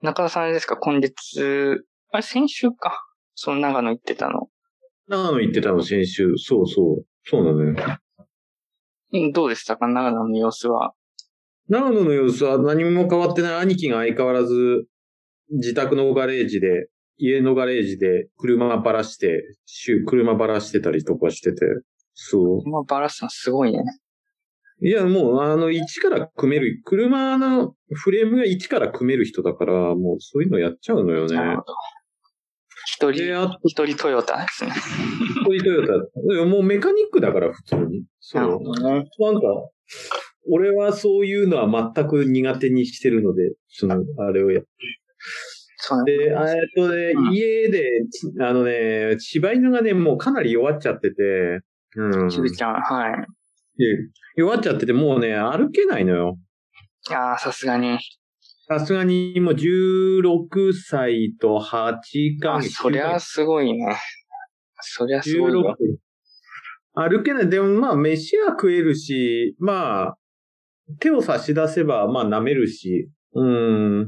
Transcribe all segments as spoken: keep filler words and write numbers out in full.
中田さんあれですか、今月、あれ先週か。その長野行ってたの。 長野行ってたの先週。そうそう。そうなのよ。 うんどうでしたか、長野の様子は。 長野の様子は何も変わってない。兄貴が相変わらず自宅のガレージで、家のガレージで車ばらして、週車ばらしてたりとかしてて。そう。 まあ、バラすのすごいね。 いや、もう、あの、一から組める、車のフレームが一から組める人だから、もうそういうのやっちゃうのよね。 なるほど。一で、 人、 あと、 一人トヨタですね。 一人トヨタ。もうメカニックだから、普通に。そう。 なるほどね。 なんか、俺はそういうのは全く苦手にしてるので、その、あれをやって。 そうで、えっとね、 うん家で、あのね、柴犬がね、もうかなり弱っちゃってて、うん。 ちびちゃん、はい。 で弱っちゃってて、もうね、歩けないのよ。 ああ、さすがに。 さすがにもうじゅうろくさいとはちかあ、 げつ。 そりゃすごいね。そりゃすごいよ。 じゅうろく歩けない。でもまあ、飯は食えるし、まあ、手を差し出せば、まあ、舐めるし、うん。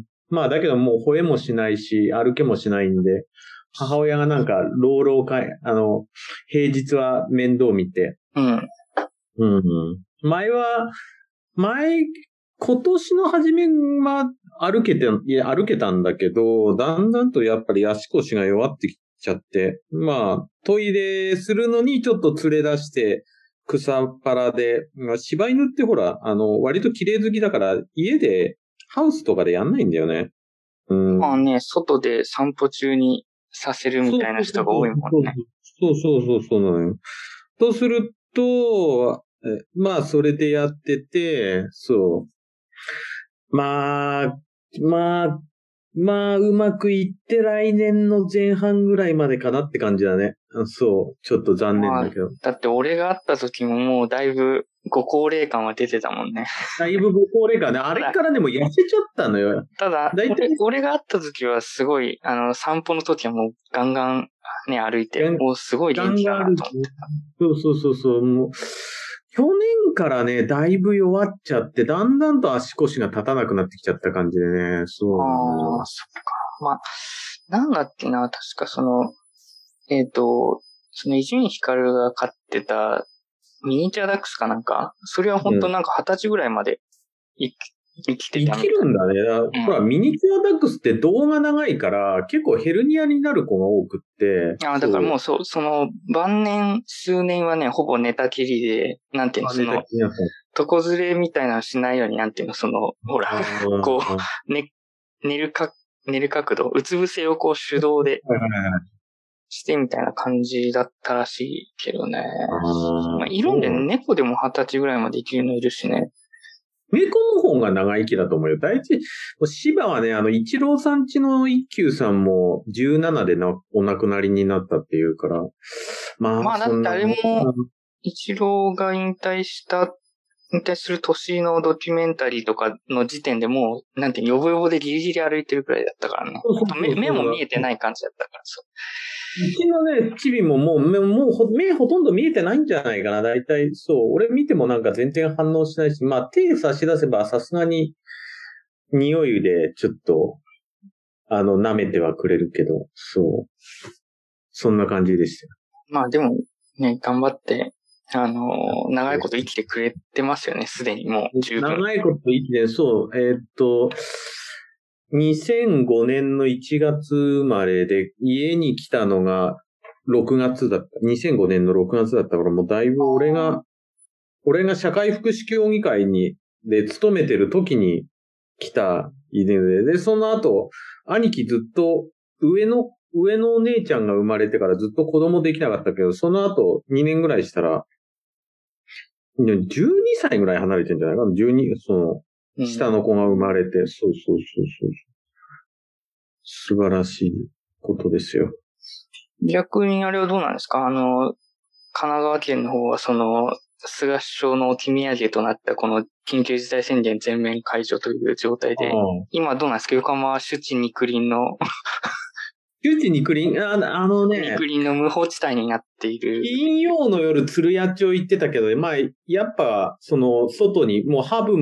まあ、だけどもう吠えもしないし、歩けもしないんで、母親がなんか、老老かい、あの、平日は面倒見て。 うん。 うん、うん。前は、前、今年の初めは歩けて、いや、歩けたんだけど、だんだんとやっぱり足腰が弱ってきちゃって、まあ、トイレするのにちょっと連れ出して、草っ腹で、まあ、柴犬ってほら、あの、割と綺麗好きだから、家で、ハウスとかでやんないんだよね。うん。 まあね、外で散歩中にさせるみたいな人が多いもんね。 そうそうそう、そうなのよ。とすると、えまあ、それでやってて、そう。まあ、まあ、まあ、うまくいって来年の前半ぐらいまでかなって感じだね。そう、ちょっと残念だけど。まあ、 だって俺が会った時ももうだいぶご高齢感は出てたもんね。 だいぶご高齢感ね。あれからでも痩せちゃったのよ。 ただ、 だいたい俺、俺が会った時はすごい、あの、散歩の時はもうガンガンね、歩いて、もうすごい元気だなと思ってた。 そうそうそうそう。もう去年からね、だいぶ弱っちゃって、だんだんと足腰が立たなくなってきちゃった感じでね。そう。 ああ、そっか。まあ、なんだっけな、確かその、えっと、その伊集院光が飼ってたミニチュアダックスかなんか、それは本当なんか二十歳ぐらいまで生き、生きてたみたいな。 生きるんだね。うん、ほら、ミニチュアダックスって動画長いから、結構ヘルニアになる子が多くって。 ああ、だからもうそう、その、晩年、数年はね、ほぼ寝たきりで、なんていうの、その、床ずれみたいなのしないように、なんていうの、その、ほら、こう、ね、寝るか、寝る角度、うつ伏せをこう手動で、してみたいな感じだったらしいけどね。まあ、いるんで、猫でも二十歳ぐらいまで生きるのいるしね。 猫の方が長生きだと思うよ。第一、芝はね、あの、一郎さんちの一休さんもじゅうななでなお亡くなりになったっていうから。まあ、 まあ、だってあれも、一郎が引退した、引退する年のドキュメンタリーとかの時点でもう、なんて、よぼよぼでギリギリ歩いてるくらいだったからね。目目も見えてない感じだったからさ。 うちのね、チビももう、もう、目ほとんど見えてないんじゃないかな。だいたい、そう。俺見てもなんか全然反応しないし、まあ手差し出せばさすがに匂いでちょっと、あの、舐めてはくれるけど、そう。そんな感じでしたよ。 まあでも、ね、頑張って、あのー、長いこと生きてくれてますよね、すでにもう十分。 長いこと生きて、そう、えー、っと、にせんごねんのいちがつ生まれで、家に来たのがろくがつだった。にせんごねんのろくがつだったから、もうだいぶ俺が、俺が社会福祉協議会に、で、勤めてる時に来た犬で、で、その後、兄貴ずっと上の、上のお姉ちゃんが生まれてからずっと子供できなかったけど、その後にねんぐらいしたら、じゅうにさいぐらい離れてんじゃないかな ?じゅうに、その、下の子が生まれて、うん、そうそうそうそう。素晴らしいことですよ。 逆にあれはどうなんですか？あの、神奈川県の方はその、菅首相の置き土産となったこの緊急事態宣言全面解除という状態で、今どうなんですか？横浜は首都肉林の首都肉林、あ, あのね、 肉林の無法地帯になっている。 金曜の夜鶴屋町行ってたけど、まあ、やっぱ、その、外に、もうハブも、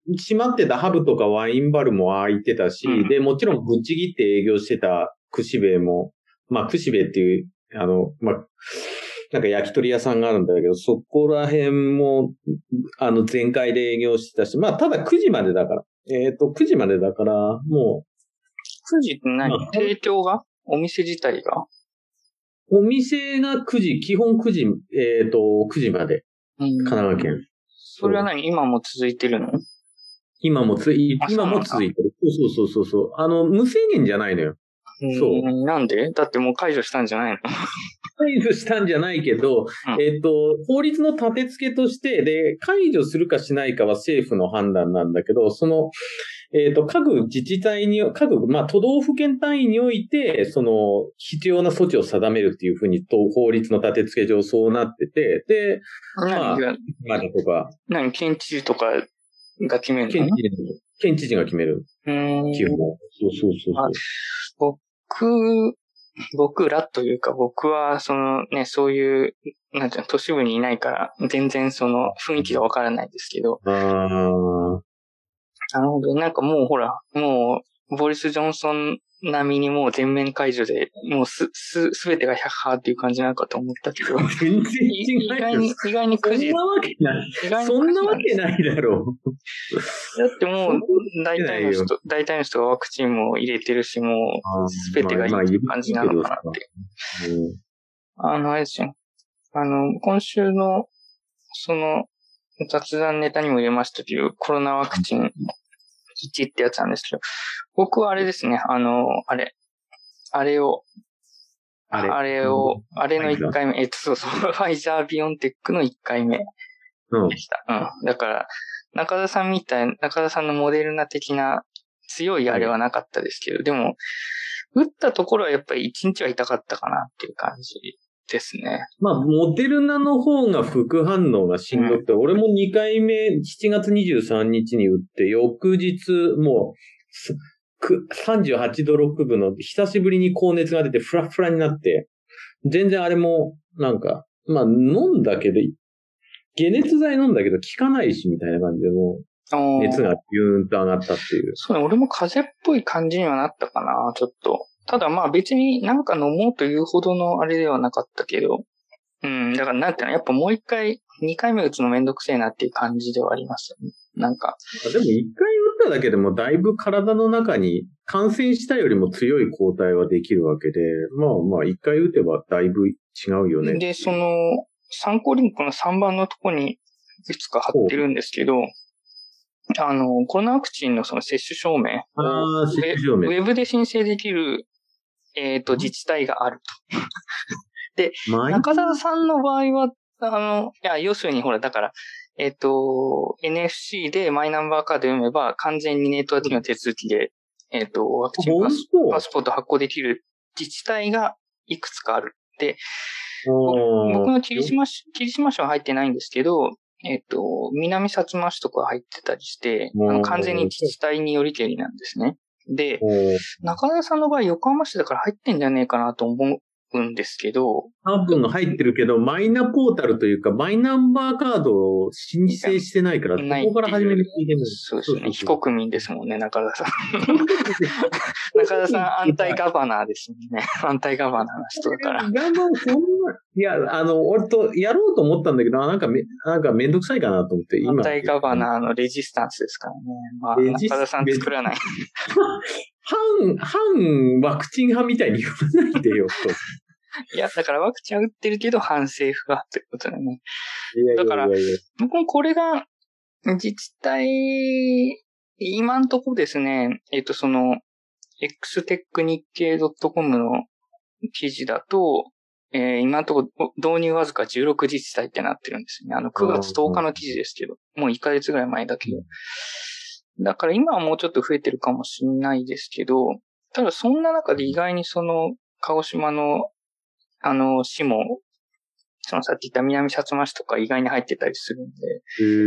閉まってたハブとかワインバルも開いてたし、 うん、 で、もちろんぶっちぎって営業してた串兵衛も、まあ、串兵衛っていう、あの、まあ、なんか焼き鳥屋さんがあるんだけど、そこら辺も、あの、全開で営業してたし、まあ、ただくじまでだから。えっと、くじまでだから、もう。 くじって何、まあ、提供がお店自体がお店がくじ、基本くじ、えっと、くじまで。神奈川県。 それは何今も続いてるの？ 今もつい、今も続いてる。そうそうそうそう。あの、無制限じゃないのよ。 そう。なんで？だってもう解除したんじゃないの？ 解除したんじゃないけど、うん、えっと、法律の立て付けとして、で、解除するかしないかは政府の判断なんだけど、その、えっと、各自治体に、各、まあ、都道府県単位において、その、必要な措置を定めるっていうふうに、法律の立て付け上そうなってて、で、まあ、まだとか。 何、県知事とかが決めるの？ 県知事、県知事が決める。 うん。 基本。そうそうそうそう。僕、僕らというか、僕は、そのね、そういう、なんていうの、都市部にいないから、全然その雰囲気がわからないんですけど。 ああ。 なるほど。なんかもうほら、もう、ボリス・ジョンソン並みにもう全面解除で、もうす、す、すべてがひゃっはーっていう感じなのかと思ったけど。 全然違う。 意外に、意外にくじ。 そんなわけない。意外にそんなわけないだろう。 だってもう、大体の人、大体の人がワクチンも入れてるし、もう、すべてがいいっていう感じなのかなって。あの、あれですよ。あの、今週の、その、雑談ネタにも入れましたけど、コロナワクチンいちってやつなんですけど、僕はあれですね、あの、あれ、あれを、あれ、あれを、あれのいっかいめ、えっと、そうそう、ファイザー・ビオンテックのいっかいめでした。うん。うん、だから、中田さんみたい、中田さんのモデルナ的な強いあれはなかったですけど、はい、でも、打ったところはやっぱりいちにちは痛かったかなっていう感じですね。 まあ、モデルナの方が副反応がしんどくて、うん、俺もにかいめしちがつにじゅうさんにちに打って、翌日もうさんじゅうはちどろくぶの久しぶりに高熱が出てフラフラになって、全然あれもなんか、まあ飲んだけど、解熱剤飲んだけど効かないしみたいな感じでもう熱がビューンと上がったっていう。 そうね、俺も風邪っぽい感じにはなったかな、ちょっと。ただまあ別になんか飲もうというほどのあれではなかったけど、うん、だからなんていうの、やっぱもう一回、二回目打つのめんどくせえなっていう感じではありますよね。なんか。 でも一回打っただけでもだいぶ体の中に感染したよりも強い抗体はできるわけで、まあまあ一回打てばだいぶ違うよね。 で、その、参考リンクのさんばんのとこにいくつか貼ってるんですけど、あの、コロナワクチンのその接種証明あ接種証明ウェブで申請できる、えっと、自治体があると。で、中澤さんの場合は、あの、いや、要するにほら、だから、えっと、エヌエフシー でマイナンバーカード読めば、完全にネットワークの手続きで、えっと、ワクチンパス、パスポート発行できる自治体がいくつかある。で、僕の霧島市、霧島市は入ってないんですけど、えっと、南薩摩市とか入ってたりして、あの完全に自治体によりけりなんですね。で、中田さんの場合、横浜市だから入ってんじゃねえかなと思うんですけど。 多分入ってるけど、マイナポータルというか、マイナンバーカードを申請してないから、そこから始めるといけない。 そうですね。非国民ですもんね、中田さん。中田さん、アンタイガバナーですもんね。アンタイガバナーの人だから。 そんな、いや、あの、俺と、やろうと思ったんだけど、なんかめ、なんかめんどくさいかなと思って、 今。アンタイガバナーのレジスタンスですからね。まあ、中田さん作らない。 反、反ワクチン派みたいに言わないでよ、と。 いや、だからワクチンは打ってるけど反政府派ってことだよね。 いやいやいやいや。 だから、僕もこれが自治体、今んとこですね、えっと、その、エックステック日経 .com の記事だと、えー、今んとこ導入わずかじゅうろく自治体ってなってるんですね。あの、くがつとおかの記事ですけど、もういっかげつぐらい前だけど。だから今はもうちょっと増えてるかもしれないですけど、ただそんな中で意外にその、鹿児島のあの、市も、そのさっき言った南薩摩市とか意外に入ってたりするんで、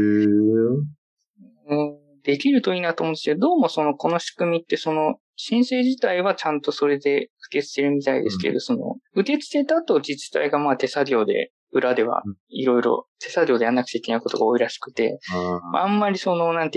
へー、 うん、できるといいなと思うんですけど、どうもその、この仕組みってその、申請自体はちゃんとそれで受け付けるみたいですけど、うん、その、受け付けた後自治体がまあ手作業で、裏ではいろいろ手作業でやんなくちゃいけないことが多いらしくて、 あ, まあ、あんまりその、なんていう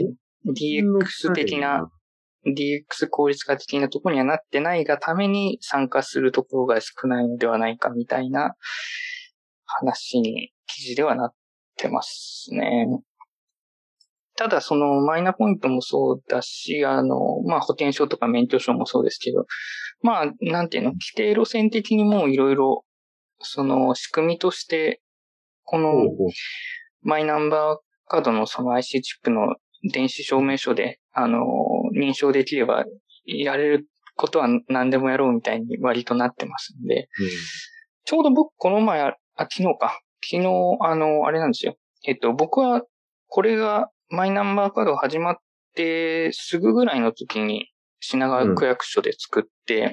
ディーエックス 的な、ディーエックス 効率化的なところにはなってないがために参加するところが少ないのではないかみたいな話に記事ではなってますね。ただそのマイナポイントもそうだし、あの、まあ保険証とか免許証もそうですけど、まあなんていうの、規定路線的にもいろいろその仕組みとして、このマイナンバーカードのその アイシー チップの電子証明書で、あの、認証できればやれることは何でもやろうみたいに割となってますんで、うん、ちょうど僕この前、あ、昨日か。昨日、あの、あれなんですよ。えっと、僕はこれがマイナンバーカードが始まってすぐぐらいの時に品川区役所で作って、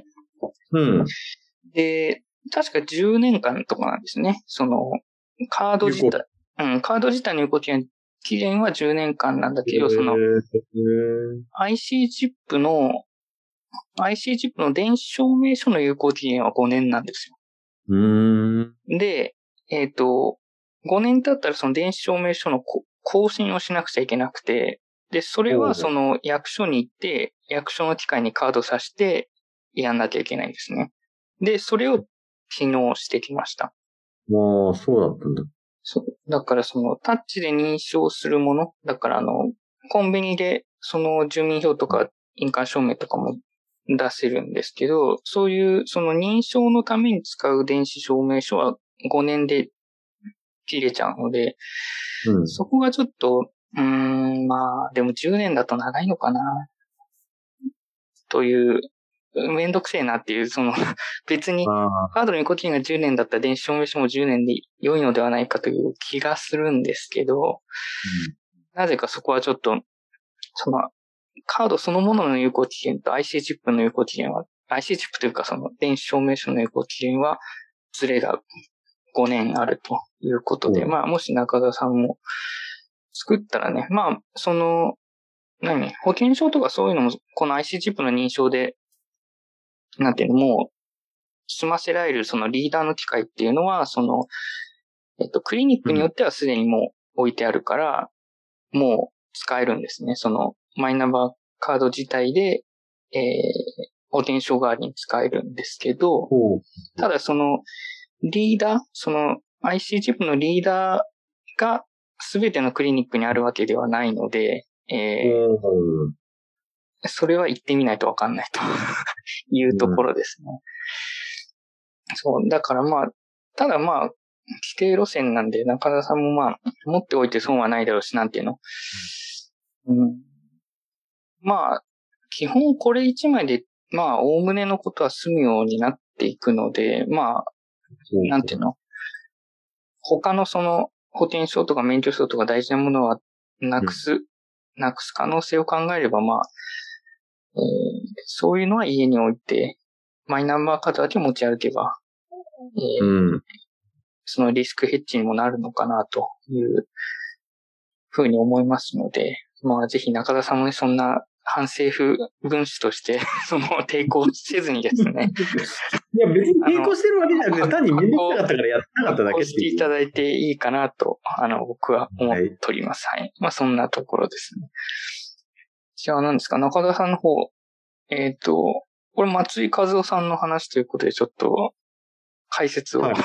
うん。 で、確かじゅうねんかんとかなんですね。その、カード自体、うん、カード自体の有効期限、期限はじゅうねんかんなんだけど、その、アイシー チップの、アイシー チップの電子証明書の有効期限はごねんなんですよ。 うーん。 で、えっと、ごねん経ったらその電子証明書の更新をしなくちゃいけなくて、で、それはその役所に行って、役所の機械にカードさしてやんなきゃいけないんですね。で、それを昨日してきました。 まあ、そうだったんだ。 そう。だからそのタッチで認証するもの、だからあの、コンビニでその住民票とか印鑑証明とかも出せるんですけど、そういうその認証のために使う電子証明書はごねんで切れちゃうので、うん、そこがちょっと、うーん、まあ、でもじゅうねんだと長いのかな、という、めんどくせえなっていう、その、別に、カードの有効期限がじゅうねんだったら電子証明書もじゅうねんで良いのではないかという気がするんですけど、うん、なぜかそこはちょっと、その、カードそのものの有効期限と アイシー チップの有効期限は、アイシー チップというかその電子証明書の有効期限は、ズレがごねんあるということで、うん、まあ、もし中田さんも作ったらね、まあ、その、何保険証とかそういうのも、この アイシー チップの認証で、なんていうの、もう、済ませられるそのリーダーの機械っていうのは、その、えっと、クリニックによってはすでにもう置いてあるから、うん、もう使えるんですね。その、マイナンバーカード自体で、えー、保険証代わりに使えるんですけど、 うん、 ただその、リーダー、その アイシー チップのリーダーがすべてのクリニックにあるわけではないので、えーうん、それは行ってみないとわかんないというところですね。うん、そう、だからまあ、ただまあ、規定路線なんで中田さんもまあ、持っておいて損はないだろうし、なんていうの。うん、まあ、基本これ一枚で、まあ、おおむねのことは済むようになっていくので、まあ、なんていうの？他のその保険証とか免許証とか大事なものはなくす、うん、なくす可能性を考えれば、まあ、えー、そういうのは家に置いて、マイナンバーカードだけ持ち歩けば、えーうん、そのリスクヘッジにもなるのかなというふうに思いますので、まあぜひ中田さんもね、そんな反政府分子として、その抵抗せずにですね。 いや別に抵抗してるわけじゃなくて、単にめんどくさかったからやってなかっただけっていう。 していただいていいかなと、あの、僕は思っております。はい。はい、まあそんなところですね。じゃあ何ですか、中田さんの方、えっと、これ松井和夫さんの話ということでちょっと解説を。 はい。はい、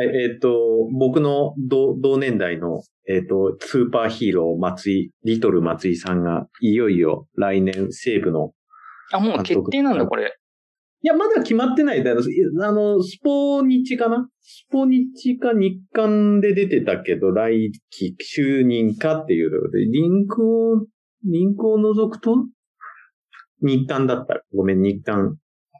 えっと、僕の同同年代の、えっと、スーパーヒーロー松井、リトル松井さんが、いよいよ来年西武の。 あ、もう決定なんだ、これ。 いや、まだ決まってない。あの、スポニチかなスポニチか日刊で出てたけど、来期就任かっていうところで、リンクを、リンクを除くと日刊だった。ごめん、日刊。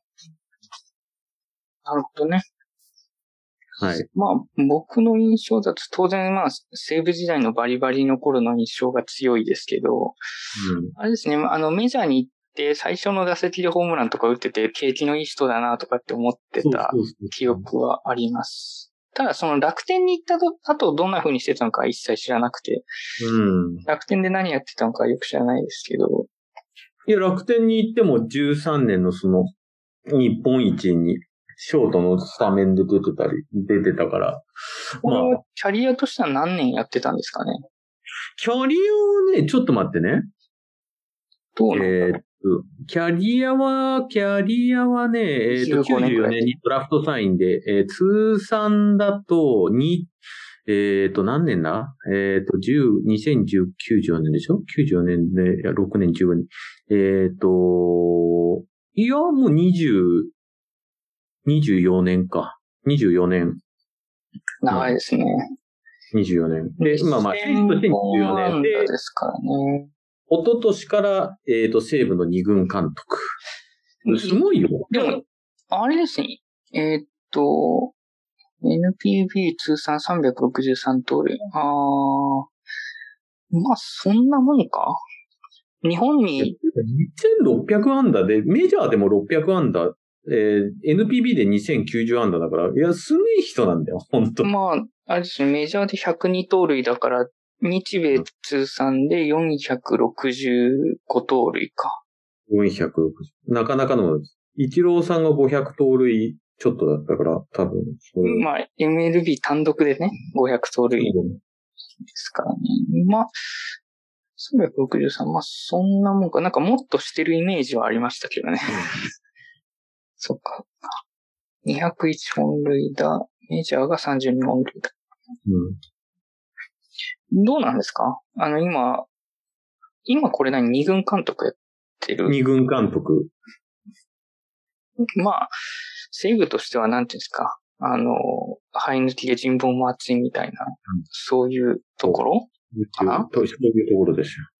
なるほどね。 はい。 まあ、僕の印象だと当然まあ、西武時代のバリバリの頃の印象が強いですけど、うん、あれですね、あの、メジャーに行って最初の打席でホームランとか打ってて景気のいい人だなとかって思ってた記憶はあります。ただその楽天に行った後どんな風にしてたのか一切知らなくて、うん、楽天で何やってたのかよく知らないですけど。 いや、楽天に行ってもじゅうさんねんのその日本一にショートのスタメンで出てたり、出てたから。 まあ、キャリアとしては何年やってたんですかね？ キャリアはね、ちょっと待ってね。 どうなの？ えーっと、キャリアは、キャリアはね、えーっと、きゅうじゅうよねんにドラフトサインで、えー、通算だと、に、えーっと、何年だえーっと、じゅう、にせんじゅうきゅう、きゅうじゅうよねんでしょ ?きゅうじゅうよねんで、いや、ろくねん、じゅうごねん。えーっと、いや、もうにじゅう、にじゅうよねんか。にじゅうよねん。 長いですね。 にじゅうよねん。で、まあまあ、選手としてにじゅうよねんで、 ですからね。 一昨年から、えっと、西武の二軍監督。すごいよ。 でも、あれですね。えーっと、エヌピービー 通算さんびゃくろくじゅうさん盗塁。あー。まあ、そんなもんか。日本に。 にせんろっぴゃく安打で、メジャーでもろっぴゃく安打、えー、エヌピービー でにせんきゅうじゅう安打だから、いや、すげえ人なんだよ、本当。 まあ、あれですね、メジャーでひゃくに盗塁だから、日米通算でよんひゃくろくじゅうご盗塁か。 よんひゃくろくじゅう。なかなかの、イチローさんがごひゃく盗塁ちょっとだったから、多分。 まあ、エムエルビー 単独でね、ごひゃく盗塁ですからね。まあ、さんびゃくろくじゅうさん、まあ、そんなもんか。なんかもっとしてるイメージはありましたけどね。そっか。にひゃくいち本塁打、メジャーがさんじゅうに本塁打。うん、どうなんですか？あの、今、今これ何？二軍監督やってる？ 二軍監督。 まあ、西武としてはなんていうんですか、あの、生え抜きで人望も厚いみたいな、うん、そういうところかな？ そういうところですよ。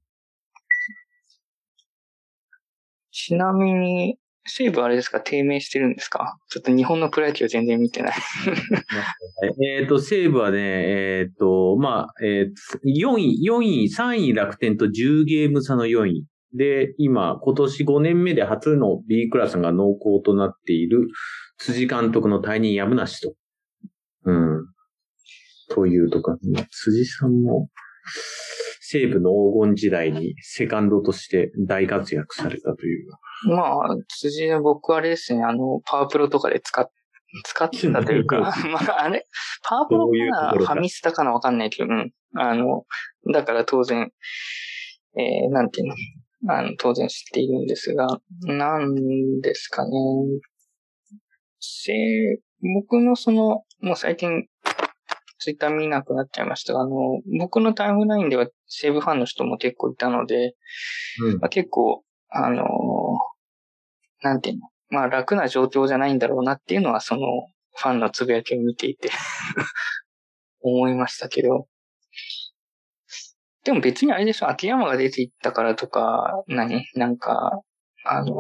ちなみに、西武あれですか、低迷してるんですか？ちょっと日本のプロ野球全然見てない。 えっと、西武はね、えっと、まあ、えー、よんい、よんい、さんい楽天とじゅうゲーム差のよんい。で、今、今年ごねんめで初の B クラスが濃厚となっている辻監督の退任やむなしと。うん。というとか、辻さんも、西武の黄金時代にセカンドとして大活躍されたという。 まあ、辻は僕はあれですね、あの、パワープロとかで使っ、使ってたというか、まあ、あれ、パワープロかなファミスタかなわかんないけど、うん。あの、だから当然、えー、なんていうの、あの、当然知っているんですが、なんですかね。せ、僕のその、もう最近、ツイッター見なくなっちゃいましたが、あの、僕のタイムラインでは西武ファンの人も結構いたので、うんまあ、結構、あの、なんていうの、まあ楽な状況じゃないんだろうなっていうのはそのファンのつぶやきを見ていて思いましたけど、でも別にあれでしょ、秋山が出ていったからとか、何なんか、あの、うん、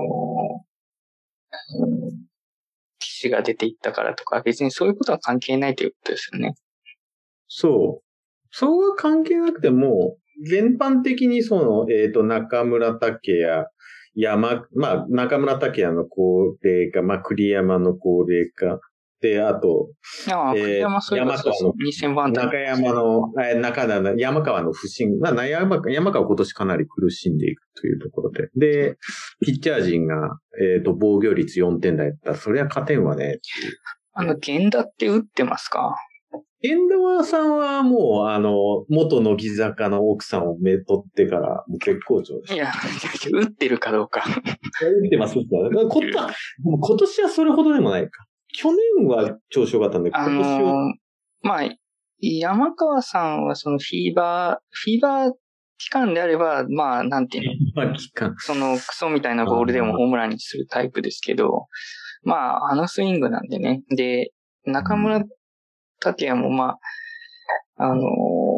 騎士が出ていったからとか、別にそういうことは関係ないということですよね。 そう。そうは関係なくても、全般的にその、えっと、中村拓也、山、まあ、中村拓也の高齢化、まあ、栗山の高齢化。で、あと、 ああ、栗山そういうことです。にせんばん台。 中山の、え中田の、山川の不振、まあ、山川、山川今年かなり苦しんでいくというところで。で、ピッチャー陣が、えっと、防御率よんてん台だったら、そりゃ勝てんわね。 あの、源田って打ってますか？ 源田さんはもう、あの、元乃木坂の奥さんをめとってから、もう絶好調です。 いや、打ってるかどうか。 打ってます、打ってます。こった今年はそれほどでもないか。去年は調子良かったんだけど、今年は。 あのー、まあ、山川さんはそのフィーバー、フィーバー期間であれば、まあ、なんていうの。フィーバー期間。 そのクソみたいなボールでもホームランにするタイプですけど、まあ、あのスイングなんでね。で、中村拓也もまあ、あのー、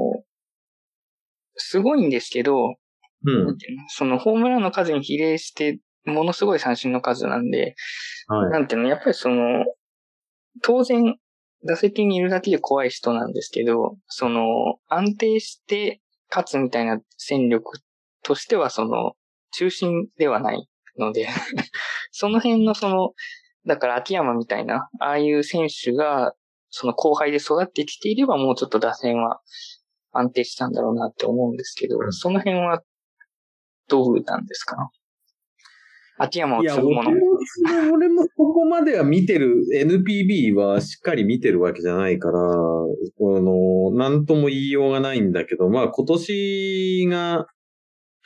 すごいんですけど、 うん、 そのホームランの数に比例して、ものすごい三振の数なんで、はい、なんていうの、やっぱりその、当然、打席にいるだけで怖い人なんですけど、その、安定して勝つみたいな戦力としては、その、中心ではないので、その辺のその、だから秋山みたいな、ああいう選手が、その後輩で育ってきていれば、もうちょっと打線は安定したんだろうなって思うんですけど、その辺はどうなんですか？秋山を継ぐもの。いや、 俺も、俺もここまでは見てる、エヌピービー はしっかり見てるわけじゃないから、あの、なんとも言いようがないんだけど、まあ今年が、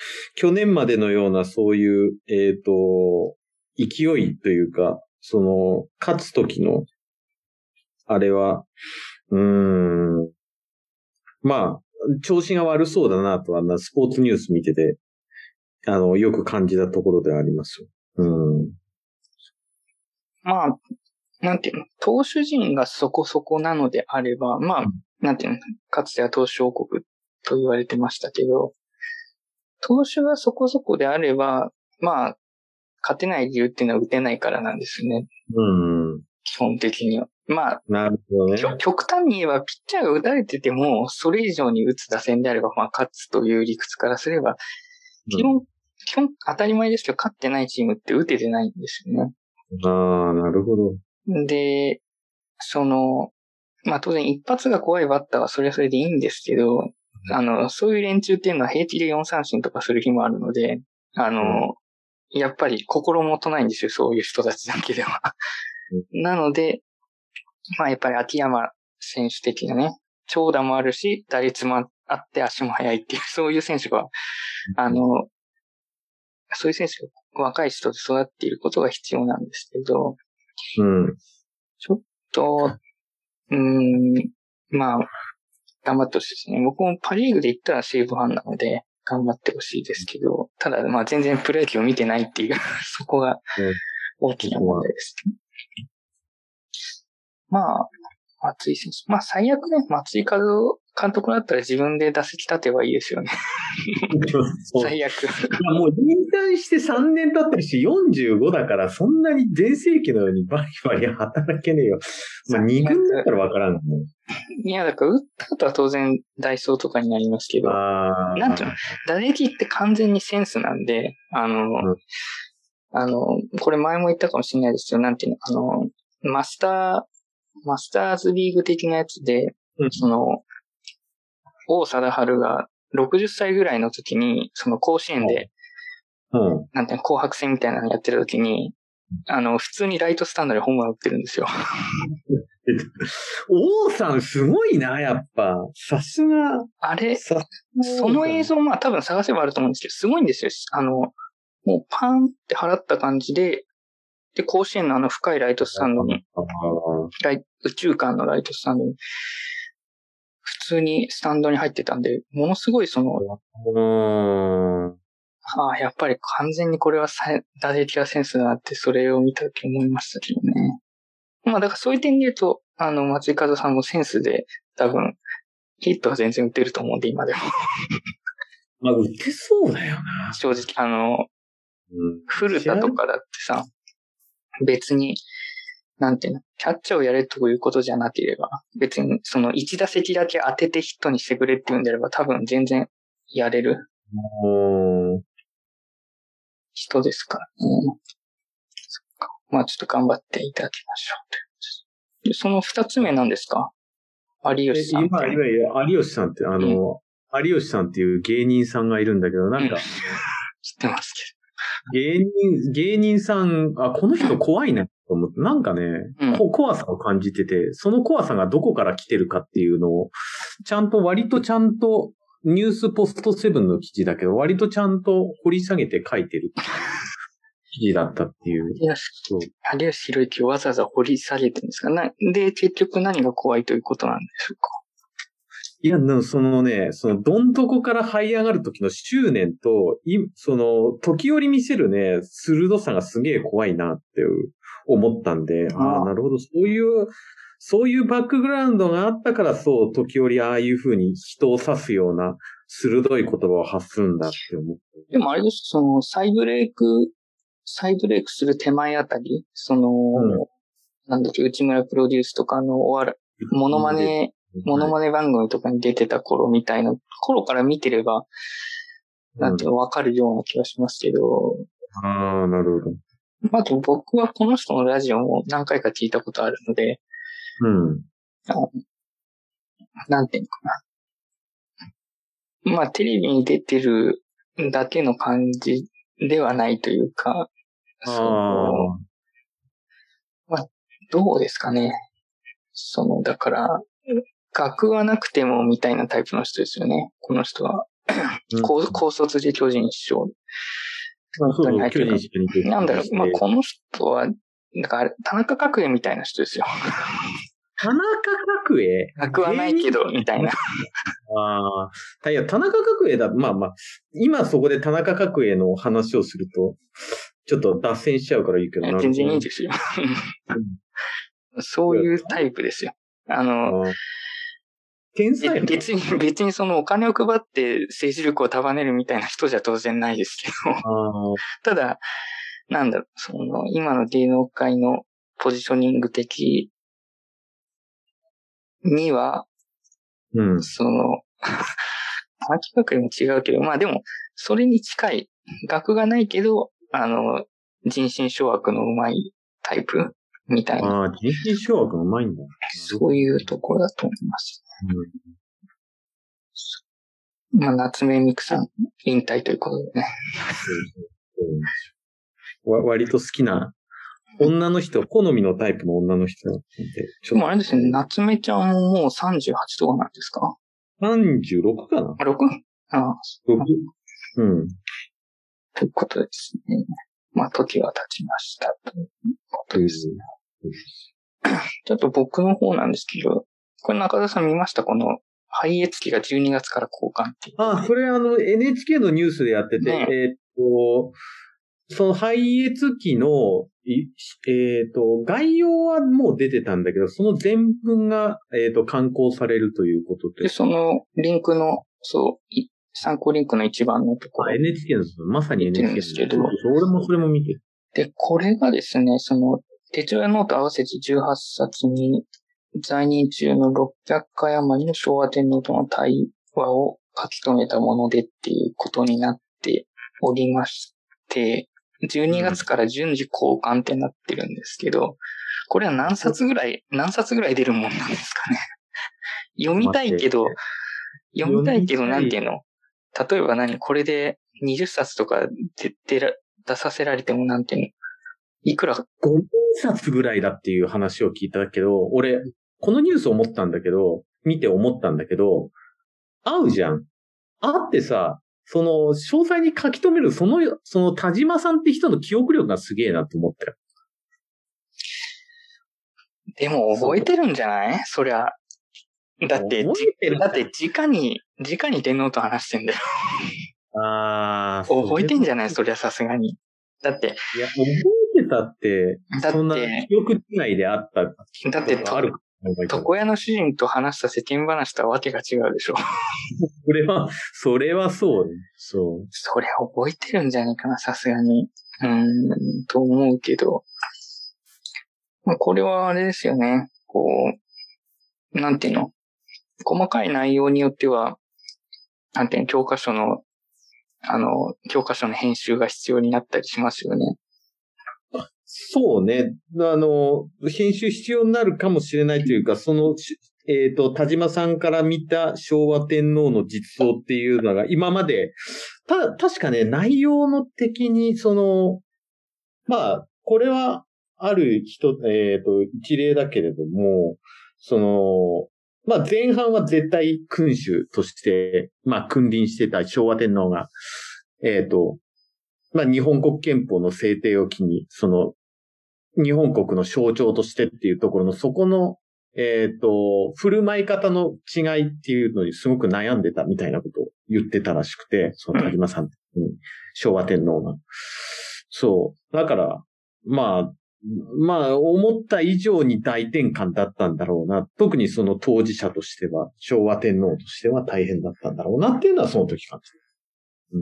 去年までのようなそういう、えっと、勢いというか、その、勝つ時の、あれは、うーん、まあ、調子が悪そうだなとは、スポーツニュース見てて、あの、よく感じたところではありますよ。うん。 まあ、なんていうの、投手陣がそこそこなのであれば、まあ、なんていうの、かつては投手王国と言われてましたけど、投手がそこそこであれば、まあ、勝てない理由っていうのは打てないからなんですね。 うん。 基本的には。まあ、 なるほどね。 極端に言えば、ピッチャーが打たれてても、それ以上に打つ打線であれば、まあ、勝つという理屈からすれば、基本、うん、基本当たり前ですけど、勝ってないチームって打ててないんですよね。 ああ、なるほど。 で、その、まあ当然一発が怖いバッターはそれはそれでいいんですけど、あの、そういう連中っていうのは平気でよん三振とかする日もあるので、あの、うん、やっぱり心もとないんですよ、そういう人たちだけでは。うん、なので、まあやっぱり秋山選手的なね、長打もあるし、打率もあって足も速いっていう、そういう選手が、あの、そういう選手が若い人で育っていることが必要なんですけど、 うん、 ちょっと、うーん、まあ、頑張ってほしいですね。僕もパリーグで言ったら西武ファンなので、頑張ってほしいですけど、ただ、まあ全然プロ野球を見てないっていう、そこが大きな問題です。まあ、松井選手。まあ最悪ね、松井和夫監督だったら自分で打席立てばいいですよね。最悪。 もう引退してさんねん経ってるし、よんじゅうごだからそんなに全盛期のようにバリバリ働けねえよ。まあに軍だったらわからんね。 いや、だから打った後は当然ダイソーとかになりますけど、なんていうの、打撃って完全にセンスなんで、あの、うん、あの、これ前も言ったかもしれないですけど、なんていうの、あの、マスター、マスターズリーグ的なやつで、うん、その、王貞治がろくじゅっさいぐらいの時に、その甲子園で、うん、なんていうの、紅白戦みたいなのやってる時に、あの、普通にライトスタンドでホームラン打ってるんですよ。 王さんすごいな、やっぱ。さすが。 あれ、その映像、まあ多分探せばあると思うんですけど、すごいんですよ。あの、もうパンって払った感じで、で、甲子園のあの深いライトスタンドに、ライ宇宙間のライトスタンドに、普通にスタンドに入ってたんで、ものすごいその、ああ、やっぱり完全にこれは打撃がセンスだなって、それを見たとき思いましたけどね。まあだからそういう点で言うと、あの、松井和さんもセンスで、多分、ヒットは全然打てると思うんで、今でも。 まあ、打てそうだよな。 正直、あの、うん、古田とかだってさ、別に、なんていうの、キャッチャーをやれということじゃなければ、別にその一打席だけ当ててヒットにしてくれっていうんであれば、多分全然やれる人ですからね。そっか。まあちょっと頑張っていただきましょう。でその二つ目なんですか？有吉さん。 今、いわゆる有吉さんって、あの、うん、有吉さんっていう芸人さんがいるんだけど、なんか、うん、 知ってますけど。芸人、芸人さん、あ、この人怖いなと思って、なんかね、うん、こ怖さを感じてて、その怖さがどこから来てるかっていうのを、ちゃんと割とちゃんと、ニュースポストセブンの記事だけど、割とちゃんと掘り下げて書いてる記事だったっていう。 有吉弘行をわざわざ掘り下げてるんですか？なで、結局何が怖いということなんでしょうか？ いや、でもそのね、そのどん底から這い上がる時の執念と、いその時折見せるね、鋭さがすげえ怖いなって思ったんで、ああ、なるほど、そういう、そういうバックグラウンドがあったからそう、時折ああいう風に人を刺すような鋭い言葉を発するんだって思って。 でもあれです、その、再ブレイク、再ブレイクする手前あたり、その、うん、なんだっけ、内村プロデュースとかのお笑い、モノマネ、モノマネ番組とかに出てた頃みたいな頃から見てれば、なんていうのわかるような気がしますけど。 うん、ああ、なるほど。 あと僕はこの人のラジオも何回か聞いたことあるので、 うん。 なんていうのかな。まあテレビに出てるだけの感じではないというか、そう。まあ、どうですかね。その、だから、学はなくてもみたいなタイプの人ですよね。この人は。 高高卒で巨人師匠。 あ、そう、巨人師匠。 なんだろう、まあ、この人は、だから、田中角栄みたいな人ですよ。 田中角栄学はないけど、みたいな。 ああ。いや、田中角栄だ、まあまあ、今そこで田中角栄の話をすると、ちょっと脱線しちゃうからいいけど。 全然いいですよ。そういうタイプですよ。あの、あ天才別に、別にそのお金を配って政治力を束ねるみたいな人じゃ当然ないですけど。ただ、なんだろう、その、今の芸能界のポジショニング的には、 うん、 その、秋学も違うけど、まあでも、それに近い、学がないけど、あの、人心掌握のうまいタイプみたいな。 ああ、人心掌握のうまいんだ。 そういうところだと思います。うん、まあ、夏目みくさん、引退ということでね。 わ割と好きな、女の人、好みのタイプの女の人なんで。 でもあれですね、夏目ちゃんももうさんじゅうはちとかなんですか ? さんじゅうろく かな ?ろく? ああ。 ろく? うん。 ということですね。まあ、時は経ちましたということですね。ちょっと僕の方なんですけど、これ中田さん見ました？この、ハイエツ期がじゅうにがつから交換っていう。 ああ、それあの エヌエイチケー のニュースでやってて、ね、えー、っと、そのハイエツ期の、えっ、ー、と、概要はもう出てたんだけど、その全文が、えっ、ー、と、刊行されるということで。 で、そのリンクの、そう、参考リンクの一番のところ。 あ、エヌエイチケー の、まさに エヌエイチケーですけど。 俺もそれも見てる。 で、これがですね、その、手帳やノート合わせてじゅうはっさつに、在任中のろっぴゃっかい余りの昭和天皇との対話を書き留めたものでっていうことになっておりまして、じゅうにがつから順次交換ってなってるんですけど、これは何冊ぐらい、何冊ぐらい出るもんなんですかね。読みたいけど、読みたいけどなんていうの、例えば何これでにじゅっさつとか出出出させられてもなんていうの、いくらごさつぐらいだっていう話を聞いたけど、俺、このニュース思ったんだけど、見て思ったんだけど、合うじゃん。合ってさ、その、詳細に書き留める、その、その田島さんって人の記憶力がすげえなと思ったよ。 でも覚えてるんじゃない？そりゃ。だって、だって直に、直に天皇と話してんだよ。 ああ。 覚えてんじゃない？そりゃさすがに。だって。 いや、覚えてたって、だって、そんな記憶違いであった。 だって、ある床屋の主人と話した世間話とはわけが違うでしょ。 それは、それはそう、ね。そう。 それ覚えてるんじゃないかな、さすがに。うーん、と思うけど。まあ、これはあれですよね。こう、なんていうの。細かい内容によっては、なんていうの、教科書の、あの、教科書の編集が必要になったりしますよね。 そうね。あの、編集必要になるかもしれないというか、その、えっと、田島さんから見た昭和天皇の実像っていうのが今まで、た、確かね、内容の的に、その、まあ、これは、ある人、えっと、一例だけれども、その、まあ前半は絶対君主として、まあ君臨してた昭和天皇が、えっと、まあ日本国憲法の制定を機に、その、日本国の象徴としてっていうところの、そこの、えっと、振る舞い方の違いっていうのにすごく悩んでたみたいなことを言ってたらしくて、その田島さん、うん、昭和天皇が。そう。だから、まあ、まあ、思った以上に大転換だったんだろうな。特にその当事者としては、昭和天皇としては大変だったんだろうなっていうのはその時感じた。うん。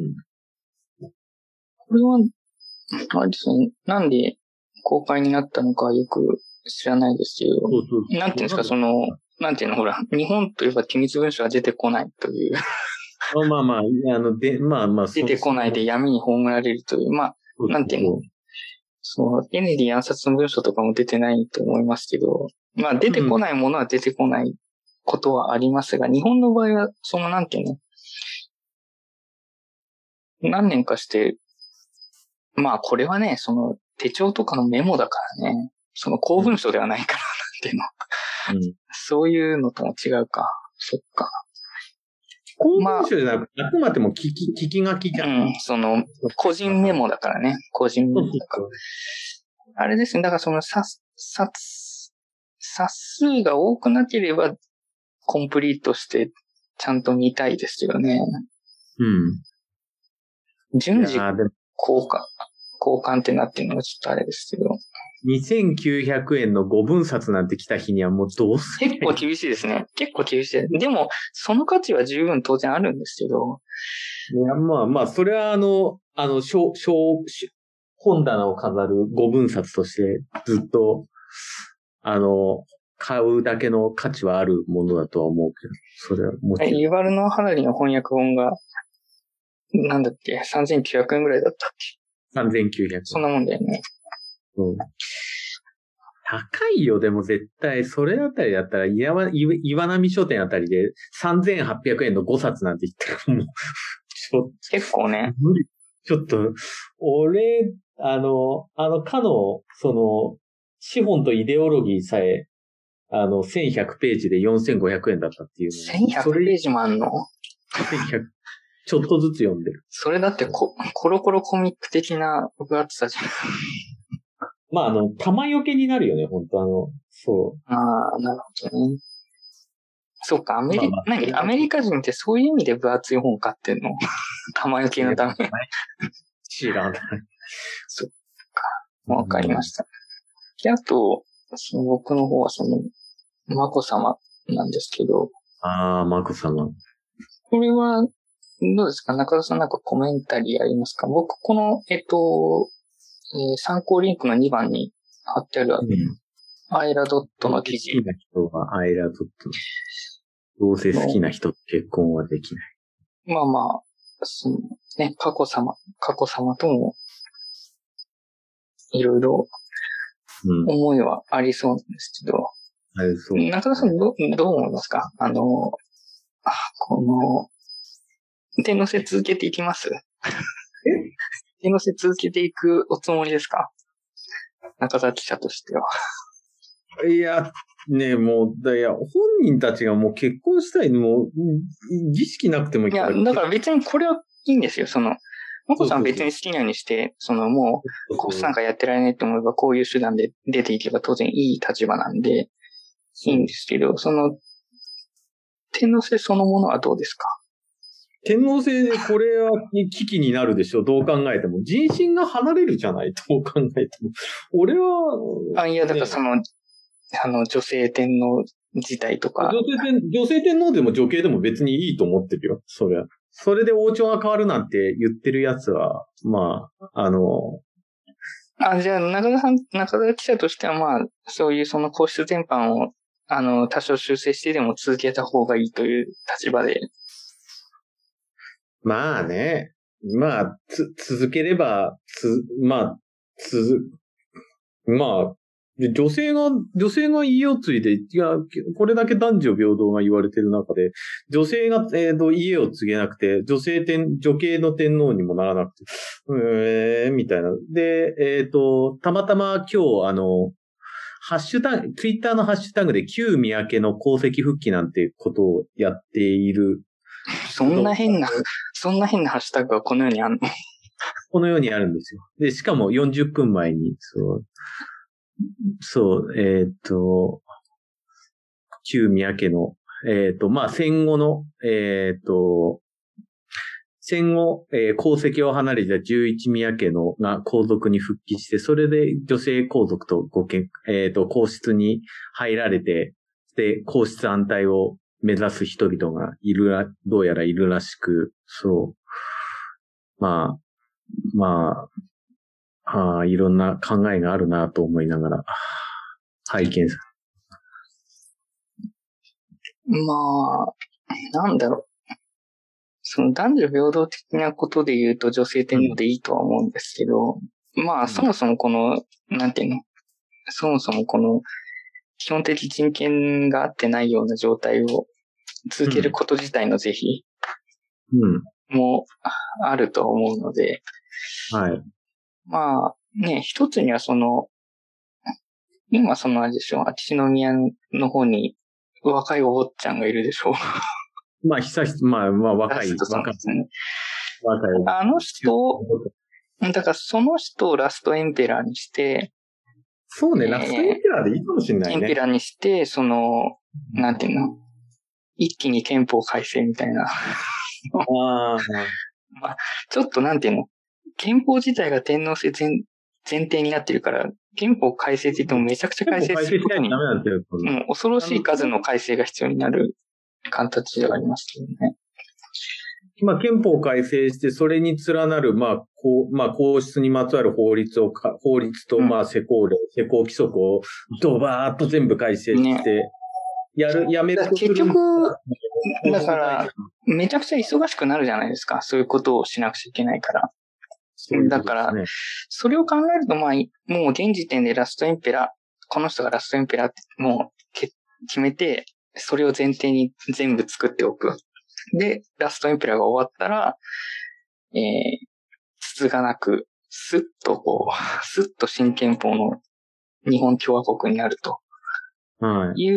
これは、あれですね、なんで公開になったのかよく知らないですけど、そうそうそう、なんていうんですか、その、なんていうの、ほら、日本といえば機密文書が出てこないという。 まあまあ、あの、で、まあまあ、 出てこないで闇に葬られるという、まあ、なんていうの、そう、ケネディ暗殺の文書とかも出てないと思いますけど、まあ出てこないものは出てこないことはありますが、うん、日本の場合は、そのなんていうの、何年かして、まあこれはね、その手帳とかのメモだからね、その公文書ではないからなんていうの、うん、そういうのとも違うか、そっか。 公文書じゃなくて、あくまでも聞き、聞き書きじゃん。 うん、その、個人メモだからね。個人メモだから。あれですね。だからその、さ、さ、冊数が多くなければ、コンプリートして、ちゃんと見たいですけどね。 うん。 順次、交換、交換ってなってるのがちょっとあれですけど。 にせんきゅうひゃくえんのごぶん冊なんて来た日にはもうどうする結構厳しいですね。結構厳しい。でも、その価値は十分当然あるんですけど。 いや、まあまあ、それはあの、あの、小、小、本棚を飾るごぶん冊としてずっと、あの、買うだけの価値はあるものだとは思うけど、それはもちろん。 ユバルノ・ハラリの翻訳本が、なんだっけ、さんぜんきゅうひゃくえんぐらいだったっけ ? さんぜんきゅうひゃくえん。 そんなもんだよね。 うん。高いよ、でも絶対。それあたりだったら、岩、岩波書店あたりでさんぜんはっぴゃくえんのごさつなんて言ったらもう、ちょっと。 結構ね。 無理。ちょっと、俺、あの、あの、かの、その、資本とイデオロギーさえ、あの、せんひゃくページでよんせんごひゃくえんだったっていうの。 せんひゃくページもあんの ? せんひゃく、ちょっとずつ読んでる。 それだってコ、コロコロコミック的な分厚さじゃん。 まあ、あの、玉よけになるよね、本当あの、そう。 ああ、なるほどね。そうか、アメリカ、まあまあ、何アメリカ人ってそういう意味で分厚い本買ってんの玉よけのため。 知らない。 そっか。わかりました。で、あと、その僕の方はその、マコ様なんですけど。 ああ、マコ様。 これは、どうですか中田さんなんかコメンタリーありますか僕、この、えっと、えー、参考リンクのにばんに貼ってある、うん、アイラドットの記事。 好きな人はアイラドット。どうせ好きな人と結婚はできない。 まあまあ、そのね、佳子様、佳子様とも、いろいろ、思いはありそうなんですけど。 ありそう。 中田さんど、どう思いますかあの、あこの、手乗せ続けていきますえ手乗せ続けていくおつもりですか中田記者としては。 いや、ねもう、だいや、本人たちがもう結婚したい、もう、儀式なくてもいいから。いや、だから別にこれはいいんですよ。その、マコさんは別に好きなようにして、そのもう、コースなんかやってられないと思えば、こういう手段で出ていけば当然いい立場なんで、いいんですけど、その、天皇制そのものはどうですか天皇制でこれは危機になるでしょう。どう考えても。人心が離れるじゃない。どう考えても。俺は、 あ、いや、だからその、あの、女性天皇自体とか。 女性天、女性天皇でも女系でも別にいいと思ってるよ。そりゃ。それで王朝が変わるなんて言ってるやつは、まあ、あの。 あ、じゃあ、中田さん、中田記者としてはまあ、そういうその皇室全般を、あの、多少修正してでも続けた方がいいという立場で。 まあね。まあ、つ、続ければ、つ、まあ、つ、まあ、女性が、女性が家を継いで、いや、これだけ男女平等が言われてる中で、女性が、えっと、家を継げなくて、女性天、女系の天皇にもならなくて、えー、みたいな。で、えっと、たまたま今日、あの、ハッシュタグ、ツイッターのハッシュタグで旧宮家の功績復帰なんてことをやっている。 そんな変な、そんな変なハッシュタグがこの世にあるのこの世にあるんですよ。で、しかもよんじゅっぷんまえに、そう、そう、えっと、旧宮家の、えっと、まあ、戦後の、えっと、戦後、えー、皇籍を離れたじゅういち宮家のが皇族に復帰して、それで女性皇族とごけん、えっと、皇室に入られて、で、皇室安泰を目指す人々がいるら、どうやらいるらしく、そう。まあ、まあ、ああ、いろんな考えがあるなと思いながら、拝見する。 まあ、なんだろう。その男女平等的なことで言うと女性天皇でいいとは思うんですけど、うん、まあそもそもこの、なんていうの、そもそもこの基本的人権があってないような状態を続けること自体の是非もあると思うので、 はい。 まあね、一つにはその、今そのあれでしょ、秋篠宮の方に若いお坊ちゃんがいるでしょう。 まあ、久し、まあ、まあ、若い、 若いですね。 若い。 あの人を、だからその人をラストエンペラーにして、 そうね、えー、ラストエンペラーでいいかもしれないね。 エンペラーにして、その、なんていうの、一気に憲法改正みたいな。あまあ、ちょっとなんていうの、憲法自体が天皇制前前提になってるから、憲法改正って言ってもめちゃくちゃ改正することに、もう恐ろしい数の改正が必要になる形ではありますけどね。 まあ、憲法改正して、それに連なる、まあ、こう、まあ、皇室にまつわる法律をか、法律と、まあ、施行令、施行規則をドバーッと全部改正して、ね、やる、やめると結局、だから、めちゃくちゃ忙しくなるじゃないですか。そういうことをしなくちゃいけないから。ううだから、それを考えると、まあ、もう現時点でラストエンペラー、この人がラストエンペラーってもう決めて、それを前提に全部作っておく。で、ラストエンペラーが終わったら、えー、つつがなく、スッとこう、スッと新憲法の日本共和国になると。はい。いう、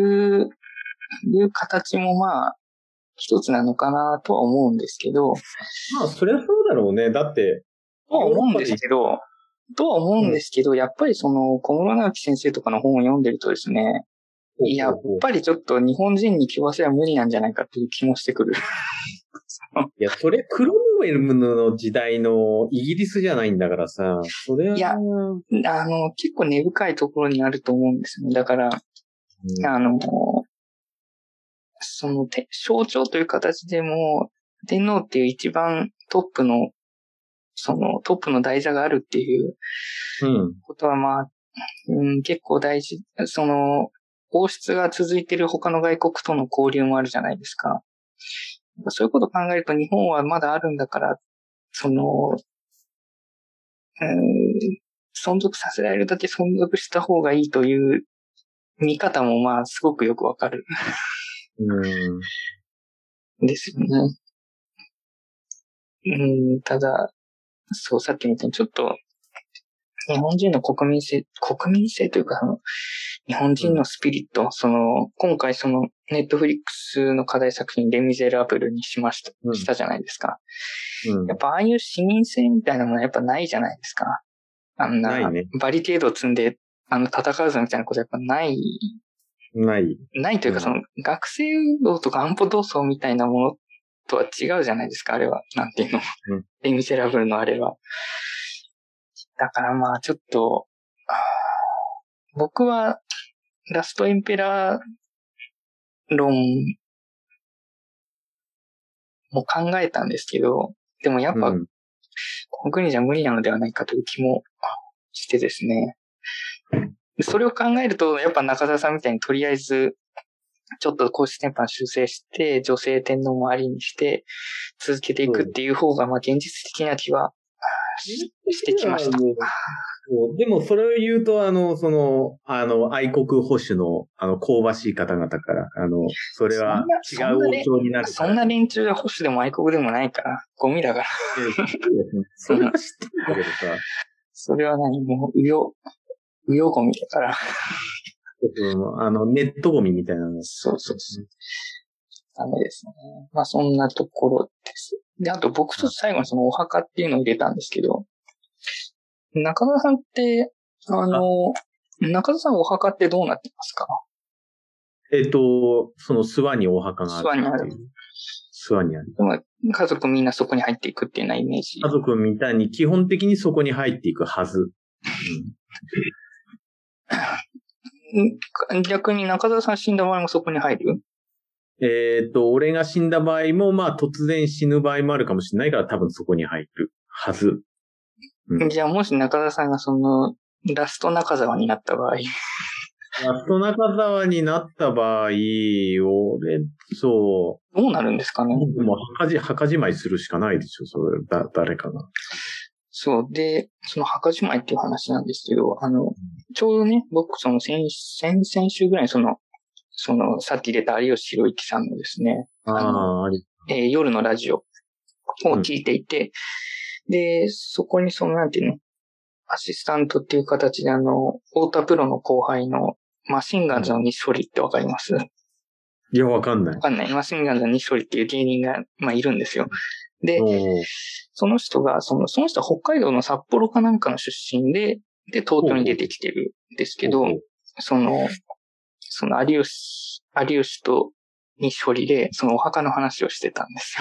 いう形もまあ、一つなのかなとは思うんですけど。 まあ、それはそうだろうね。だって。 とは思うんですけど、とは思うんですけど、うん、やっぱりその、小室直樹先生とかの本を読んでるとですね、やっぱりちょっと日本人に共和制は無理なんじゃないかっていう気もしてくる。 いや、それ、クロムウェルの時代のイギリスじゃないんだからさ、それは。 いや、あの、結構根深いところにあると思うんですね。だから、うん、あの、その、象徴という形でも、天皇っていう一番トップの、そのトップの台座があるっていうことはまあ、うん、結構大事。その、王室が続いている他の外国との交流もあるじゃないですか。そういうことを考えると日本はまだあるんだから、その、うん、存続させられるだけ存続した方がいいという見方もまあすごくよくわかる。うん。ですよね。うん、ただ、そう、さっきみたいにちょっと、日本人の国民性、国民性というか、その、日本人のスピリット、うん、その、今回その、ネットフリックスの課題作品、レ・ミゼラブルにしました、うん、したじゃないですか。うん、やっぱああいう市民性みたいなものはやっぱないじゃないですか。あんな、ね、バリケードを積んで、あの、戦うぞみたいなことやっぱない。 ない。 ないというか、その、うん、学生運動とか安保闘争みたいなものとは違うじゃないですか、あれは。なんていうの。うん、レ・ミゼラブルのあれは。だからまあちょっと、僕はラストエンペラー論も考えたんですけど、でもやっぱ、うん、この国じゃ無理なのではないかという気もしてですね。それを考えると、やっぱ中澤さんみたいにとりあえず、ちょっと皇室典範修正して、女性天皇もありにして、続けていくっていう方が、まあ現実的な気はし, してきました。 でもそれを言うと、あの、その、あの、愛国保守の、あの、香ばしい方々から、あの、それは違う王朝になるから。 そんな連中が保守でも愛国でもないから、ゴミだから。 それは知ってるんだけどさ。 それは何もう、うよ、うよゴミだから。 あの、ネットゴミみたいなの。 そうそうそう。ダメですね。まあそんなところです。で、あと僕と最後にそのお墓っていうのを入れたんですけど、中田さんって、あの、あ中田さんお墓ってどうなってますか？ えっと、その諏訪にお墓がある。 諏訪にある。 諏訪にある。 でも家族みんなそこに入っていくっていうようなイメージ。 家族みたいに基本的にそこに入っていくはず。 うん、逆に中田さん死んだ場合もそこに入る？ えっと、俺が死んだ場合も、まあ突然死ぬ場合もあるかもしれないから多分そこに入るはず。 うん、じゃあもし中田さんがその、ラスト中沢になった場合。ラスト中沢になった場合、俺、そう。 どうなるんですかね？ もう墓じ、墓じまいするしかないでしょ、それ、だ、誰かが。 そう。で、その墓じまいっていう話なんですけど、あの、うん、ちょうどね、僕その先、先、先週ぐらいその、その、さっき出た有吉弘行さんのですね、 ああ、あり、 えー、夜のラジオを聞いていて、うん、で、そこにその、なんていうの、アシスタントっていう形であの、太田プロの後輩のマシンガンズの西堀ってわかります？ いや、わかんない。 わかんない。マシンガンズ西堀っていう芸人が、まあ、いるんですよ。で、その人が、その、その人は北海道の札幌かなんかの出身で、で、東京に出てきてるんですけど、その、その有吉、有吉と西堀で、そのお墓の話をしてたんです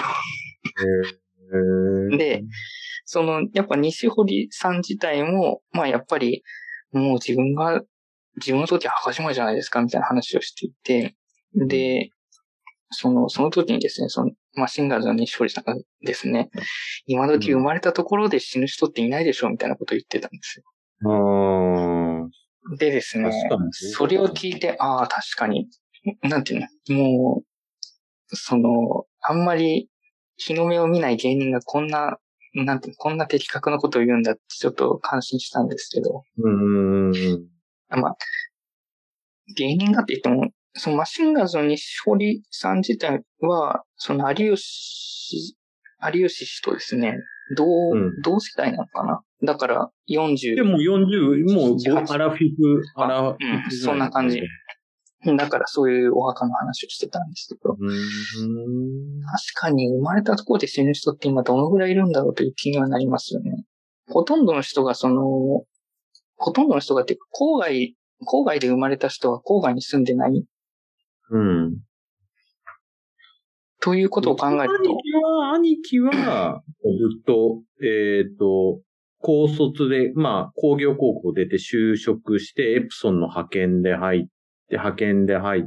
よ。で、その、やっぱ西堀さん自体も、まあやっぱり、もう自分が、自分の時は墓じまいじゃないですか、みたいな話をしていて、で、その、その時にですね、その、マシンガンズの西堀さんがですね、今時生まれたところで死ぬ人っていないでしょ、みたいなことを言ってたんですよ。でですね、それを聞いて、ああ、確かに、なんていうの、もう、その、あんまり日の目を見ない芸人がこんな、なんていうの、こんな的確なことを言うんだってちょっと感心したんですけど。うん。まあ、芸人だって言っても、そのマシンガンズの西堀さん自体は、その有吉、有吉氏とですね、同、うん、同世代なのかな。だからよんじゅう。 でもよんじゅう、もうアラフィフ、アラフィフ、 うん、そんな感じ。だからそういうお墓の話をしてたんですけど。うん確かに生まれたところで死ぬ人って今どのぐらいいるんだろうという気にはなりますよね。ほとんどの人がその、ほとんどの人がって郊外、郊外で生まれた人は郊外に住んでない。うん。ということを考えると。 兄貴は、兄貴は、ずっと、えっと、高卒で、まあ、工業高校出て就職して、エプソンの派遣で入って、派遣で入って、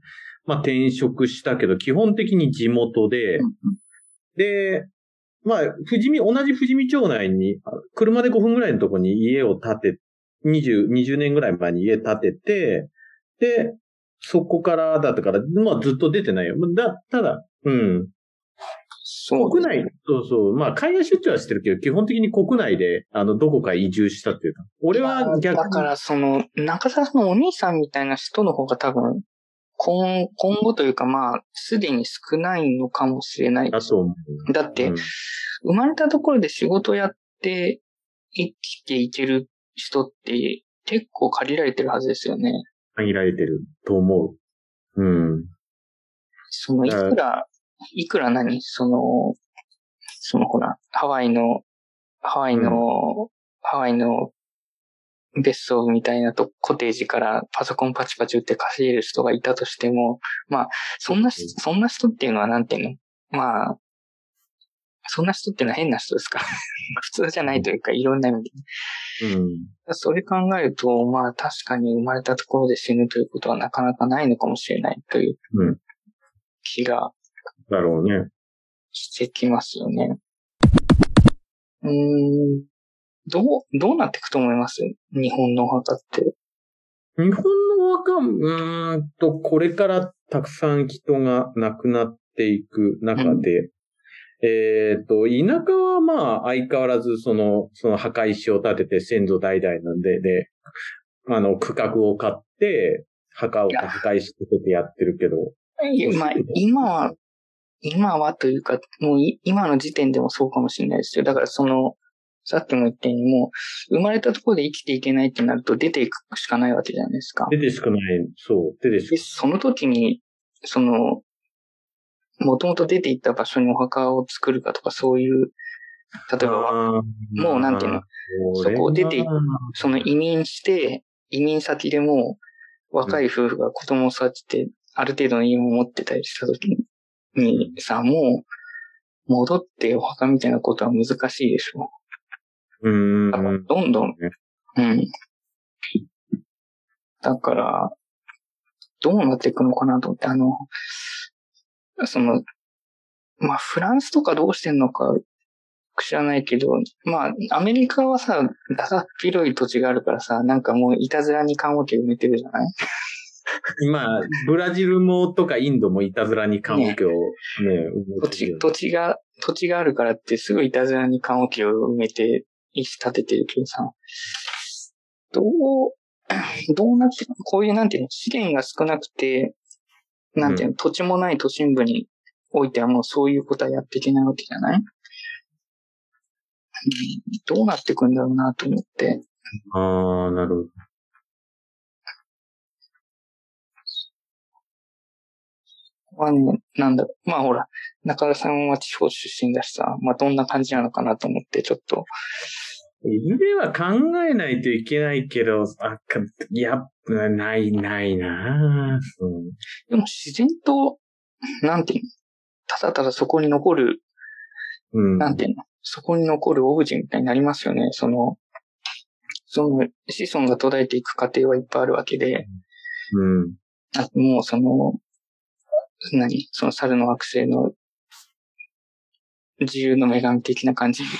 まあ、転職したけど、基本的に地元で、うん、で、まあ、富士見、同じ富士見町内に、車でごふんぐらいのところに家を建て、にじゅう、にじゅうねんぐらい前に家建てて、で、そこからだったから、まあずっと出てないよ。だ、ただ、うん。そう。国内、そうそう。まあ海外出張はしてるけど、基本的に国内で、あの、どこか移住したっていうか。俺は逆に。 だからその、中澤さんのお兄さんみたいな人の方が多分、今、今後というかまあ、すでに少ないのかもしれない。 だと思う。 だって、うん、生まれたところで仕事やって生きていける人って結構限られてるはずですよね。 限られてると思う。うん。 その、いくら、いくら何その、そのほら、ハワイの、ハワイの、うん、ハワイの別荘みたいなとコテージからパソコンパチパチ打って稼げる人がいたとしても、まあ、そんな、そんな人っていうのはなんていうのまあ、そんな人っていうのは変な人ですから。普通じゃないというか、いろんな意味で。うん。それ考えると、まあ確かに生まれたところで死ぬということはなかなかないのかもしれないという気が。 だろうね。 してきますよね。うーん。どう、どうなっていくと思います日本のお墓って。 日本のお墓、うーんと、これからたくさん人が亡くなっていく中で、うんえっと、田舎はまあ、相変わらず、その、その墓石を建てて先祖代々なんで、で、あの、区画を買って、墓を、墓石立ててやってるけど。 いや、まあ、今は、今はというか、もう今の時点でもそうかもしれないですよ。だからその、さっきも言ったようにもう、生まれたところで生きていけないってなると出ていくしかないわけじゃないですか。 出てしかない。そう、出てしかない。 で、その時に、その、もともと出ていった場所にお墓を作るかとかそういう、例えば、もうなんていうの、そこを出て、その移民して、移民先でも若い夫婦が子供を育てて、ある程度の家を持ってたりした時にさ、もう戻ってお墓みたいなことは難しいでしょ。うん。だからどんどん、うん。だから、どうなっていくのかなと思って、あの、その、まあ、フランスとかどうしてんのか知らないけど、まあ、アメリカはさ、だだっ広い土地があるからさ、なんかもういたずらに棺桶埋めてるじゃないまあ、ブラジルもとかインドもいたずらに棺桶をね、 ね土地、土地が、土地があるからってすぐいたずらに棺桶を埋めて石立ててるけどさ、どう、どうなって、こういうなんていうの、資源が少なくて、なんていうの、うん、土地もない都心部においてはもうそういうことはやっていけないわけじゃない、うん、どうなっていくんだろうなと思って。 ああ、なるほど。 まあね、なんだろう。まあほら、中田さんは地方出身だしさ、まあどんな感じなのかなと思って、ちょっと。 いずれは考えないといけないけど、あ、かいや、ない、ないなぁ、うん。 でも自然と、なんていうの、ただただそこに残る、 うん、 なんていうの、そこに残るオブジェみたいになりますよね。その、その子孫が途絶えていく過程はいっぱいあるわけで、 うん。 あもうその、何その猿の惑星の自由の女神的な感じ。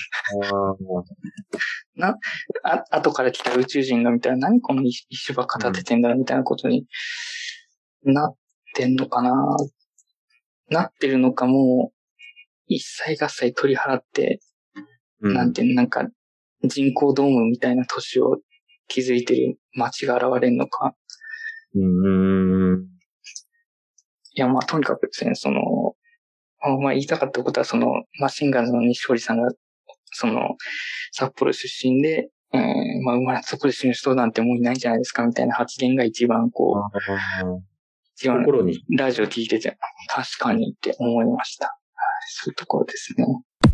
な、あ、後から来た宇宙人が見たら何この石ばっか立ててんだみたいなことになってんのかな、なってるのかもう一切合切取り払って、うん、なんてなんか人工ドームみたいな都市を築いてる街が現れるのか。 うーん。 いやまあとにかくですね、その、まあ言いたかったことはそのマシンガンズの西堀さんがその札幌出身で、えー、まあ生まれたところで死ぬ人なんてもういないんじゃないですかみたいな発言が一番こう、一番ラジオ聞いてて確かにって思いました。そういうところですね。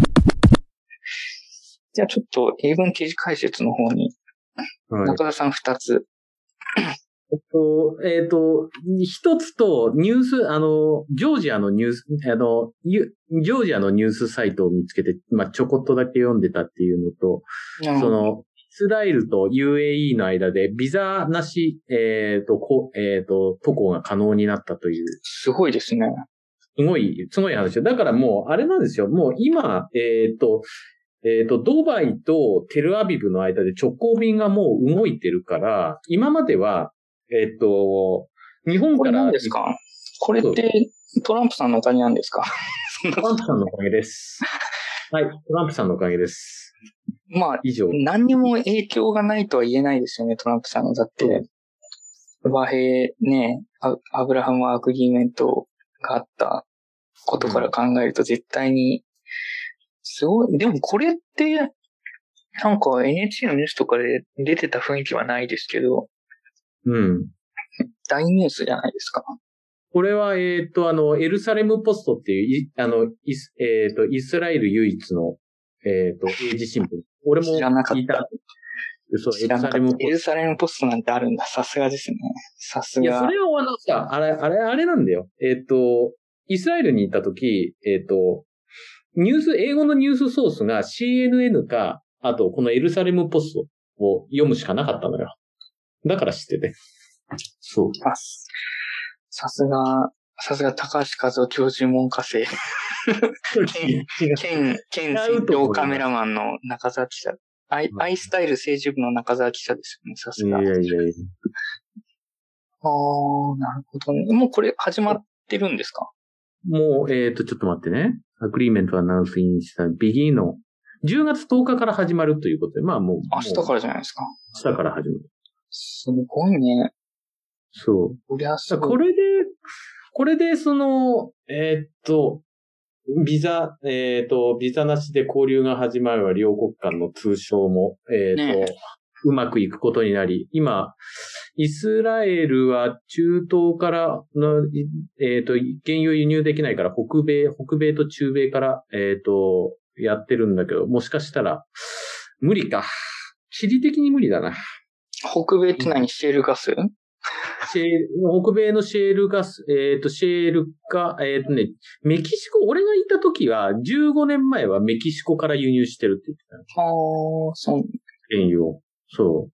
じゃあちょっと英文記事解説の方に、中田さん二つ。 えっと、えっと、一つと、ニュース、あの、ジョージアのニュース、あの、ジョージアのニュースサイトを見つけて、まあ、ちょこっとだけ読んでたっていうのと、その、イスラエルと ユーエーイー の間でビザなし、えっと、こえっと、渡航が可能になったという。 すごいですね。 すごい、すごい話。だからもう、あれなんですよ。もう今、えっと、えっと、ドバイとテルアビブの間で直行便がもう動いてるから、今までは、えっと、日本から。これ何ですか？これってトランプさんのおかげなんですか？ トランプさんのおかげです。はい、トランプさんのおかげです。 まあ、以上。何にも影響がないとは言えないですよね、トランプさんの。だって、和平ね、アブラハムアグリーメントがあったことから考えると絶対に、すごい、でもこれって、なんか エヌエイチケー のニュースとかで出てた雰囲気はないですけど、 うん。 大ニュースじゃないですか。 これは、えっと、あの、エルサレムポストっていう、あの、イス、えっと、イスラエル唯一の、えっと、英字新聞。俺も知らなかった。 そう、エルサレムポスト。 エルサレムポストなんてあるんだ。さすがですね。さすが。 いや、それはあのさ、あれ、あれ、あれなんだよ。えっと、イスラエルに行った時、えっと、ニュース、英語のニュースソースが シーエヌエヌ か、あと、このエルサレムポストを読むしかなかったのよ。だから知ってて。そう。 さすが、さすが高橋和夫教授門下生。県、県、県水道カメラマンの中澤記者。アイ、アイスタイル政治部の中澤記者ですよね、さすが。 いやいやいや。 あー、なるほどね。もうこれ始まってるんですか？ もう、えっと、ちょっと待ってね。アグリーメントはナウスインしたビギーのじゅうがつとおかから始まるということで、まあもう。 明日からじゃないですか。 明日から始まる。 すごいね。 そう。 こりゃすごい。 これで、これで、その、えー、っと、ビザ、えー、っと、ビザなしで交流が始まれば両国間の通商も、えー、っと、ね、うまくいくことになり、今、イスラエルは中東からの、えー、っと、原油輸入できないから北米、北米と中米から、えー、っと、やってるんだけど、もしかしたら、無理か。地理的に無理だな。 北米って何？シェールガス？ シェール、北米のシェールガス、えっ、ー、と、シェールか、えっ、ー、とね、メキシコ、俺がいた時は、じゅうごねんまえはメキシコから輸入してるって言ってた。 ああ、そう。 原油を。そう。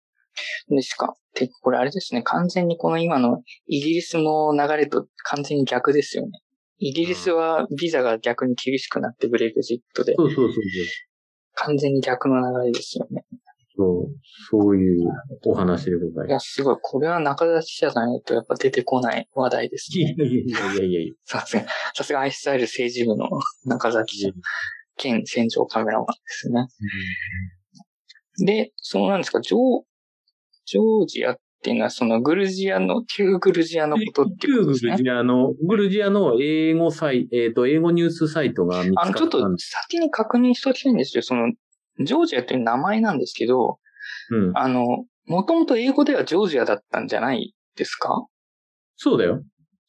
でしか。て、これあれですね、完全にこの今のイギリスの流れと完全に逆ですよね。イギリスはビザが逆に厳しくなってブレイクジットで。 そうそうそうそう。 完全に逆の流れですよね。 そう、そういうお話でございます。 いや、すごい。これは中田記者じゃないとやっぱ出てこない話題ですね。 いやいやいやいやいや。 さすが、さすがアイスタイル政治部の中田記者。兼戦場カメラマンですね。うん、で、そのなんですか、ジョー、ジョージアっていうのはそのグルジアの、旧グルジアのことっていうことですね。 旧グルジアの、グルジアの英語サイト、えっと、英語ニュースサイトが見つかった。 あの、ちょっと先に確認しておきたいんですよ。その、ジョージアという名前なんですけど、うん、あの、もともと英語ではジョージアだったんじゃないですか？ そうだよ。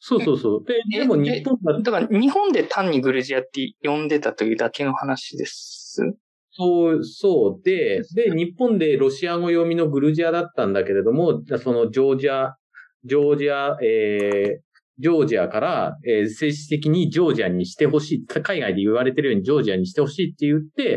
そうそうそう。で、でも日本だ。だから日本で単にグルジアって呼んでたというだけの話です。 そう、そうで、で、日本でロシア語読みのグルジアだったんだけれども、そのジョージア、ジョージア、えー、ジョージアから、えー、正式的にジョージアにしてほしい、海外で言われてるようにジョージアにしてほしいって言って、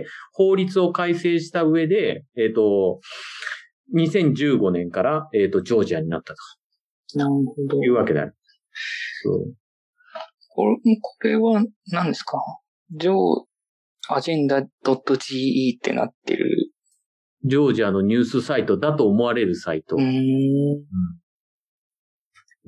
法律を改正した上で、えっと、にせんじゅうごねんから、えっと、ジョージアになったと。 なるほど。 いうわけだ。そう。 これ、これは何ですか？ジョー、アジェンダ .ge ってなってる。 ジョージアのニュースサイトだと思われるサイト。うーん。うん、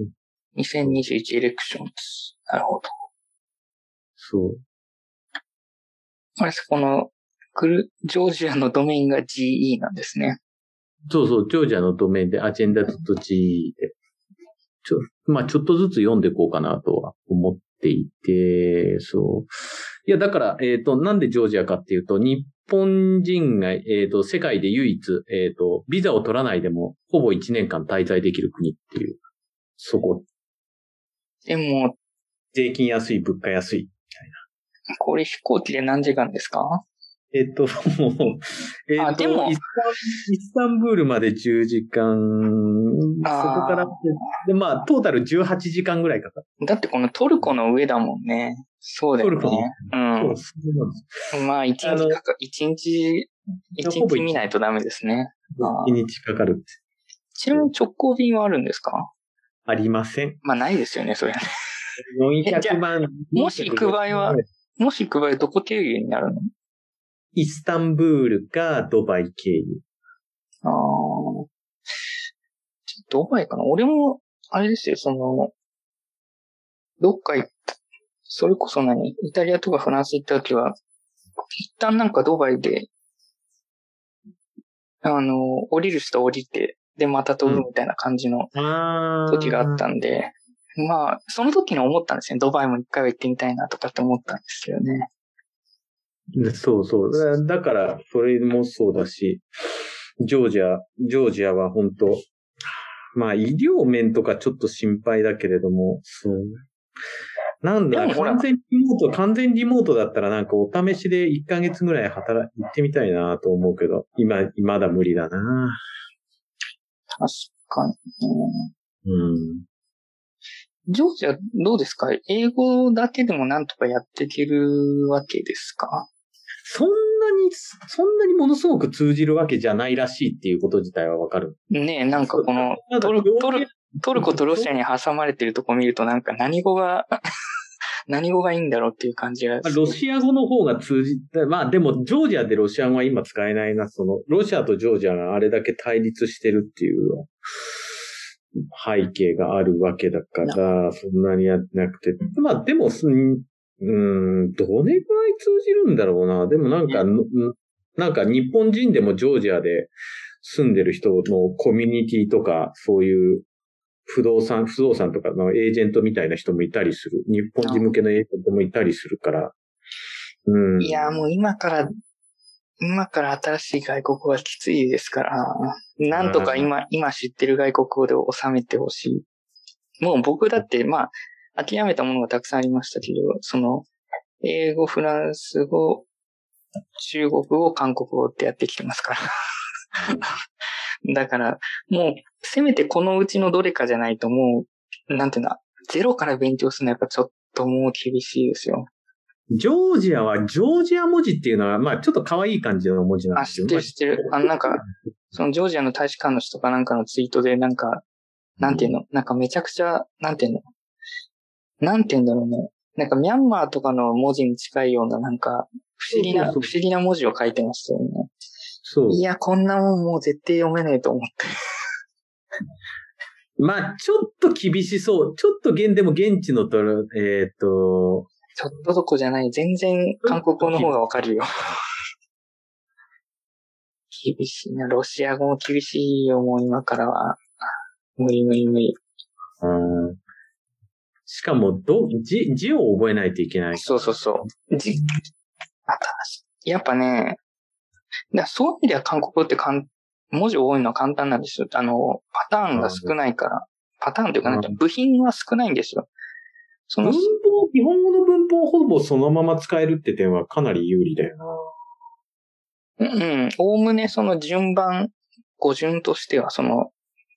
にせんにじゅういちエレクションズ。なるほど。 そう。 あれです、この、グル、ジョージアのドメインが ジーイー なんですね。 そうそう、ジョージアのドメインでアジェンダ .ge で。ちょ、まあちょっとずつ読んでいこうかなとは思っていて、そう。いや、だから、えっと、なんでジョージアかっていうと、日本人が、えっと、世界で唯一、えっと、ビザを取らないでも、ほぼいちねんかん滞在できる国っていう、そこ。 でも、 税金安い、物価安い、みたいな。これ飛行機で何時間ですか？ えっと、もう、えっと、あ、でもイスタン、イスタンブールまでじゅうじかん、そこから、で、まあ、トータルじゅうはちじかんぐらいかかる。 だってこのトルコの上だもんね。そうだよね。トルコね。うん。そうそうまあ、一日かか、一日、一日見ないとダメですね。 一日かかる。 ちなみに直行便はあるんですか？ ありません。 まあ、ないですよね、それね。 よんひゃくまん。 もし行く場合は、もし行く場合はどこ経由になるの？ イスタンブールかドバイ経由。 ああ。ドバイかな？俺も、あれですよ、その、どっか行った、それこそ何？イタリアとかフランス行った時は、一旦なんかドバイで、あの、降りる人降りて、で、また飛ぶみたいな感じの時があったんで、うん、まあ、その時に思ったんですね。ドバイも一回は行ってみたいなとかって思ったんですよね。 そうそう。だから、それもそうだし、ジョージア、ジョージアは本当、まあ医療面とかちょっと心配だけれども、そう。なんだ、完全リモート、完全リモートだったらなんかお試しでいっかげつぐらい働いてみたいなと思うけど、今、まだ無理だな。 確かに。 うん。 ジョージアどうですか？英語だけでもなんとかやっていけるわけですか？ そんなに、そんなにものすごく通じるわけじゃないらしいっていうこと自体はわかる。 ねえ、なんかこのトル、トル、トルコとロシアに挟まれてるとこ見るとなんか何語が、何語がいいんだろうっていう感じが。 ロシア語の方が通じて、まあでもジョージアでロシア語は今使えないな。その、ロシアとジョージアがあれだけ対立してるっていう背景があるわけだから、そんなにやってなくて。まあでも、うーん、どれぐらい通じるんだろうな。でもなんか、なんか日本人でもジョージアで住んでる人のコミュニティとか、そういう不動産、不動産とかのエージェントみたいな人もいたりする。日本人向けのエージェントもいたりするから。うん。 いや、もう今から、今から新しい外国語はきついですから、なんとか今、今知ってる外国語で収めてほしい。もう僕だって、まあ、諦めたものがたくさんありましたけど、その、英語、フランス語、中国語、韓国語ってやってきてますから。だから、もう、せめてこのうちのどれかじゃないともう、なんていうんだ、ゼロから勉強するのはやっぱちょっともう厳しいですよ。 ジョージアは、ジョージア文字っていうのは、まあちょっと可愛い感じの文字なんですよ。 あ、知ってる知ってる。あのなんか、そのジョージアの大使館の人かなんかのツイートでなんか、なんていうの、なんかめちゃくちゃ、なんていうの、なんていうんだろうね。なんかミャンマーとかの文字に近いようななんか、不思議な、そうそうそう不思議な文字を書いてましたよね。そう。いや、こんなもんもう絶対読めねえと思って。 まあ、ちょっと厳しそう。ちょっと現、でも現地のと、えっと、 ちょっとどこじゃない。全然韓国語の方がわかるよ。厳しいな。ロシア語も厳しいよ、もう今からは。無理無理無理。 うん。しかも、ど、字、字を覚えないといけない。 そうそうそう。字、あ、やっぱね、だそういう意味では韓国語ってかん文字多いのは簡単なんですよ。あの、パターンが少ないから。パターンというかなんか部品は少ないんですよ。 その文法、日本語の文法をほぼそのまま使えるって点はかなり有利だよな。うん、おおむねその順番、語順としては、その、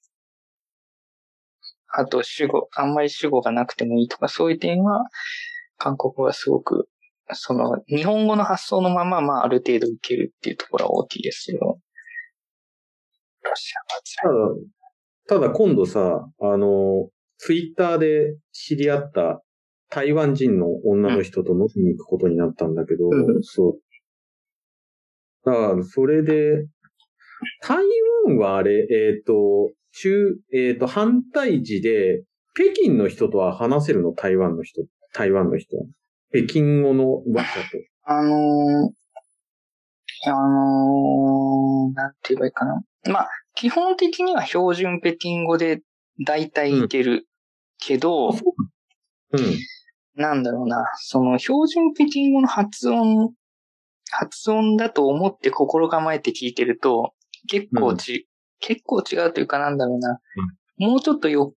あと主語、あんまり主語がなくてもいいとか、そういう点は、韓国語はすごく、その、日本語の発想のまま、まあ、ある程度いけるっていうところは大きいですけど。ロシアは辛い。ただ、ただ今度さ、あの、ツイッターで知り合った台湾人の女の人と飲みに行くことになったんだけど、うん、そう。だから、それで、台湾はあれ、えっ、ー、と、中、えっ、ー、と、反対時で、北京の人とは話せるの？台湾の人。台湾の人。北京語の話者と。 あのー、あのー、なんて言えばいいかな。まあ、基本的には標準北京語で大体いけるけど、うん。 うん、 なんだろうな。その標準北京語の発音、発音だと思って心構えて聞いてると、結構ち、うん、結構違うというかなんだろうな。うん、もうちょっとよ、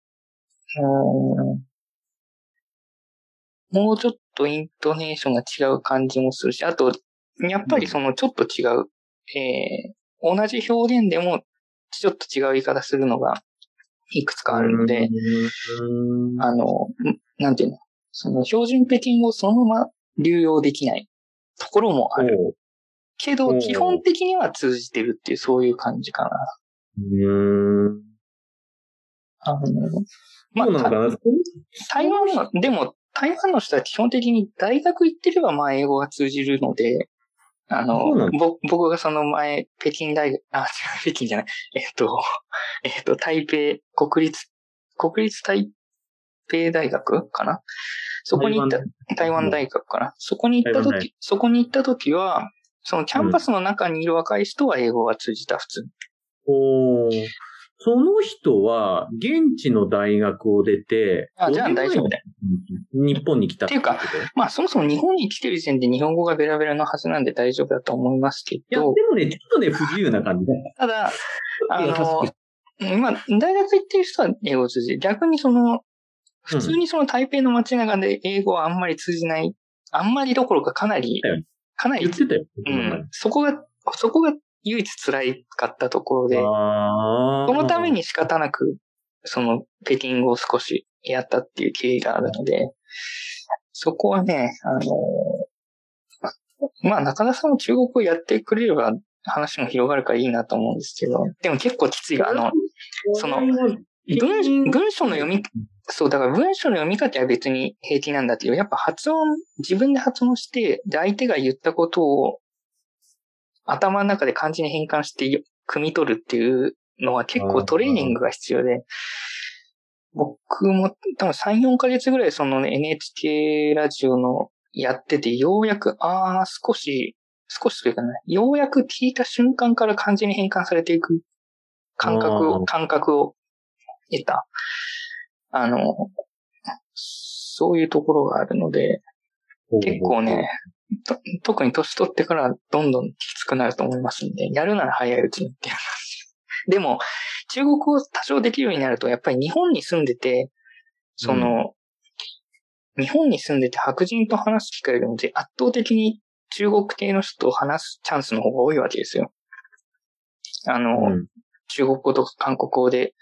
もうちょっとイントネーションが違う感じもするし、あと、やっぱりそのちょっと違う、うん、えー、同じ表現でもちょっと違う言い方するのがいくつかあるので、あの、なんていうの、その標準北京語をそのまま流用できないところもある。けど、基本的には通じてるっていう、そういう感じかな。 うーん。 あの、まあ、 そうなのかな？ 台湾の、でも、台湾の人は基本的に大学行ってればまあ英語が通じるので、あの、ぼ僕がその前、北京大学、あ、違う、北京じゃない、えっと、えっと、台北、国立、国立台北大学かな？そこに行った、台湾大学かな？そこに行ったとき、そこに行ったときは、そのキャンパスの中にいる若い人は英語が通じた、普通に。 おー。その人は、現地の大学を出て、 あ、じゃあ大丈夫だよ。 日本に来たっていうか、まあそもそも日本に来てる時点で日本語がベラベラのはずなんで大丈夫だと思いますけど。いや、でもね、ちょっとね、不自由な感じだよ。 ただ、あの、まあ、大学行ってる人は英語通じる。逆にその、普通にその台北の街中で英語はあんまり通じない。あんまりどころかかなり、かなり、 言ってたよ。 うん。そこが、そこが唯一辛かったところで、そのために仕方なく、その北京語を少しやったっていう経緯があるので、そこはね、あの、まあ中田さんも中国語やってくれれば話も広がるからいいなと思うんですけど、でも結構きついが、あの、その、文、文章の読み、そう、だから文章の読み方は別に平気なんだけど、やっぱ発音、自分で発音して、で、相手が言ったことを頭の中で漢字に変換して、汲み取るっていうのは結構トレーニングが必要で、僕も多分さん、よんかげつぐらいその、ね、エヌエイチケー ラジオのやってて、ようやく、ああ、少し、少しというかね、ようやく聞いた瞬間から漢字に変換されていく感覚を、感覚を得た。あの、そういうところがあるので、結構ね、と特に年取ってからどんどんきつくなると思いますんで、やるなら早いうちにっていう感じ。でも、中国語多少できるようになると、やっぱり日本に住んでて、その、うん、日本に住んでて白人と話す機会よりも圧倒的に中国系の人と話すチャンスの方が多いわけですよ。あの、うん、中国語とか韓国語で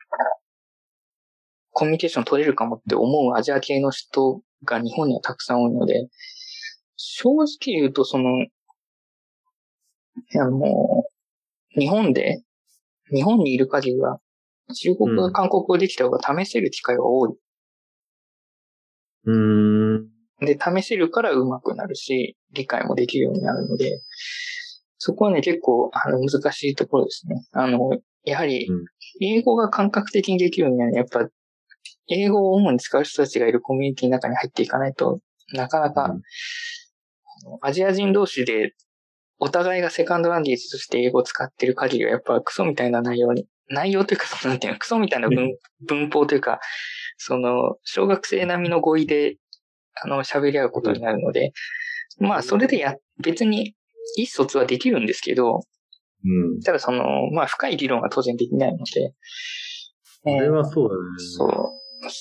コミュニケーション取れるかもって思うアジア系の人が日本にはたくさん多いので、正直言うとその、あの、日本で、日本にいる限りは、中国語、韓国語できた方が試せる機会は多い。 うーん。 で、試せるから上手くなるし、理解もできるようになるので、そこはね、結構、あの、難しいところですね。あの、やはり、英語が感覚的にできるようになるには、やっぱ、英語を主に使う人たちがいるコミュニティの中に入っていかないとなかなか、うん、アジア人同士でお互いがセカンドランゲージとして英語を使ってる限りはやっぱクソみたいな内容に、内容というかそのなんていうの、クソみたいな 文, 文法というか、その小学生並みの語彙であの喋り合うことになるので、まあそれでや、別に意思疎通はできるんですけど、 うん、 ただその、まあ深い議論は当然できないので、 それはそうだね。 そう。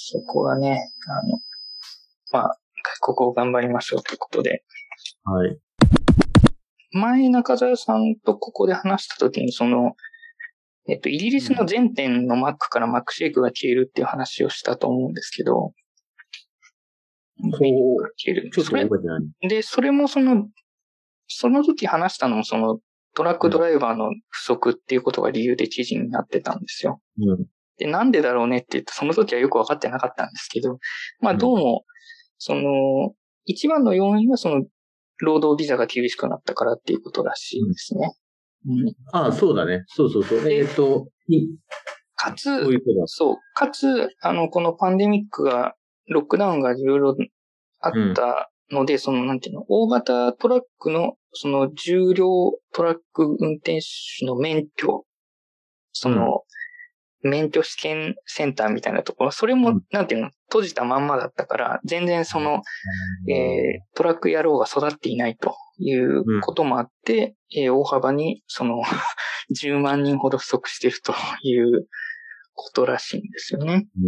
そこはね、あの、まあ、外国を頑張りましょうということで。 はい。 前、中澤さんとここで話したときに、その、えっと、イギリスの全店のマックからマックシェイクが消えるっていう話をしたと思うんですけど、 そう、 消える。 ちょっと覚えてない。 で、それもその、その時話したのもその、トラックドライバーの不足っていうことが理由で記事になってたんですよ。 うん、 で、なんでだろうねって言って、その時はよくわかってなかったんですけど、まあどうも、その、一番の要因はその、労働ビザが厳しくなったからっていうことらしいですね。 うん、ああ、そうだね。そうそうそう。えっと、 かつ、 そういうことだ。 そう、かつ、あの、このパンデミックが、ロックダウンがいろいろあったので、うん、その、なんていうの、大型トラックの、その、重量トラック運転手の免許、その、うん、免許試験センターみたいなところ、それも、うん、なんていうの、閉じたまんまだったから、全然その、うん、えー、トラック野郎が育っていないということもあって、うん、えー、大幅に、その、じゅうまんにんほど不足しているということらしいんですよね。うん、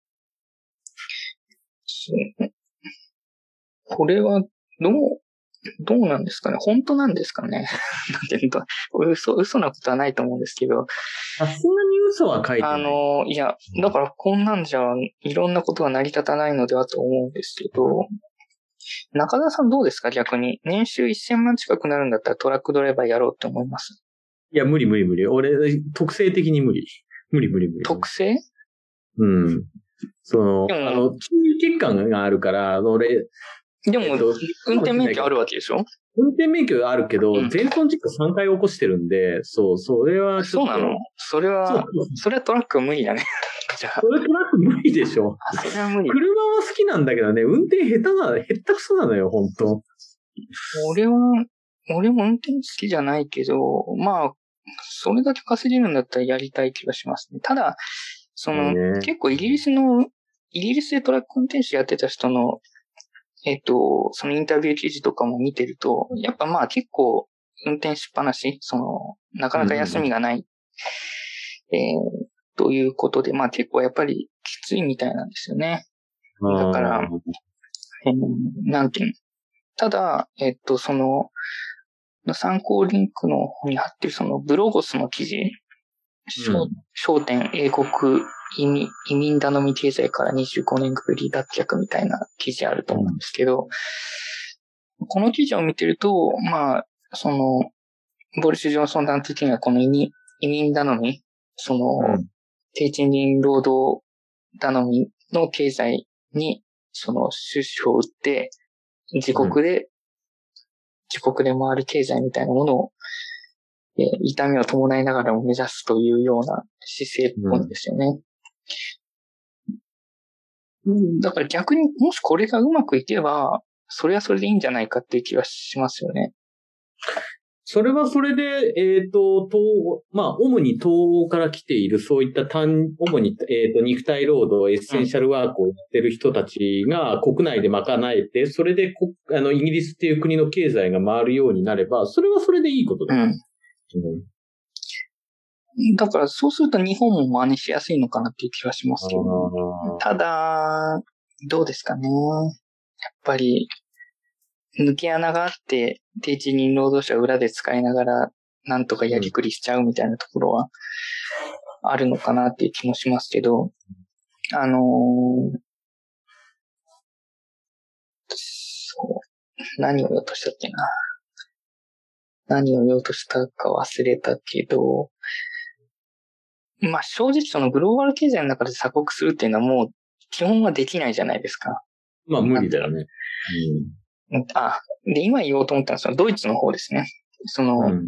これは、どう、どうなんですかね、本当なんですかねなんていうと、嘘、嘘なことはないと思うんですけど。 さすがに嘘は書いてない。 あの、いや、だからこんなんじゃ、いろんなことが成り立たないのではと思うんですけど、中田さんどうですか逆に。年収せんまん近くなるんだったらトラックドライバーやろうって思います？ いや、無理無理無理。俺、特性的に無理。無理無理無理。 特性？ うん。その、あの、注意欠陥があるから、俺、 でも、えっと、運転免許あるわけでしょ？ 運転免許あるけど、うん、全損事故さんかい起こしてるんで、そう、それはちょっと。 そうなの？それは、それはトラックは無理だね。 じゃあ。それトラック無理でしょ。 あ、それは無理。 車は好きなんだけどね、運転下手な、下手くそなのよ、ほんと。 俺は、俺も運転好きじゃないけど、まあ、それだけ稼げるんだったらやりたい気がしますね。ただ、その、ね、結構イギリスの、イギリスでトラック運転手やってた人の、えっと、そのインタビュー記事とかも見てると、やっぱまあ結構運転しっぱなし、その、なかなか休みがない、うん、えー、ということで、まあ結構やっぱりきついみたいなんですよね。だから、えー、なんていうの。ただ、えっと、その、参考リンクの方に貼ってるそのブロゴスの記事、焦点、うん、英国移民、移民頼み経済からにじゅうごねんぶり脱却みたいな記事あると思うんですけど、うん、この記事を見てると、まあ、その、ボリス・ジョンソン団的にはこの移民、移民頼み、その、うん、低賃金労働頼みの経済に、その、収支を打って、自国で、うん、自国で回る経済みたいなものを、えー、痛みを伴いながらも目指すというような姿勢っぽいんですよね。うん、だから逆にもしこれがうまくいけば、それはそれでいいんじゃないかっていう気がしますよね。 それはそれで、えっと、東、まあ、主に東欧から来ている、そういった単、主に、えっと、肉体労働、エッセンシャルワークをやってる人たちが国内で賄えて、それでこ、あの、イギリスっていう国の経済が回るようになれば、それはそれでいいことだ。うん。うん 、だからそうすると日本も真似しやすいのかなっていう気はしますけど。ただ、どうですかね。やっぱり、抜け穴があって、低賃金労働者を裏で使いながら、なんとかやりくりしちゃうみたいなところは、あるのかなっていう気もしますけど、あのー、そう、何を言おうとしたっけな。何を言おうとしたか忘れたけど、まあ正直そのグローバル経済の中で鎖国するっていうのはもう基本はできないじゃないですか。 まあ無理だよね。 うん、あ、で、今言おうと思ったのはそのドイツの方ですね。その、うん、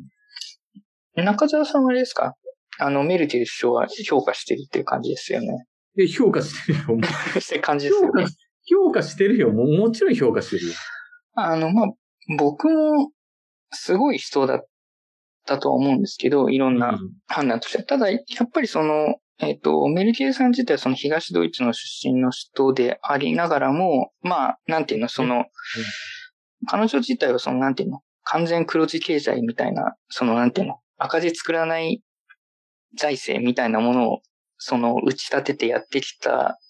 中澤さんはあれですか？あの、メルケル首相は評価してるっていう感じですよね。 え、評価してるよ。 してる感じですよね。 評価してるよ。も、もちろん評価してるよ。 あの、まあ、僕もすごい人だったとは思うんですけど、いろんな判断として。うん、ただ、やっぱりその、えっと、メルケルさん自体はその東ドイツの出身の人でありながらも、まあ、なんていうの、その、うん、彼女自体はその、なんていうの、完全黒字経済みたいな、その、なんていうの、赤字作らない財政みたいなものを、その、打ち立ててやってきた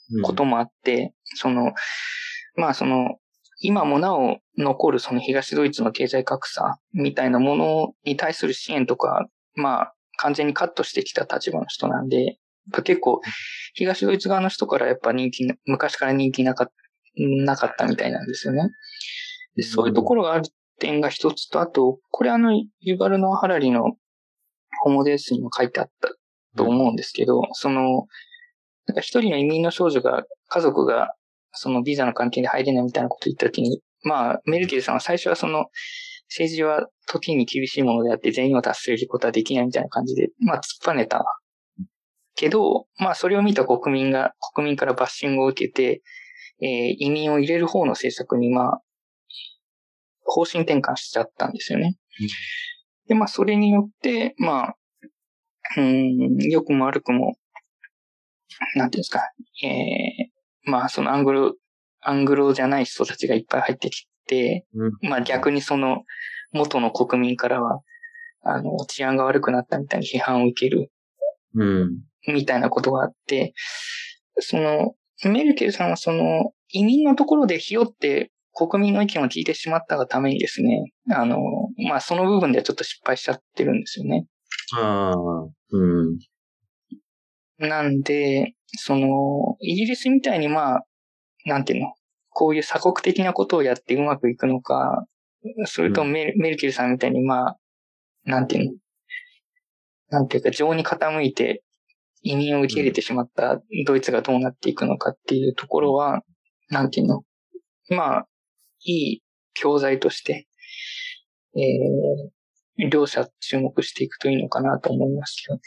こともあって、うん、その、まあその、今もなお残るその東ドイツの経済格差みたいなものに対する支援とか、まあ完全にカットしてきた立場の人なんで、結構東ドイツ側の人からやっぱ人気、昔から人気なかった、なかったみたいなんですよね。でそういうところがある点が一つと、あと、これあの、ユバルノ・ハラリのホモデースにも書いてあったと思うんですけど、その、なんか一人の移民の少女が、家族がそのビザの関係で入れないみたいなことを言ったときに、まあ、メルケルさんは最初はその、政治は時に厳しいものであって全員を達成することはできないみたいな感じで、まあ、突っぱねた。けど、まあ、それを見た国民が、国民からバッシングを受けて、えー、移民を入れる方の政策に、まあ、方針転換しちゃったんですよね。うん、で、まあ、それによって、まあ、うーん、良くも悪くも、なんていうんですか、えー、まあ、そのアングロ、アングロじゃない人たちがいっぱい入ってきて、うん、まあ逆にその元の国民からは、あの、治安が悪くなったみたいに批判を受ける。うん。みたいなことがあって、その、メルケルさんはその、移民のところでひよって国民の意見を聞いてしまったがためにですね、あの、まあその部分ではちょっと失敗しちゃってるんですよね。ああ、うん。なんで、その、イギリスみたいにまあ、なんていうの、こういう鎖国的なことをやってうまくいくのか、それとメル、うん、メルケルさんみたいにまあ、なんていうの、なんていうか情に傾いて移民を受け入れてしまったドイツがどうなっていくのかっていうところは、なんていうの、まあ、いい教材として、えー、両者注目していくといいのかなと思いますけどね。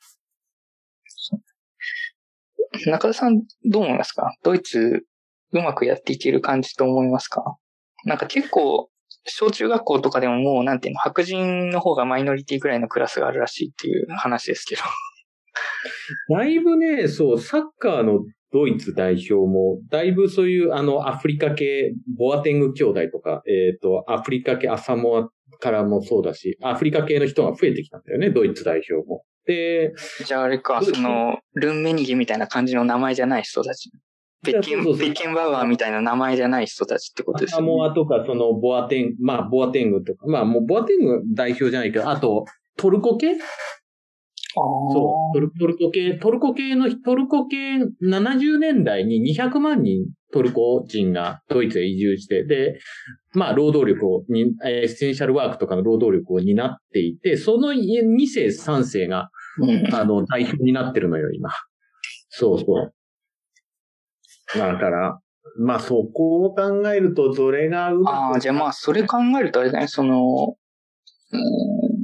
中田さんどう思いますか？ドイツうまくやっていける感じと思いますか？なんか結構小中学校とかでももうなんていうの、白人の方がマイノリティぐらいのクラスがあるらしいっていう話ですけど。 だいぶね、そう、サッカーのドイツ代表も、だいぶそういうあのアフリカ系、ボアテング兄弟とか、えっと、アフリカ系アサモアからもそうだし、アフリカ系の人が増えてきたんだよね、ドイツ代表も。で、 じゃああれか、その、ルンメニゲみたいな感じの名前じゃない人たち。ベッケン、ベッケンバウアーみたいな名前じゃない人たちってことですよね。 アサモアとか、その、ボアテン、まあ、ボアテングとか、まあ、もう、ボアテング代表じゃないけど、あと、トルコ系そうトル。トルコ系、トルコ系の、トルコ系ななじゅうねんだいににひゃくまんにんトルコ人がドイツへ移住して、で、まあ、労働力をに、エッセンシャルワークとかの労働力を担っていて、そのに世さん世が、うん、あの、代表になってるのよ、今。そうそう。だから、まあ、そこを考えると、それがうまく。 ああ、じゃあまあ、それ考えるとあれだね、その、うん、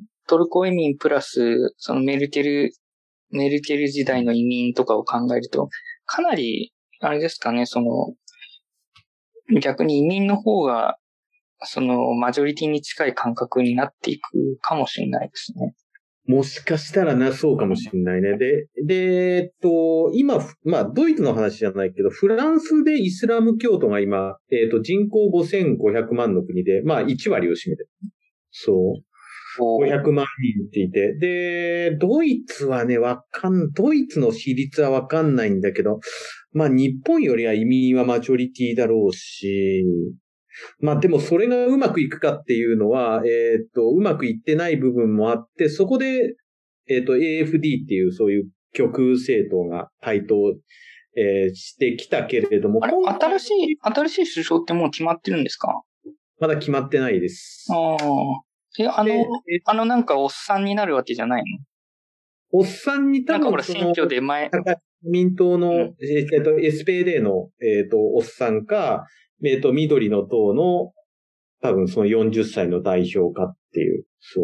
トルコ移民プラス、そのメルケル、メルケル時代の移民とかを考えると、かなり、あれですかね、その、逆に移民の方が、その、マジョリティに近い感覚になっていくかもしれないですね。 もしかしたらな、そうかもしれないね。で、で、えっと、今、まあ、ドイツの話じゃないけど、フランスでイスラム教徒が今、えっと、人口ごせんごひゃくまんの国で、まあ、いちわりを占めてる。そう。ごひゃくまんにんっていて。で、ドイツはね、わかん、ドイツの比率はわかんないんだけど、まあ、日本よりは移民はマジョリティだろうし、まあでもそれがうまくいくかっていうのは、えっと、うまくいってない部分もあって、そこで、えっと、エーエフディー っていうそういう極右政党が台頭、えー、してきたけれども。 あれ、新しい、新しい首相ってもう決まってるんですか？ まだ決まってないです。 ああ。え、あの、あのなんかおっさんになるわけじゃないの？ おっさんに多分なんかほら選挙で前。 民党の、うん、えっと、エスピーディー の、えっと、おっさんか、えっと、緑の党の、多分そのよんじゅっさいの代表かっていう、そう。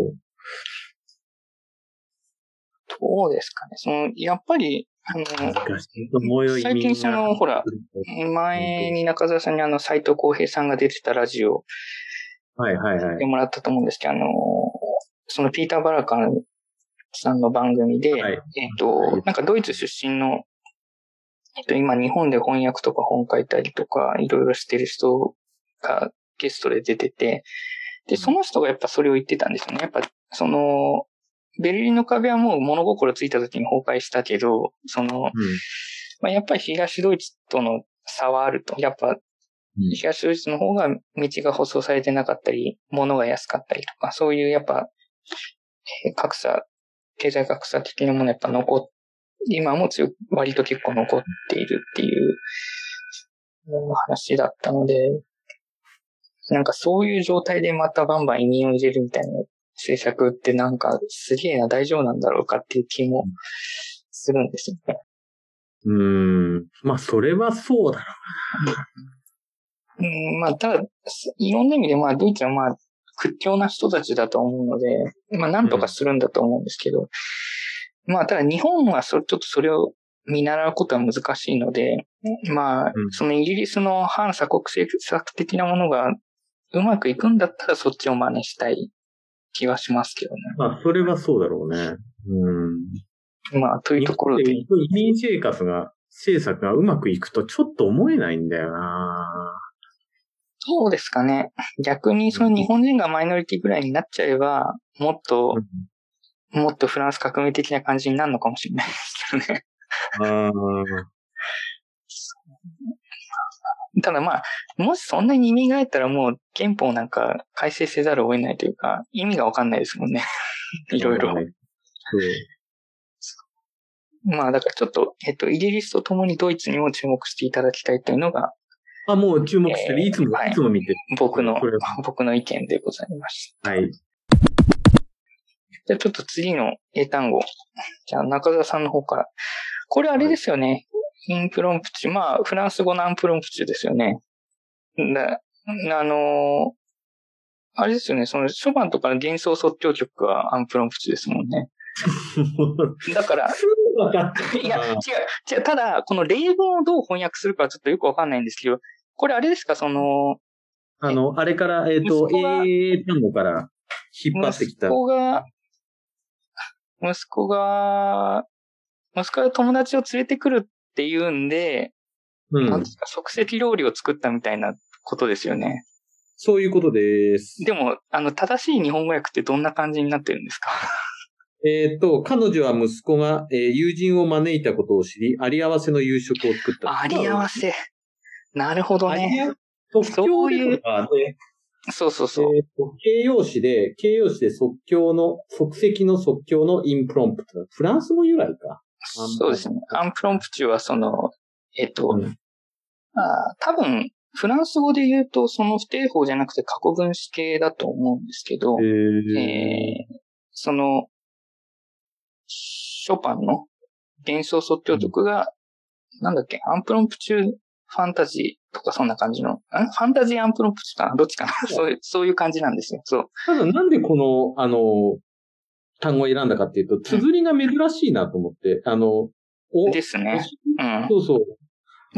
どうですかね。その、やっぱり、あの、最近その、ほら、前に中澤さんにあの、斉藤浩平さんが出てたラジオ、 はいはいはい。 でもらったと思うんですけど、あの、そのピーター・バラカンさんの番組で、はい、えっと、なんかドイツ出身の、えっと、今日本で翻訳とか本書いたりとか、いろいろしてる人がゲストで出てて、で、その人がやっぱそれを言ってたんですよね。やっぱ、その、ベルリンの壁はもう物心ついた時に崩壊したけど、その、うん、 まあ、やっぱり東ドイツとの差はあると。やっぱ、東ドイツの方が道が舗装されてなかったり、物が安かったりとか、そういうやっぱ、えー、格差、経済格差的なものやっぱ残っ、今も強く、割と結構残っているっていう話だったので、なんかそういう状態でまたバンバン移民を入れるみたいな政策ってなんかすげえな、大丈夫なんだろうかっていう気もするんですよね。 うーん。まあそれはそうだろうな。 うん、まあただ、いろんな意味でまあドイツはまあ屈強な人たちだと思うので、まあなんとかするんだと思うんですけど、うん、まあただ日本はそちょっとそれを見習うことは難しいので、まあ、そのイギリスの反鎖国政策的なものがうまくいくんだったらそっちを真似したい気はしますけどね。 まあ、それはそうだろうね。うん。 まあ、というところで。 移民生活が、政策がうまくいくとちょっと思えないんだよな。 そうですかね。逆にその日本人がマイノリティぐらいになっちゃえば、もっと、うん、もっとフランス革命的な感じになるのかもしれないですけどね。あただまあ、もしそんなに移民が入ったらもう憲法なんか改正せざるを得ないというか、意味がわかんないですもんね。いろいろ。まあだからちょっと、えっと、イギリスと共にドイツにも注目していただきたいというのが、 あ、もう注目してる。えー、いつも、はい、いつも見てる。 僕の、僕の意見でございました。 はい。 じゃあちょっと次の英単語。じゃあ中澤さんの方から。これあれですよね。はいインプロンプチュ。まあ、フランス語のアンプロンプチュですよね。だあのー、あれですよね。その、ショパンとかの幻想即興曲はアンプロンプチュですもんね。だから、いや、違う、違う、ただ、この例文をどう翻訳するかちょっとよくわかんないんですけど、これあれですか、その、 あの、あれから、えっ、ー、と、英単語から引っ張ってきた。 息子が、息子が、息子が友達を連れてくるっていうんで、うん。なんですか、即席料理を作ったみたいなことですよね。 そういうことです。 でも、あの、正しい日本語訳ってどんな感じになってるんですかえっと、彼女は息子が、えー、友人を招いたことを知り、あり合わせの夕食を作った。 あり合わせ。なるほどね。 即興でとかね。 そうそうそう。 えっと、形容詞で、形容詞で即興の、即席の即興のインプロンプト。フランス語由来か。 そうですね。アンプロンプチュはその、えっと、うん、あ多分、フランス語で言うと、その不定法じゃなくて過去分詞形だと思うんですけど、えー、その、ショパンの幻想即興曲が、うん、なんだっけ、アンプロンプチュファンタジーとかそんな感じの、んファンタジーアンプロンプチュかなどっちかなそういう、そういう感じなんですよ。そう。 ただなんでこの、あの、単語を選んだかっていうと、綴りが珍しいなと思って、うん、あの、 おですね。うん。 そうそう。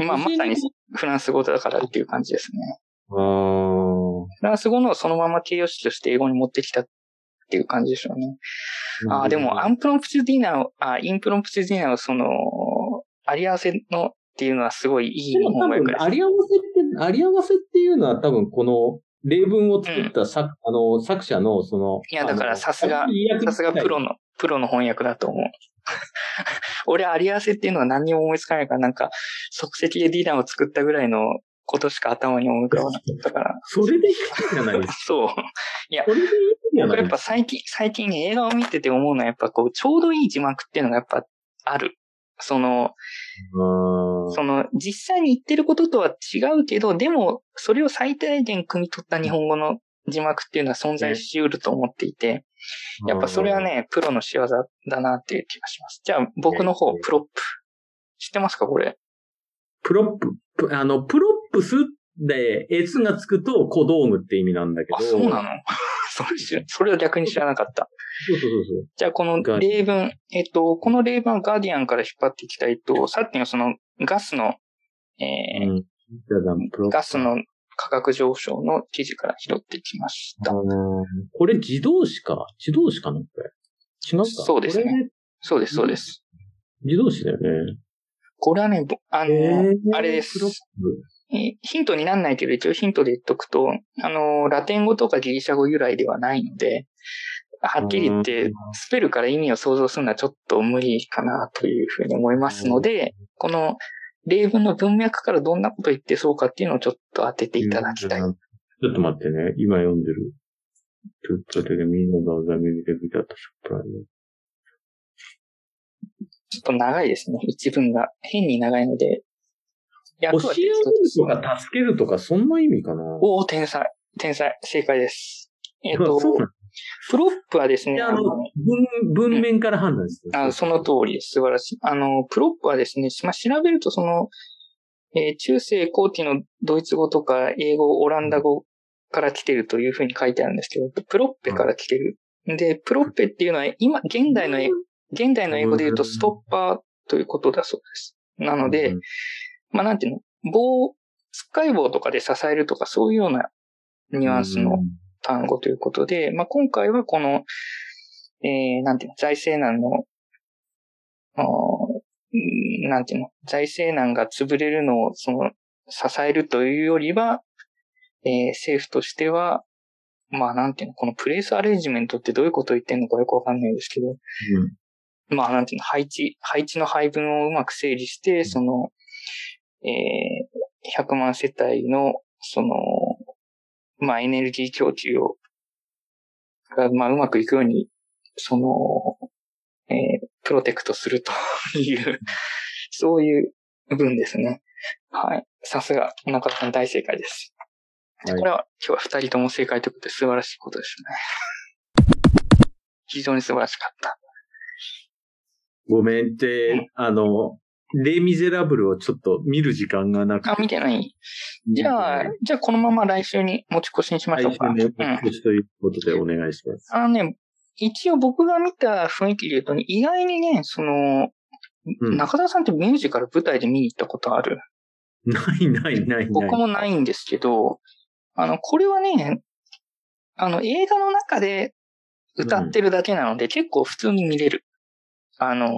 まあ、まさにフランス語だからっていう感じですね。 あフランス語のそのまま形容詞として英語に持ってきたっていう感じでしょうね。ああ、でも、アンプロンプチュディナーを、あ、インプロンプチュディナーをその、あり合わせのっていうのはすごいいい日本語訳です。 あり合わせって、あり合わせっていうのは多分この例文を作った作、うん、あの、作者のその。 いや、だからさすが、さすがプロの、プロの翻訳だと思う。俺、あり合わせっていうのは何にも思いつかないから、なんか、即席でディナーを作ったぐらいのことしか頭に思い浮かばなかったから。 それでいいじゃないですか。 そう。いや、これでいいじゃないですか。やっぱ最近、最近映画を見てて思うのは、やっぱこう、ちょうどいい字幕っていうのがやっぱある。その、その、実際に言ってることとは違うけど、でも、それを最大限汲み取った日本語の字幕っていうのは存在し得ると思っていて、やっぱそれはね、プロの仕業だなっていう気がします。じゃあ、僕の方、プロップ。知ってますか、これ。 プロップ、あの、プロップスで、S がつくと小道具って意味なんだけど。 あ、そうなのそれ、それは逆に知らなかった。 そうそうそう。 じゃあ、この例文、えっと、この例文はガーディアンから引っ張っていきたいと、さっきのそのガスの、えーうん、ガスの価格上昇の記事から拾ってきました。 これ自動詞か自動詞かなこれ。違うかそうですね。そうです、そうです。 自動詞だよね。 これはね、あの、えー、あれです。ヒントになんないけど、一応ヒントで言っとくと、あの、ラテン語とかギリシャ語由来ではないので、 はっきり言って、スペルから意味を想像するのはちょっと無理かなというふうに思いますので、この例文の文脈からどんなこと言ってそうかっていうのをちょっと当てていただきたい。ちょっと待ってね。今読んでる。ちょっとでみんながザミで見たとしょっちょっと長いですね。一文が。変に長いので。 教えるとか助けるとかそんな意味かな。 おお、天才。天才。正解です。えっと、プロップはですね、 あの、文、文面から判断して、 うん、あその通りです。素晴らしい。あの、プロップはですね、まあ、調べるとその、えー、中世後期のドイツ語とか英語、オランダ語から来てるというふうに書いてあるんですけど、プロッペから来てる。で、プロッペっていうのは今、現代の、現代の英語で言うとストッパーということだそうです。なので、まあ、なんていうの、棒、つっかい棒とかで支えるとかそういうようなニュアンスの単語ということで、まあ、今回はこの、えー、なんていうの、財政難の、なんていうの、財政難が潰れるのを、その、支えるというよりは、えー、政府としては、まあ、なんていうの、このプレイスアレンジメントってどういうことを言ってんのかよくわかんないんですけど、うん、まあ、なんていうの、配置、配置の配分をうまく整理して、その、えー、ひゃくまん世帯の、その、まあ、エネルギー供給を、が、まあ、うまくいくように、その、えー、プロテクトするというそういう文ですね。はい。さすが、中田さん大正解です。はい、これは今日は二人とも正解ということで素晴らしいことですね。非常に素晴らしかった。 ごめんって、うん、あの、レイ・ミゼラブルをちょっと見る時間がなくて。 あ、見てない。じゃあ、じゃあこのまま来週に持ち越しにしましょうか。 来週の持ち越しということでお願いします。 うん、あのね、一応僕が見た雰囲気で言うと、ね、意外にね、その、うん、中田さんってミュージカル舞台で見に行ったことある？ ないないないない。 僕もないんですけど、あの、これはね、あの、映画の中で歌ってるだけなので、うん、結構普通に見れる。あの、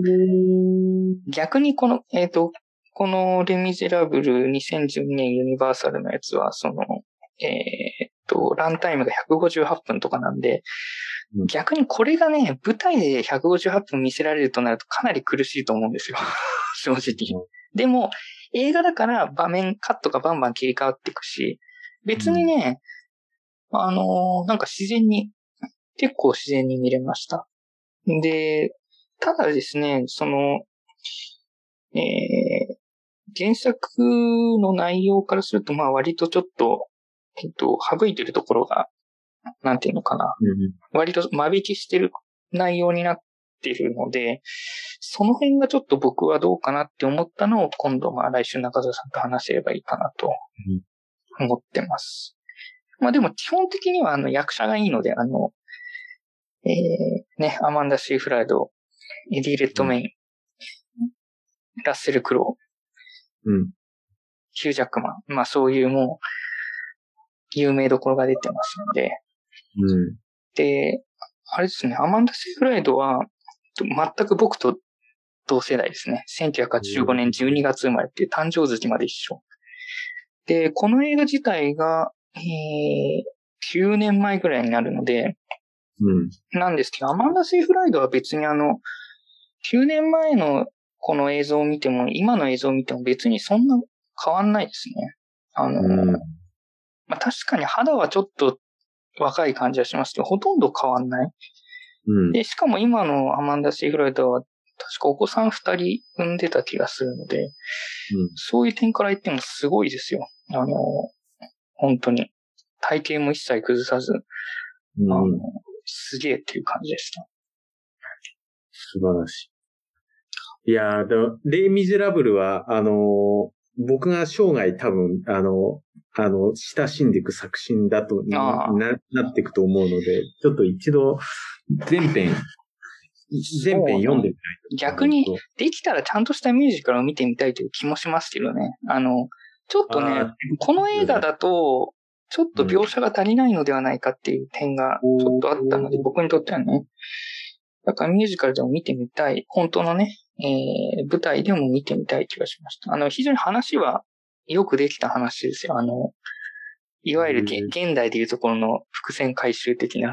逆にこの、えっと、このレ・ミゼラブルにせんじゅうにねんユニバーサルのやつは、その、えっと、ランタイムがひゃくごじゅうはっぷんとかなんで、うん、逆にこれがね、舞台でひゃくごじゅうはっぷん見せられるとなるとかなり苦しいと思うんですよ。正直。でも、映画だから場面カットがバンバン切り替わっていくし、別にね、うん、あのー、なんか自然に、結構自然に見れました。で、ただですね、その、えー、原作の内容からすると、まあ割とちょっと、えっと、省いてるところが、なんていうのかな。うん、割と間引きしてる内容になっているので、その辺がちょっと僕はどうかなって思ったのを今度まあ来週中澤さんと話せればいいかなと思ってます。うん、まあでも基本的にはあの役者がいいので、あの、えー、ね、アマンダ・シーフライド、エディ・レッドメイン、うん、ラッセル・クロー、うん、 ヒュー・ジャックマン、まあそういうもう、有名どころが出てますので、 うん、 で、あれですね、アマンダ・シーフライドは、全く僕と同世代ですね。せんきゅうひゃくはちじゅうごねんじゅうにがつ生まれっていう誕生月まで一緒。で、この映画自体が、えー、きゅうねんまえぐらいになるので、 うん、 なんですけど、アマンダ・セイフライドは別にあの、きゅうねんまえのこの映像を見ても、今の映像を見ても別にそんな変わんないですね。あの、うん、まあ、確かに肌はちょっと若い感じはしますけど、ほとんど変わんない。 うん、 で、しかも今のアマンダ・セイフライドは確かお子さん二人産んでた気がするので、うん、そういう点から言ってもすごいですよ。あの、本当に。体型も一切崩さず、うん、あのすげえっていう感じでした。 素晴らしい。いやー、でもレイ・ミゼラブルは、あのー、僕が生涯多分、あの、あの、親しんでいく作品だとな、なっていくと思うので、ちょっと一度、全編、全編読んでみたい。 逆に、できたらちゃんとしたミュージカルを見てみたいという気もしますけどね。あの、ちょっとね、この映画だと、ちょっと描写が足りないのではないかっていう点がちょっとあったので、僕にとってはね。だからミュージカルでも見てみたい。本当のね、えー、舞台でも見てみたい気がしました。あの、非常に話はよくできた話ですよ。あの、いわゆる現代でいうところの伏線回収的な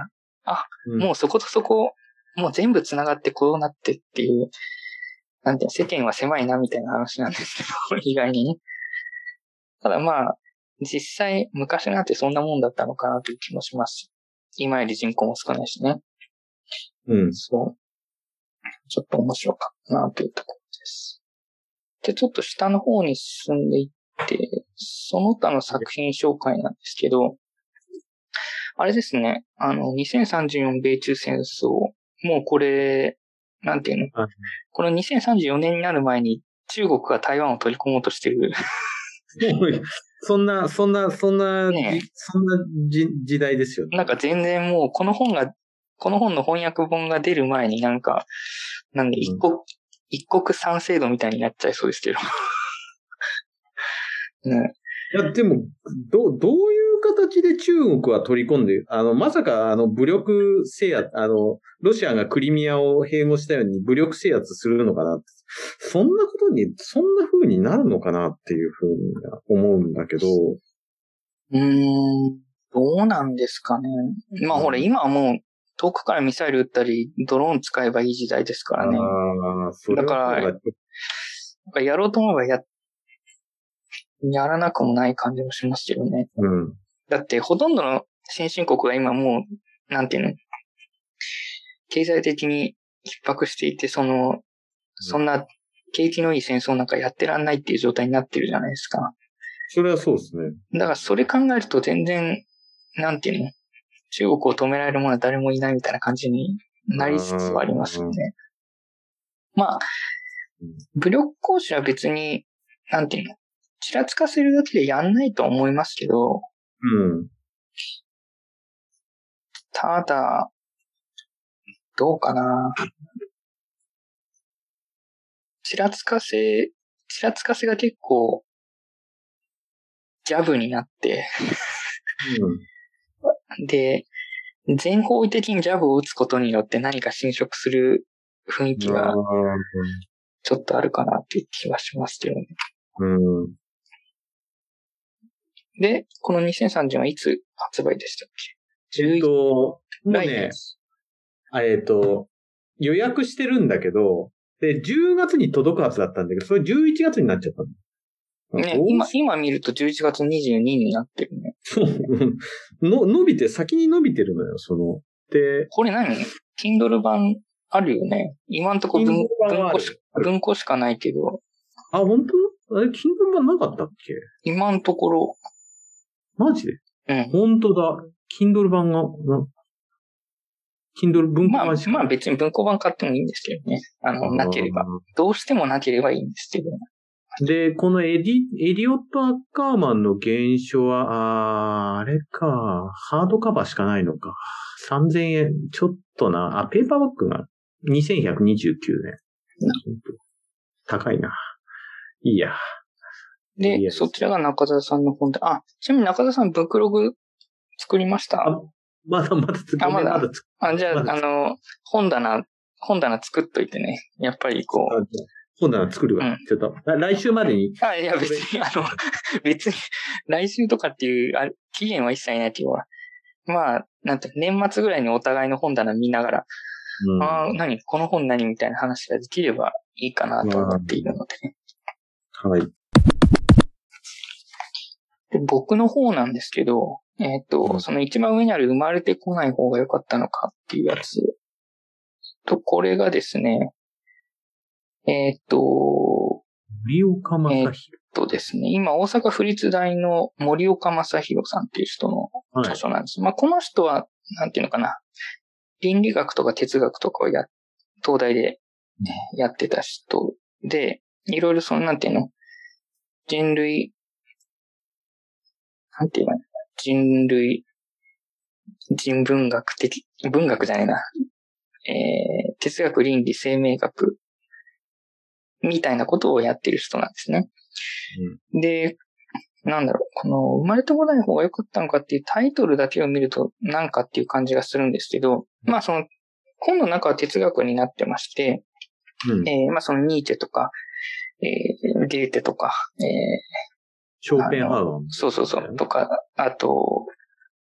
あ、うん、もうそことそこ、もう全部繋がってこうなってっていう、なんていう世間は狭いなみたいな話なんですけど、意外にね。ただまあ、実際昔なんてそんなもんだったのかなという気もしますし、今より人口も少ないしね。 うん。 そう。ちょっと面白かったなというところです。で、ちょっと下の方に進んでいって、その他の作品紹介なんですけど、あれですね、あの、にせんさんじゅうよん米中戦争、もうこれ、なんていうの、はい、このにせんさんじゅうよねんになる前に中国が台湾を取り込もうとしてる。 そんな、そんな、そんな、ね、そんなじ時代ですよね。 なんか全然もうこの本が、この本の翻訳本が出る前になんか、なんで一国、うん、一国三制度みたいになっちゃいそうですけど。 ね、いや、でも、ど、どういう形で中国は取り込んで、あの、まさか、あの、武力制圧、あの、ロシアがクリミアを併合したように武力制圧するのかなって、そんなことに、そんな風になるのかなっていう風に思うんだけど。 うーん、どうなんですかね。まあ、ほら、今はもう、遠くからミサイル撃ったり、ドローン使えばいい時代ですからね。 ああ、それはそうだ。 だから、やろうと思えばや、やらなくもない感じもしますけどね。 うん。 だって、ほとんどの先進国が今もう、なんていうの、経済的に逼迫していて、その、そんな景気のいい戦争なんかやってらんないっていう状態になってるじゃないですか。 それはそうですね。 だからそれ考えると全然、なんていうの、中国を止められる者は誰もいないみたいな感じになりつつはありますよね。まあ、武力行使は別に、なんていうの、ちらつかせるだけでやんないとは思いますけど、 うん。 ただ、どうかな。ちらつかせ、ちらつかせが結構、ジャブになって、うん、で、全方位的にジャブを打つことによって何か侵食する雰囲気が、ちょっとあるかなっていう気はしますけどね。 うん、 で、このにせんさんじゅうはいつ発売でしたっけ？ えっと、もうね、えっと、予約してるんだけど、で、じゅうがつに届くはずだったんだけど、それじゅういちがつになっちゃったの。 ね、今、今見るとじゅういちがつにじゅうにになってるね。 そう。の、伸びて、先に伸びてるのよ、その。で、 これ何？ Kindle 版あるよね。今んとこ文文庫し、文庫しかないけど。 あ、本当？あれ、Kindle 版なかったっけ？ 今んところ。 マジで？ うん。 本当だ。Kindle 版が、Kindle 文庫版しか、 まあ、まあ別に文庫版買ってもいいんですけどね。あの、なければ。どうしてもなければいいんですけど。 で、このエディ、エリオット・アッカーマンの原書は、あー、あれか、ハードカバーしかないのか。さんぜんえん、ちょっとな、あ、ペーパーバッグがにせんひゃくにじゅうきゅうえん。高いな。いいや。 で、いいそちらが中澤さんの本で、あ、ちなみに中澤さん、ブックログ作りました？ あ、まだまだ作あ、まだ、まだあ、じゃあ、ま、あの、本棚、本棚作っといてね。やっぱりこう。 本棚作るわ。うん、ちょっと、来週までに。 あ、いや、別に、あの、別に、来週とかっていうあ、期限は一切ないっていうのは、まあ、なんて、年末ぐらいにお互いの本棚見ながら、うん、ああ、何この本何みたいな話ができればいいかなと思っているのでね。 はい。 で、僕の方なんですけど、えっと、うん、その一番上にある生まれてこない方が良かったのかっていうやつと、これがですね、えっと、 森岡正宏。 えっとですね、今大阪府立大の森岡正宏さんっていう人の著書なんです。はい、まあ、この人は、なんていうのかな、倫理学とか哲学とかをや、東大でやってた人で、いろいろその、なんていうの、人類、なんていうの、人類、人文学的、文学じゃないな、えー、哲学、倫理、生命学、みたいなことをやってる人なんですね。うん、で、なんだろう、この生まれてこない方が良かったのかっていうタイトルだけを見るとなんかっていう感じがするんですけど、まあその、本の中は哲学になってまして、うん、えー、まあそのニーチェとか、えー、ゲーテとか、えー、 ショーペンハウアー、 そうそうそう、とか、あと、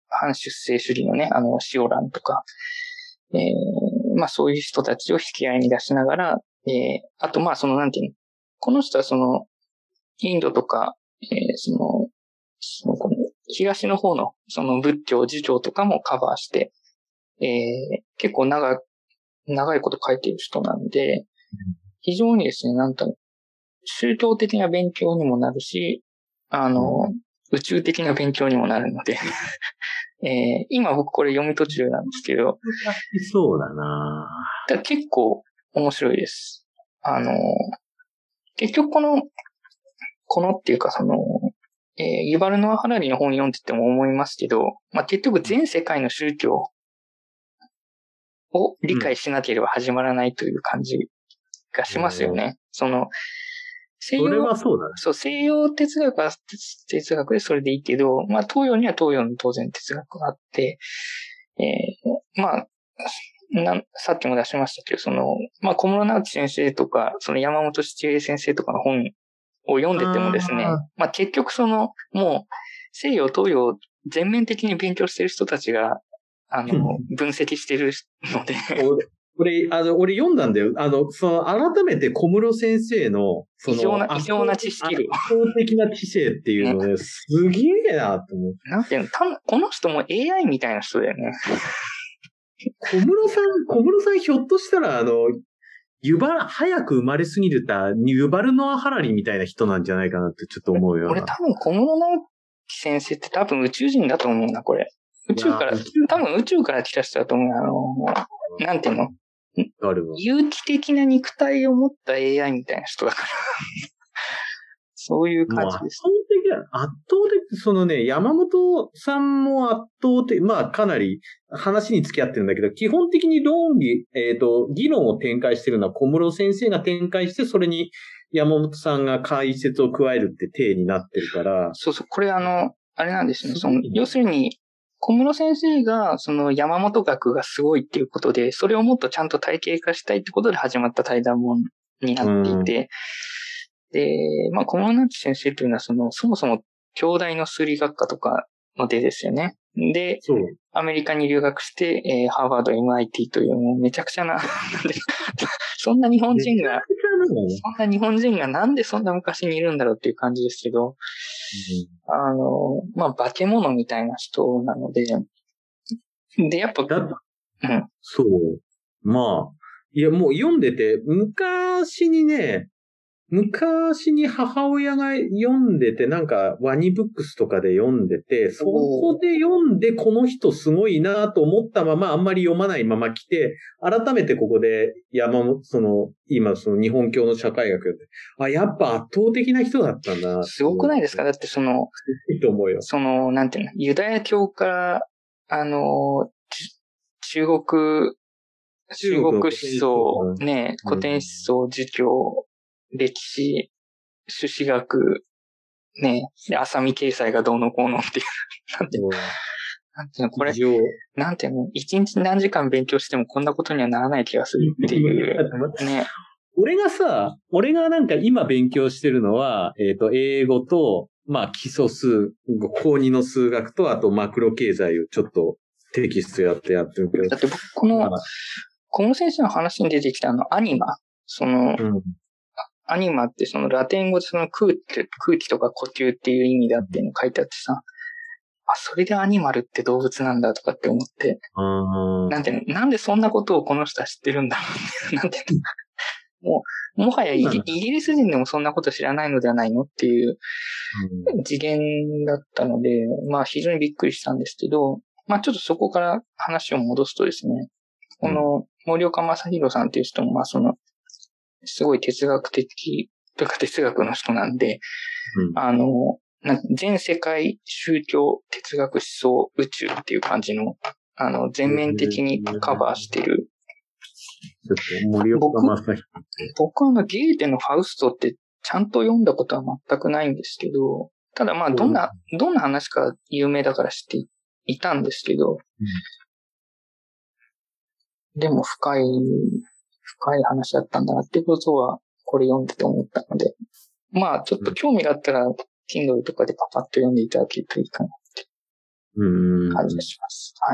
反出生主義のね、あの、シオランとか、えー、まあそういう人たちを引き合いに出しながら、えー、あとまあそのなんていうの、この人はその、インドとか、えー、その、そのこの東の方のその仏教、儒教とかもカバーして、えー、結構長、長いこと書いている人なんで、非常にですね、なんと、宗教的な勉強にもなるし、あの、うん、宇宙的な勉強にもなるので、えー、今僕これ読み途中なんですけど、 そうだなぁ。だ結構面白いです。あの、結局この、このっていうかその、えー、ユバルノア・ハラリの本読んでても思いますけど、まあ、結局全世界の宗教を理解しなければ始まらないという感じがしますよね。うん、その、西洋、 それはそうだね。 そう、西洋哲学は哲学でそれでいいけど、まあ東洋には東洋の当然哲学があって、えー、まあ、な、さっきも出しましたけど、その、まあ小室直樹先生とか、その山本七平先生とかの本を読んでてもですね、あまあ結局その、もう西洋東洋全面的に勉強してる人たちが、あの、分析してるので俺、あの、俺読んだんだよ。あの、その、改めて小室先生の、その、 異常な、異常な知識量。 圧倒的な知性っていうのね、ねすげえなと思って。 なんていうの、たこの人も エーアイ みたいな人だよね。 小室さん、小室さんひょっとしたら、あの、ゆば、早く生まれすぎるた、ユバルノア・ハラリみたいな人なんじゃないかなってちょっと思うよ。 俺多分小室直樹先生って多分宇宙人だと思うな、これ。宇宙から、多分宇宙から来た人だと思う。あの、なんていうの有機的な肉体を持った エーアイ みたいな人だから。そういう感じです。 圧倒的だ。圧倒的、そのね、山本さんも圧倒的、まあかなり話に付き合ってるんだけど、基本的に論議、えっと、議論を展開してるのは小室先生が展開して、それに山本さんが解説を加えるって体になってるから。 そうそう、これあの、あれなんですね。その、要するに、小室先生が、その山本学がすごいっていうことで、それをもっとちゃんと体系化したいってことで始まった対談本になっていて、で、まあ、小室直樹先生というのは、その、そもそも兄弟の数理学科とかの出ですよね。で、アメリカに留学して、えー、ハーバード エムアイティー という、もうめちゃくちゃな、そんな日本人が、そんな日本人がなんでそんな昔にいるんだろうっていう感じですけど、うん、あの、まあ、化け物みたいな人なので、で、やっぱ、 うん。そう。まあ、いや、もう読んでて、昔にね、昔に母親が読んでて、なんかワニブックスとかで読んでて、そこで読んでこの人すごいなと思ったままあんまり読まないまま来て、改めてここで山本、その、今その日本教の社会学って、あ、やっぱ圧倒的な人だったんだ。 すごくないですか？だってその、 いいと思うよ。 その、なんていうの、ユダヤ教から、あの、中国、中国思想、ね、古典思想、儒教、歴史、朱子学、ね、で、浅見経済がどうのこうのっていう、なんていうの、なんていうの、これ、なんていうの、一日何時間勉強してもこんなことにはならない気がするっていう、ね。 俺がさ、俺がなんか今勉強してるのは、えっと、英語と、まあ、基礎数、高にの数学と、あとマクロ経済をちょっとテキストやってやってるけど。 だって僕、この、小室先生の話に出てきたあの、アニマ、その、うん、アニマってそのラテン語でその空気、空気とか呼吸っていう意味だっていうの書いてあってさ、あ、それでアニマルって動物なんだとかって思って、なんていうの、なんでそんなことをこの人は知ってるんだろうなんていうの、もう、もはやイギリス人でもそんなこと知らないのではないのっていう次元だったので、まあ非常にびっくりしたんですけど、まあちょっとそこから話を戻すとですね、この森岡正宏さんっていう人も、まあその、すごい哲学的というか哲学の人なんで、うん、あの、全世界宗教哲学思想宇宙っていう感じの、あの、全面的にカバーしてる。 森岡正宏。 僕はあの、ゲーテのファウストってちゃんと読んだことは全くないんですけど、ただまあ、どんな、どんな話か有名だから知っていたんですけど、うん、でも深い、深い話だったんだなってことは、これ読んでて思ったので、まあ、ちょっと興味があったら、Kindle とかでパパッと読んでいただけるといいかなって。 感じがします。はい。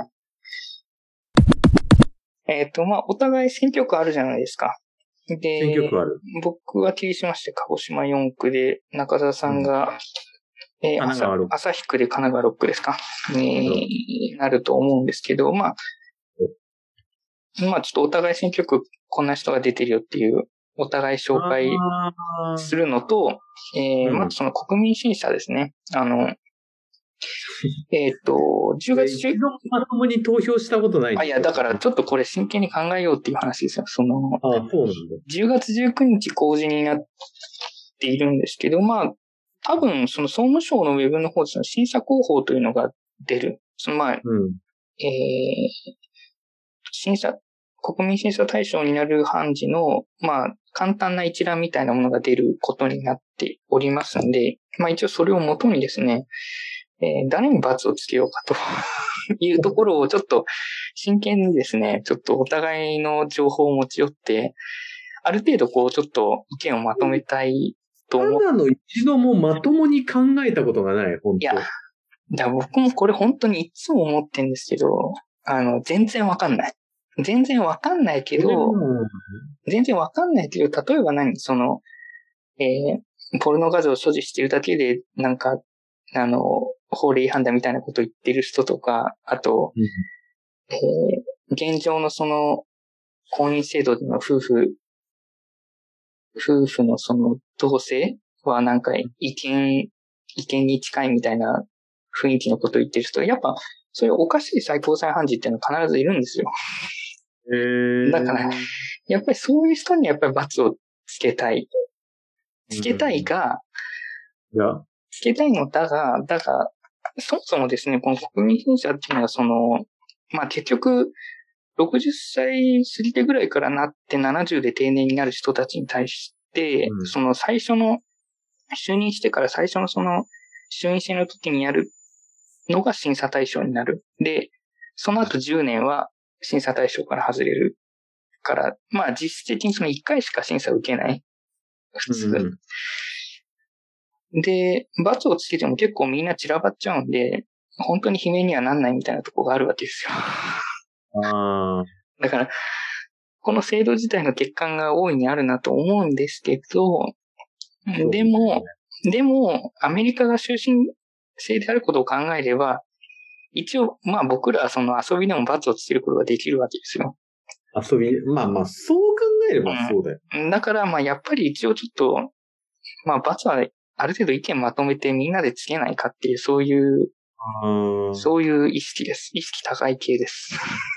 えっと、まあ、お互い選挙区あるじゃないですか。で、 選挙区ある。 僕は霧島市で鹿児島よん区で、中澤さんが、うん、えー、旭区で神奈川ろっ区ですか、になると思うんですけど、まあ、まあちょっとお互い選挙区こんな人が出てるよっていう、お互い紹介するのと、えー、まあその国民審査ですね。あの、えっと、じゅうがつ中、 まともに投票したことないんですあ、いや、だからちょっとこれ真剣に考えようっていう話ですよ。その、 ああ、そうなんだ。 じゅうがつじゅうくにち公示になっているんですけど、まあ、多分、その総務省のウェブの方でその審査広報というのが出る。そのまあ、うん、えー、審査、国民審査対象になる判事の、まあ、簡単な一覧みたいなものが出ることになっておりますんで、まあ一応それをもとにですね、えー、誰に罰をつけようかというところをちょっと真剣にですね、ちょっとお互いの情報を持ち寄って、ある程度こうちょっと意見をまとめたいと思う。 ただの一度もまともに考えたことがない、本当。 いや、だ僕もこれ本当にいつも思ってるんですけど、あの、全然わかんない。全然わかんないけど、全然わかんないけど、例えば何その、えー、ポルノ画像を所持してるだけで、なんか、あの、法令違反だみたいなことを言ってる人とか、あと、うん、えー、現状のその、婚姻制度での夫婦、夫婦のその同性はなんか意見、意見に近いみたいな雰囲気のことを言ってる人、やっぱ、そういうおかしい最高裁判事っていうのは必ずいるんですよ。 へー。 だから、やっぱりそういう人にやっぱり罰をつけたい。つけたいが、 いや、 つけたいのだが、だが、そもそもですね、この国民審査っていうのはその、まあ結局、ろくじゅっさい過ぎてぐらいからなってななじゅうで定年になる人たちに対して、うん、その最初の、就任してから最初のその、衆院選の時にやるのが審査対象になる。で、その後じゅうねんは審査対象から外れるから、まあ実質的にそのいっかいしか審査を受けない。普通。うん、で、罰をつけても結構みんな散らばっちゃうんで、本当に悲鳴にはなんないみたいなところがあるわけですよ。 あだから、この制度自体の欠陥が大いにあるなと思うんですけど、でも、でも、アメリカが終身制であることを考えれば、一応、まあ僕らはその遊びでも罰をつけることができるわけですよ。 遊び、まあまあ、そう考えればそうだよ。 うん、だからまあやっぱり一応ちょっと、まあ罰はある程度意見まとめてみんなでつけないかっていう、そういう、そういう意識です。意識高い系です。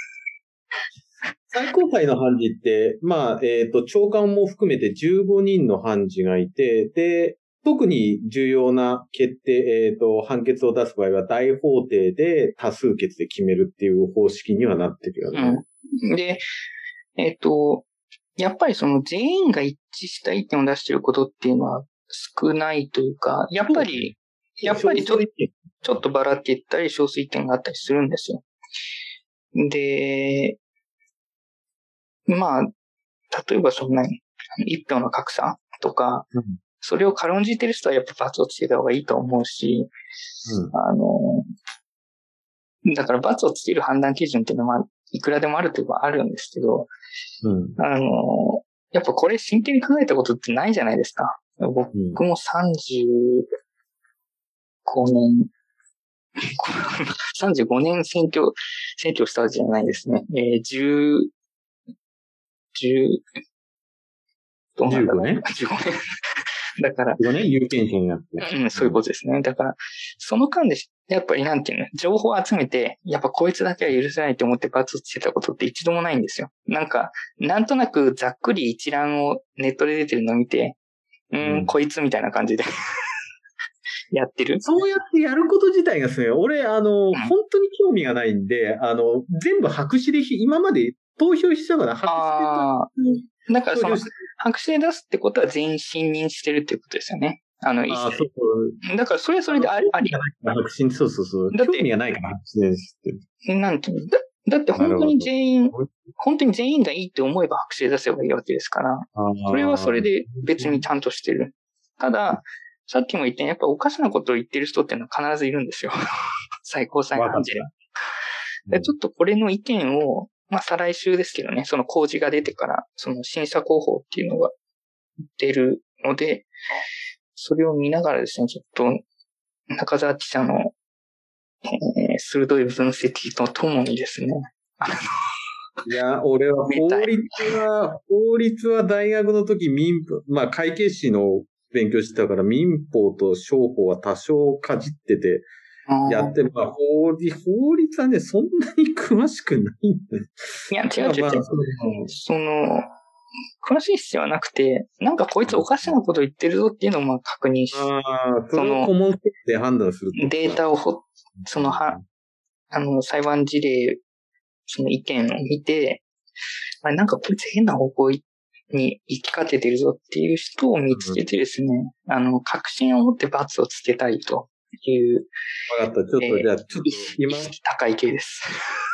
最高裁の判事って、まあ、えっと、長官も含めてじゅうごにんの判事がいて、で、特に重要な決定、えっと、判決を出す場合は大法廷で多数決で決めるっていう方式にはなってるよね。 うん、で、えっと、やっぱりその全員が一致した意見を出していることっていうのは少ないというか、やっぱり、やっぱりちょっと、ちょっとばらけたり少数意見があったりするんですよ。で、まあ、例えばそんなに一票の格差とか、うん、それを軽んじてる人はやっぱ罰をつけた方がいいと思うし、うん、あの、だから罰をつける判断基準っていうのは、いくらでもあるといえばあるんですけど、うん、あの、やっぱこれ真剣に考えたことってないじゃないですか。僕もさんじゅうごねん、さんじゅうごねん選挙、選挙したわけじゃないですね。えー、じゅう、じゅう、どうなんだろう。じゅうごねん ?じゅうごねん だから。 じゅうごねん有権者になって。 うん、そういうことですね。だから、その間で、やっぱりなんていうの、情報を集めて、やっぱこいつだけは許せないと思って罰をつけたことって一度もないんですよ。なんか、なんとなくざっくり一覧をネットで出てるのを見て、うーん、うん、こいつみたいな感じでやってる。 そうやってやること自体がですね、俺、あの、うん、本当に興味がないんで、あの、全部白紙で、今まで投票したから白紙で。 だからその、白紙で出すってことは全員信任してるっていうことですよね。あの、 あそうそうだからそれはそれであり。 白紙、そうそうそう。興味がないから白紙で知ってる。なんていうのだ、だって本当に全員、本当に全員がいいって思えば白紙で出せばいいわけですから、それはそれで別にちゃんとしてる。ただ、さっきも言ったように、やっぱおかしなことを言ってる人っていうのは必ずいるんですよ。 最高裁判事で。でちょっとこれの意見を、まあ再来週ですけどね、その公示が出てから、その審査候補っていうのが出るので、それを見ながらですね、ちょっと中澤記者の、えー、鋭い分析とともにですね、 いや、俺は法律は、法律は大学の時民、まあ会計士の勉強してたから民法と商法は多少かじってて、やってる。まあ法律、法律はね、そんなに詳しくないんだよ。 いや、違う違う違う。まあ、その、詳しい必要はなくて、なんかこいつおかしなこと言ってるぞっていうのをまあ確認し、 ああ、その顧問で判断する。 データをほ、そのは、あの、裁判事例、その意見を見て、あれなんかこいつ変な方向に行きかけてるぞっていう人を見つけてですね、うん、あの、確信を持って罰をつけたいという。 わかった。ちょっと、えー、じゃあ、ちょっと今。 意識高い系です。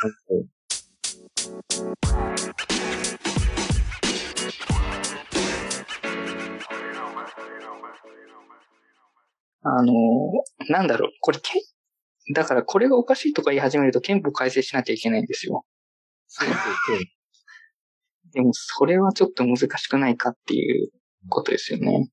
あの、なんだろう、これ、だからこれがおかしいとか言い始めると憲法改正しなきゃいけないんですよ。 そうそうそう。 でもそれはちょっと難しくないかっていうことですよね。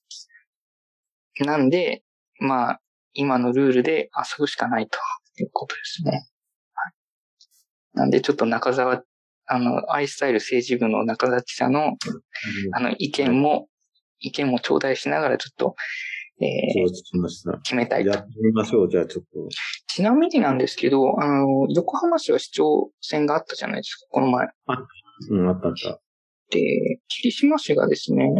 なんで、まあ、今のルールで遊ぶしかないということですね。はい、なんでちょっと中澤、あの、アイスタイル政治部の中澤記者の、うん、あの、意見も、意見も頂戴しながらちょっと、えー、決めたいと。 やってみましょう、じゃあちょっと。 ちなみになんですけど、あの、横浜市は市長選があったじゃないですか、この前。 あ、うん、あったあった。 で、霧島市がですね、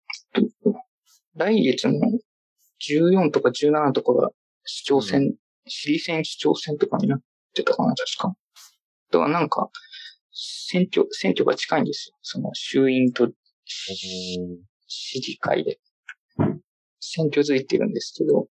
来月のじゅうよんとかじゅうななとかが市長選、うん、市議選市長選とかになってたかな、確か。だからなんか、選挙、選挙が近いんですよ。その衆院と市議会で。選挙づいてるんですけど、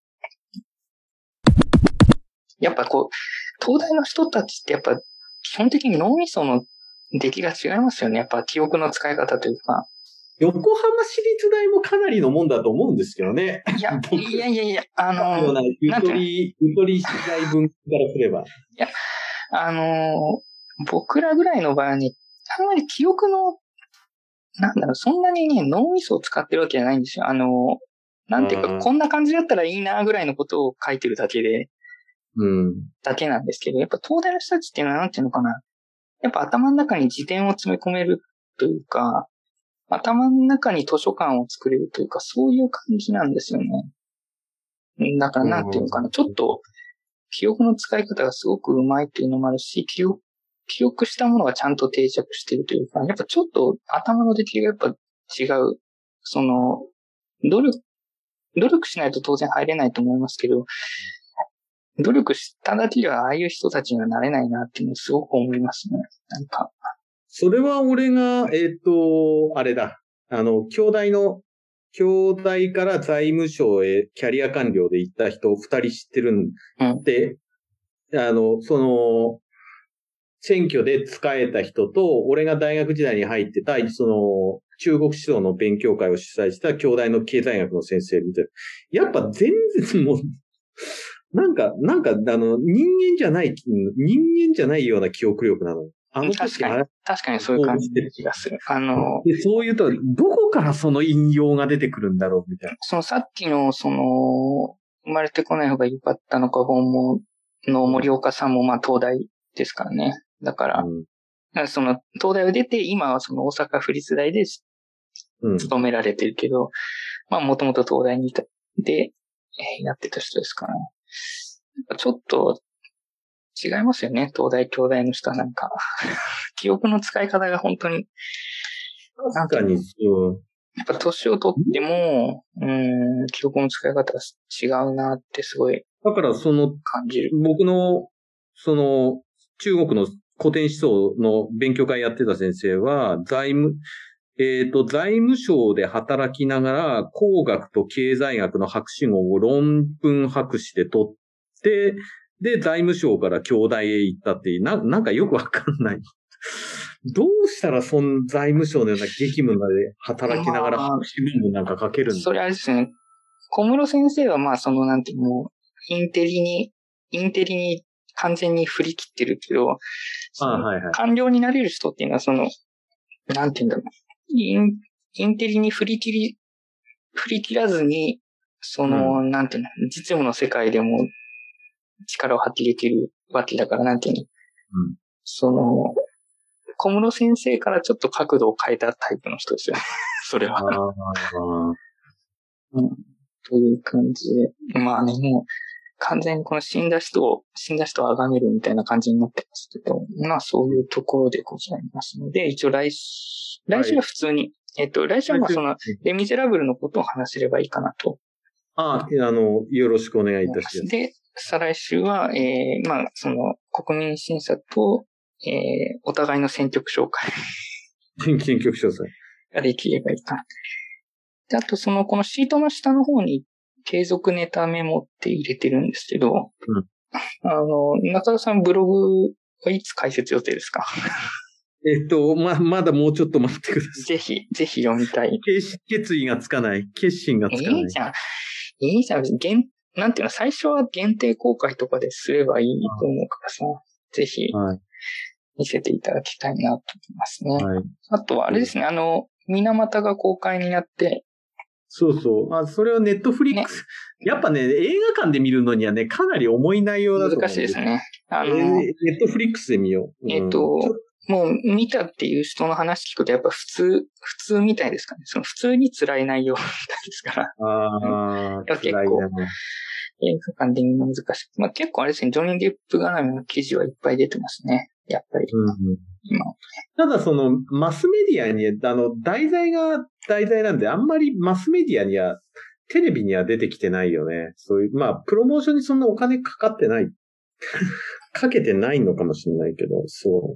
やっぱこう、東大の人たちってやっぱ基本的に脳みその出来が違いますよね。やっぱ記憶の使い方というか。 横浜市立大もかなりのもんだと思うんですけどね。 いや、いやいやいや、あのー、 ゆとり、ゆとり市大分からすれば。いや、あのー、僕らぐらいの場合に、あんまり記憶の、なんだろう、そんなにね、脳みそを使ってるわけじゃないんですよ。あのー、なんていうか、こんな感じだったらいいなぐらいのことを書いてるだけで、 うん。 だけなんですけど、やっぱ東大の人たちっていうのはなんていうのかな。やっぱ頭の中に辞典を詰め込めるというか、頭の中に図書館を作れるというか、そういう感じなんですよね。だからなんていうのかな、ちょっと記憶の使い方がすごく上手いっていうのもあるし、記憶、記憶したものがちゃんと定着しているというか、やっぱちょっと頭の出来がやっぱ違う。その、努力、努力しないと当然入れないと思いますけど、努力しただけではああいう人たちにはなれないなっていうのをすごく思いますね。なんか。 それは俺が、えっと、あれだ。あの、京大の、京大から財務省へキャリア官僚で行った人二人知ってるんで、うん、あの、その、選挙で使えた人と、俺が大学時代に入ってた、その、中国思想の勉強会を主催した京大の経済学の先生みたいな。やっぱ全然もう、なんか、なんか、あの、人間じゃない、人間じゃないような記憶力なの。あの確かに、確かにそういう感じで気がする。あの、 でそういうと、どこからその引用が出てくるんだろうみたいな。 そのさっきの、その、生まれてこない方が良かったのか本も、の森岡さんもまあ東大ですからね。だから、うん、からその東大を出て、今はその大阪府立大で、勤められてるけど、うん、まあもともと東大にいた、で、えー、やってた人ですから、ちょっと、違いますよね。東大、京大の人はなんか。記憶の使い方が本当に。 確かに。 やっぱ年を取っても、うん、記憶の使い方が違うなってすごい。 だからその、 感じる。 僕の、その、中国の古典思想の勉強会やってた先生は、財務、えっと、財務省で働きながら、工学と経済学の博士号を論文博士で取って、で、財務省から京大へ行ったっていう、な、なんかよくわかんない。どうしたらその財務省のような激務まで働きながら博士論文なんか書けるんだ、まあ、 それあれですね。小室先生はまあそのなんていうの、インテリにインテリに完全に振り切ってるけど、 あはいはい、 官僚になれる人っていうのはその、なんていうんだろう。イン、インテリに振り切り、振り切らずに、その、うん、なんていうの、実務の世界でも力を発揮できるわけだから、なんていうの。うん、その、小室先生からちょっと角度を変えたタイプの人ですよね。それは。あうん。という感じで。まあね、もう、完全にこの死んだ人を、死んだ人を崇めるみたいな感じになってますけど、まあそういうところでございますので、一応来週、来週は普通に、はい、えっと、来週はまあその、レミゼラブルのことを話せればいいかなと。 ああ、あの、よろしくお願いいたします。 で、再来週は、えー、まあその、国民審査と、えー、お互いの選挙区紹介。 選挙区詳細。 ができればいいかな。で、あとその、このシートの下の方に、継続ネタメモって入れてるんですけど、うん、あの、中田さんブログはいつ開設予定ですか？ えっと、ま、まだもうちょっと待ってください。 ぜひ、ぜひ読みたい。 決意がつかない。決心がつかない。 いいじゃん。いいじゃん。限、なんていうの、最初は限定公開とかですればいいと思うからさ、ぜひ、見せていただきたいなと思いますね。はい、あとは、あれですね、あの、水俣が公開になって、 そうそう。まあ、それはネットフリックス、ね。やっぱね、映画館で見るのにはね、かなり重い内容だと思う。 難しいですね。あの、 ネットフリックスで見よう。 うん、えっと、もう見たっていう人の話聞くと、やっぱ普通、普通みたいですかね。その普通に辛い内容みたいですから。 ああ、 結構、ね、映画館で見るの難しい。まあ結構あれですね、ジョニー・デップ絡みの記事はいっぱい出てますね。やっぱり。うんうん、 今ただその、マスメディアに、あの、題材が題材なんで、あんまりマスメディアには、テレビには出てきてないよね。そういう、まあ、プロモーションにそんなお金かかってない。かけてないのかもしれないけど、そう。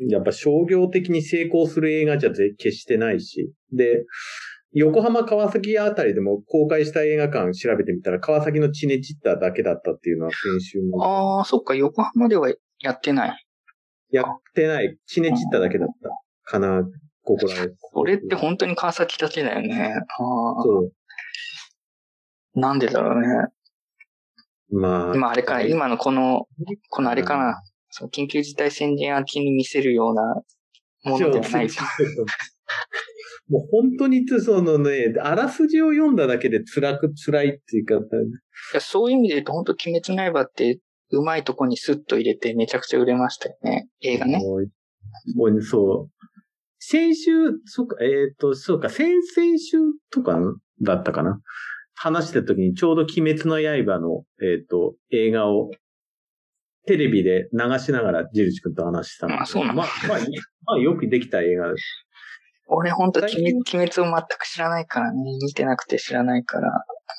やっぱ商業的に成功する映画じゃ決してないし。で、横浜川崎あたりでも公開した映画館調べてみたら、川崎のチネチッタだけだったっていうのは先週も。 ああ、そっか、横浜ではやってない。 やってない。チネチッタだけだったかな、ここらへん。 これって本当に川崎だけだよね。あそう。 なんでだろうね。 まあ。 まああれかな、今のこの、このあれかな、その緊急事態宣言明けに見せるようなものではないか。 もう本当に、そのね、あらすじを読んだだけで辛く、辛いっていうか、いやそういう意味で言うと本当鬼滅の刃ってうまいとこにスッと入れてめちゃくちゃ売れましたよね。映画ね。 もう、もうそう。先週、そっか、えっと、そうか、先々週とかだったかな。話した時にちょうど鬼滅の刃の、えっと、映画をテレビで流しながらジルチ君と話したので。 あ、そうなの。 まあ、まあ、まあ、よくできた映画です。 俺ほんと鬼滅、鬼滅を全く知らないからね。見てなくて知らないから。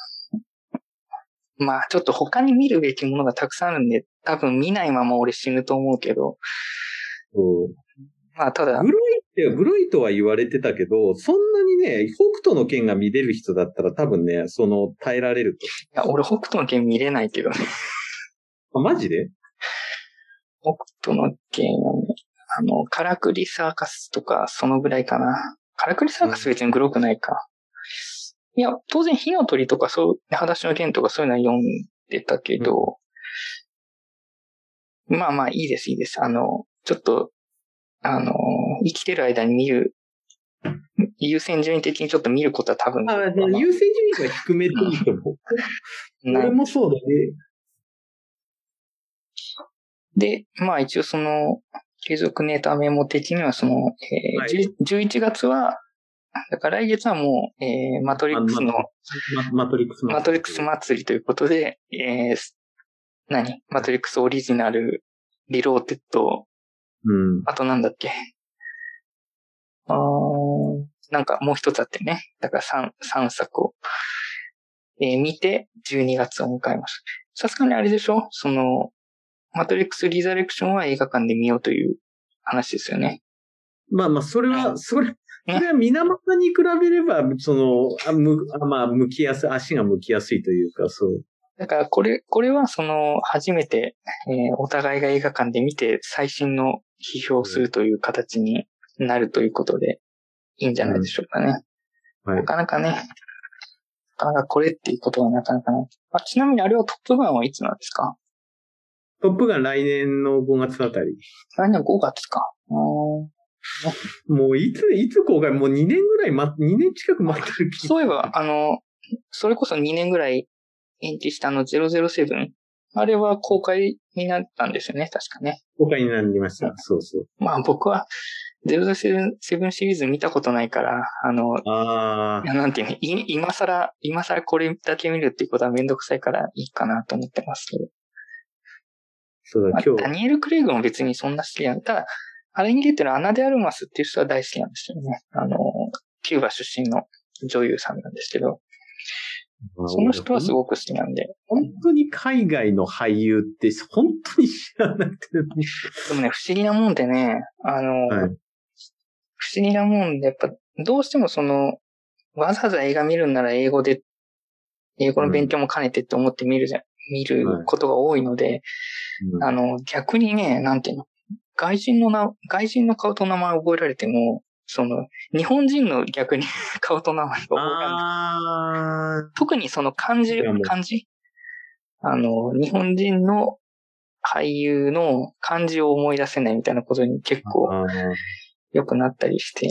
まあ、ちょっと他に見るべきものがたくさんあるんで、多分見ないまま俺死ぬと思うけど。 そう。 まあ、ただ。 グロいって、グロいとは言われてたけど、そんなにね、北斗の拳が見れる人だったら多分ね、その、耐えられると。 いや、俺北斗の拳見れないけどね。 あ、マジで？ 北斗の拳はね、あの、カラクリサーカスとか、そのぐらいかな。カラクリサーカス別にグロくないか。うん、いや、当然火の鳥とか、そう、裸足の剣とかそういうのは読んでたけど、うん、まあまあいいです、いいです。あの、ちょっと、あの、生きてる間に見る、優先順位的にちょっと見ることは多分。 ああ、優先順位は低めでいいと思う。俺もそうだね。 で、まあ一応その、継続ネタメモ的にはその、えーはい、じゅういちがつは、だから来月はもう、えー、マトリックスの、 マ, マトリックスマトリックス祭りということで、えー、何マトリックスオリジナル、リローテッド、 うん、 あとなんだっけあーなんかもう一つあってね。だから三、三作を、えー、見てじゅうにがつを迎えます。さすがにあれでしょその、マトリックスリザレクションは映画館で見ようという話ですよね。 まあまあ、それは、それ、それは水俣に比べれば、その、あむあまあ、向きやすい、足が向きやすいというか、そう。 だから、これ、これはその、初めて、えー、お互いが映画館で見て、最新の批評をするという形になるということで、いいんじゃないでしょうかね。うん、はい、なかなかね、なかなかこれっていうことはなかなかない。あ、ちなみにあれはトップガンはいつなんですか？ トップガン来年のごがつあたり。 来年ごがつか。 もういつ、いつ公開もうにねんぐらい待、にねん近く待ってる気そういえば、あの、それこそにねんぐらい延期したあのゼロゼロセブン。あれは公開になったんですよね、確かね。 公開になりました。そうそう。 まあ僕はゼロゼロセブンシリーズ見たことないから、あの、 ああ。 なんていうの、今更、今更これだけ見るっていうことはめんどくさいからいいかなと思ってますけど。 そうだ、 まあ、 今日。 ダニエル・クレイグも別にそんな好きじゃない。ただ、あれに出てるアナ・デ・アルマスっていう人は大好きなんですよね。あの、キューバ出身の女優さんなんですけど、その人はすごく好きなんで。 本当に海外の俳優って本当に知らなくて。でもね、不思議なもんでね、あの、はい、不思議なもんで、やっぱ、どうしてもその、わざわざ映画見るんなら英語で、英語の勉強も兼ねてって思って見るじゃ、うん、見ることが多いので、うん、あの、逆にね、なんていうの、外人のな、外人の顔と名前覚えられても、その、日本人の逆に顔と名前が覚えられない。特にその漢字、漢字あの、日本人の俳優の漢字を思い出せないみたいなことに結構良くなったりして、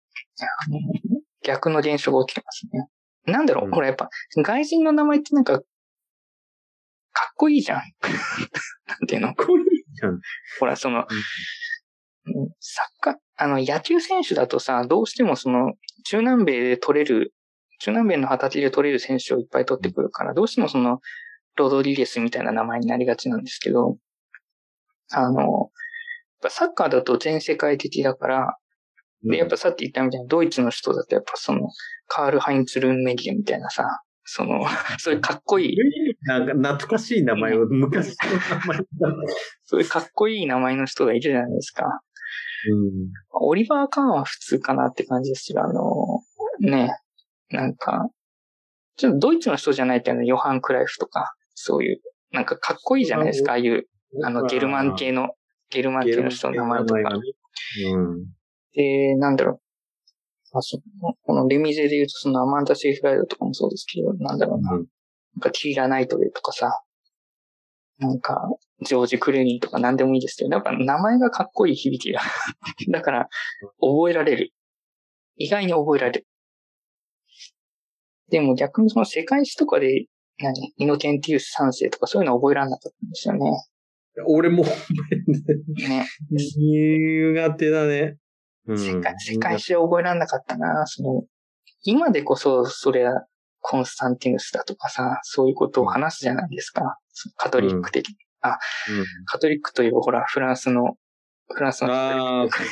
逆の現象が起きてますね。なんだろう、うん、ほらやっぱ、外人の名前ってなんか、かっこいいじゃん。なんていうのかっこいいじゃん。 ほら、その、うん、サッカー、あの、野球選手だとさ、どうしてもその、中南米で取れる、中南米の畑で取れる選手をいっぱい取ってくるから、どうしてもその、ロドリゲスみたいな名前になりがちなんですけど、あの、サッカーだと全世界的だから、で、やっぱさっき言ったみたいにドイツの人だとやっぱその、カール・ハインツ・ルンメギュみたいなさ、その、そういうかっこいい。 なんか懐かしい名前を、昔の名前だ。 そういうかっこいい名前の人がいるじゃないですか。 うん、 オリバー・カーンは普通かなって感じですけど、あの、ね、なんか、ちょっとドイツの人じゃないっていうのはヨハン・クライフとか、そういう、なんかかっこいいじゃないですか、ああいう、あの、ゲルマン系の、ゲルマン系の人の名前とか。 うん、 で、なんだろう。あそこのレミゼで言うと、そのアマンダ・シェフライドとかもそうですけど、なんだろうな。うん、なんかティーラ・ナイトウェイとかさ、なんか、ジョージ・クルーニーとか何でもいいですけど、やっぱ名前がかっこいい響きが。だから、覚えられる。意外に覚えられる。でも逆にその世界史とかで、何イノケンティウスさん世とかそういうの覚えられなかったんですよね。 俺も覚えてない。ね。苦手だね。 うん、世界、世界史は覚えられなかったな。その、今でこそ、それは、コンスタンティヌスだとかさ、そういうことを話すじゃないですか。うん、カトリック的に。うん、あ、うん、カトリックといえばほら、フランスの、フランスのカトリック。あ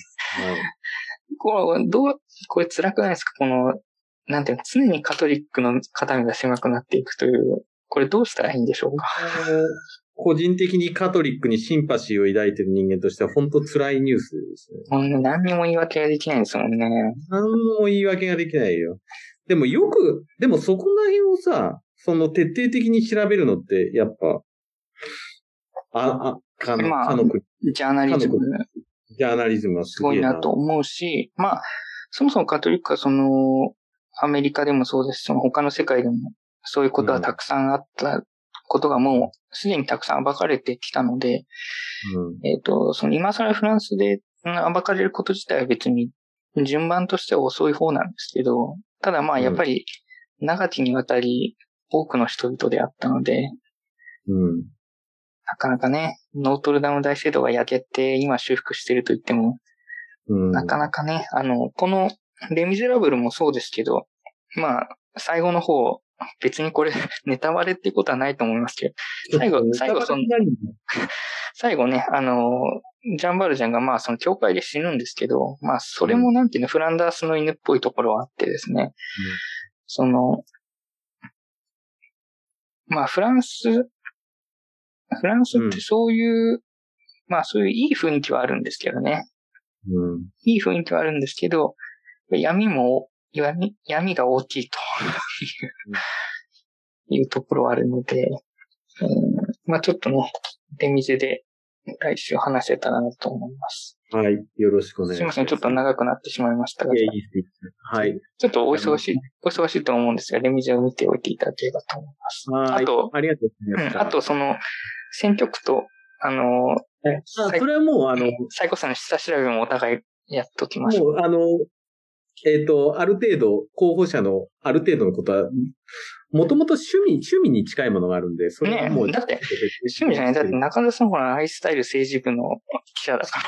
これ、どう、これ辛くないですか？この、なんていうの、常にカトリックの肩身が狭くなっていくという、これどうしたらいいんでしょうか？ 個人的にカトリックにシンパシーを抱いている人間としては本当辛いニュースですね。 もうね、何にも言い訳ができないんですもんね。 何も言い訳ができないよ。でもよく、でもそこら辺をさ、その徹底的に調べるのって、やっぱ、あ、あ、かの、 まあ、 かの国。 ジャーナリズム。 ジャーナリズムはすごいなと思うし、まあ、そもそもカトリックはその、アメリカでもそうですし、その他の世界でもそういうことはたくさんあったことがもうすでにたくさん暴かれてきたので、うん、えっと、その今更フランスで暴かれること自体は別に順番としては遅い方なんですけど、ただまあやっぱり長きにわたり多くの人々であったので、 うん、 なかなかね、ノートルダム大聖堂が焼けて今修復してると言っても、うん、なかなかね、あの、このレ・ミゼラブルもそうですけど、まあ、最後の方、別にこれ、ネタバレってことはないと思いますけど、最後、最後その、最後ね、あの、ジャンバルジャンがまあその教会で死ぬんですけど、まあそれもなんていうの、フランダースの犬っぽいところはあってですね、うん、その、まあフランス、フランスってそういう、うん、まあそういういい雰囲気はあるんですけどね。 うん、 いい雰囲気はあるんですけど、闇も、闇、闇が大きいというところはあるので、うん、まあちょっとね、出店で来週話せたらなと思います。 はい。よろしくお願いします。 すいません。ちょっと長くなってしまいましたが。 いや、いいです。はい。 ちょっとお忙しい、お忙しいと思うんですが、レミゼを見ておいていただければと思います。 はい。 あと、 ありがとうございます。 うん、あとその、選挙区とあの、 あそれはもう、あの、 最高裁の下調べもお互いやっときましょう。 もう、あの、えっと、ある程度、候補者のある程度のことは、もともと趣味、趣味に近いものがあるんで、それはもう。 ねだって、趣味じゃない。だって中田さんほら、アイスタイル政治部の記者だから。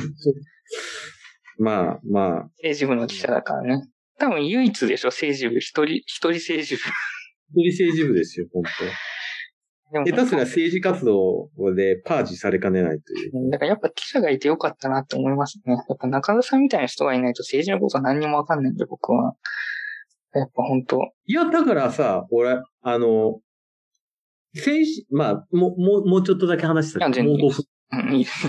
まあ、まあ。 政治部の記者だからね。多分唯一でしょ、政治部。一人、一人政治部。 一人政治部ですよ、本当。下手すら政治活動でパージされかねないという。 だからやっぱ記者がいてよかったなって思いますね。やっぱ中田さんみたいな人がいないと政治のことは何にもわかんないんで、僕は。やっぱ本当。 いや、だからさ、俺、あの、先週、まあ、もう、もう、もうちょっとだけ話した。 いや、全然。 もうごふん。 うん、いいです。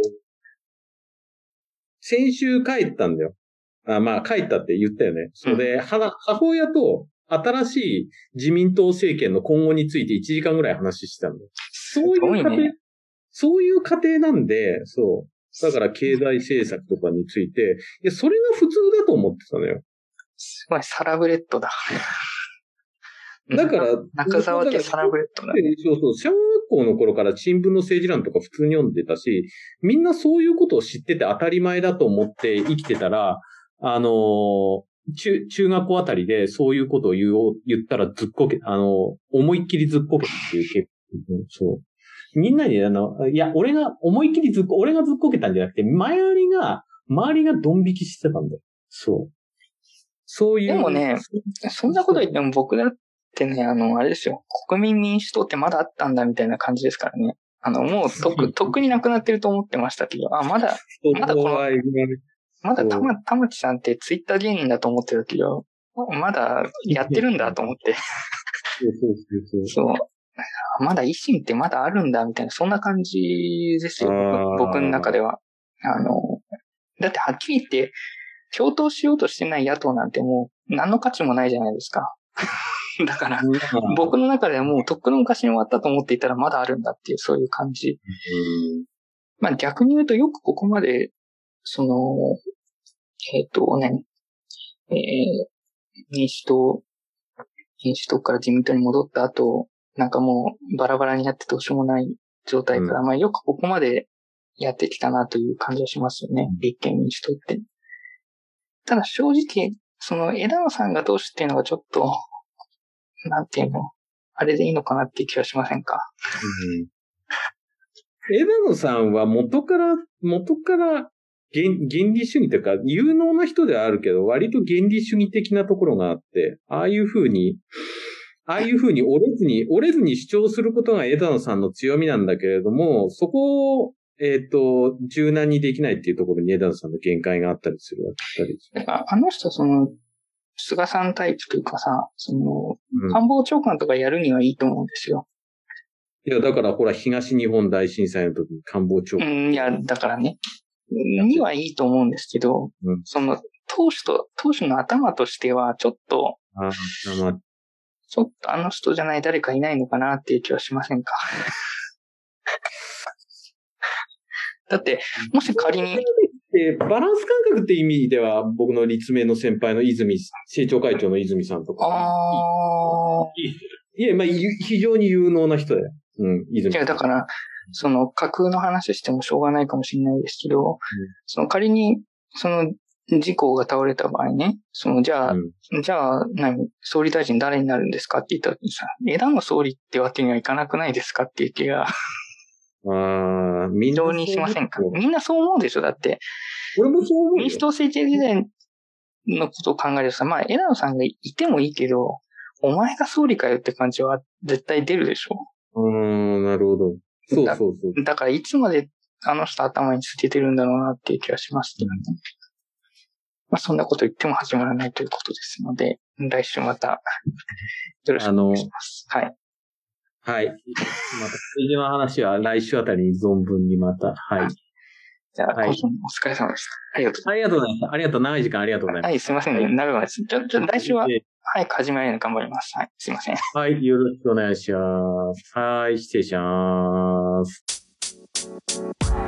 先週帰ったんだよ。あ、まあ、帰ったって言ったよね。それで、うん、母親と新しい自民党政権の今後についていちじかんぐらい話してたんだよ。そういう過程、ね、そういう過程なんで、そう。だから経済政策とかについて、いや、それが普通だと思ってたのよ。 すごいサラブレッドだ。 だから、 中沢家サラブレッドだ、ね。 そうそう。小学校の頃から新聞の政治欄とか普通に読んでたし、みんなそういうことを知ってて当たり前だと思って生きてたら、あのー、中、中学校あたりでそういうことを言おう、言ったらずっこけ、あのー、思いっきりずっこけっていう結構、そう。みんなに、あの、いや、俺が思いっきりずっこ、俺がずっこけたんじゃなくて、周りが、周りがドン引きしてたんだよ。そう。そういう。 でもね、そんなこと言っても僕だってね、あの、あれですよ。国民民主党ってまだあったんだみたいな感じですからね。あの、もうとっく、とっくになくなってると思ってましたけど、あ、まだ、まだこの、まだたま、たまちさんってツイッター芸人だと思ってたけど、まだやってるんだと思って。そう。まだ維新ってまだあるんだみたいな、そんな感じですよ。僕、僕の中では。あの、だってはっきり言って、共闘しようとしてない野党なんてもう何の価値もないじゃないですか。だから、僕の中ではもうとっくの昔に終わったと思っていたらまだあるんだっていう、そういう感じ。まあ逆に言うとよくここまで、その、えっと、何、えー、民主党、民主党から自民党に戻った後、なんかもうバラバラになってどうしようもない状態から、うん、まあよくここまでやってきたなという感じがしますよね。うん、立憲民主党って。ただ正直、その枝野さんがどうしてっていうのがちょっと、なんていうの、あれでいいのかなっていう気はしませんか。 うん、枝野さんは元から、元から原、原理主義というか、有能な人ではあるけど、割と原理主義的なところがあって、ああいう風に、ああいう風に折れずに、折れずに主張することが枝野さんの強みなんだけれども、そこを、えっと、柔軟にできないっていうところに枝野さんの限界があったりするわけですね。 あの人、その、菅さんタイプというかさ、その、うん、官房長官とかやるにはいいと思うんですよ。 いや、だからほら、東日本大震災の時に官房長官。 うん、いや、だからね、にはいいと思うんですけど、うん、その、党首と、党首の頭としては、ちょっと、 あまあ、 ちょっとあの人じゃない誰かいないのかなっていう気はしませんか。だって、もし仮に、 バランス感覚って意味では、僕の立命の先輩の泉、政調会長の泉さんとか。 ああ。 いや、まあ、非常に有能な人だよ。うん、泉さん。 いや、だから、その架空の話してもしょうがないかもしれないですけど、うん、その仮に、その事故が倒れた場合ね、その、じゃあ、うん、じゃあ、何、総理大臣誰になるんですかって言った時にさ、枝野総理ってわけにはいかなくないですかっていう気が。 ああ、みんなそうにしませんか。みんなそう思うでしょだって。 俺もそう思うよ。 民主党政治時代のことを考えるとさ、まあ、枝野さんがいてもいいけど、お前が総理かよって感じは絶対出るでしょ。 うーん、なるほど。そうそうそう。 だ, だからいつまであの人頭につけてるんだろうなっていう気がしますけどね。うん、まあ、そんなこと言っても始まらないということですので、来週またよろしくお願いします。はい。 はい。また、政治の話は来週あたりに存分にまた。はい。 じゃあ、はい、今週もお疲れ様でした。ありがとうございます。 ありがとうございました。ありがとう。長い時間ありがとうございます。 はい、すいませんね。はい、長いです。ちょ、ちょ、来週は、早く始まるように頑張ります。はい、すいません。 はい、よろしくお願いします。はい、失礼します。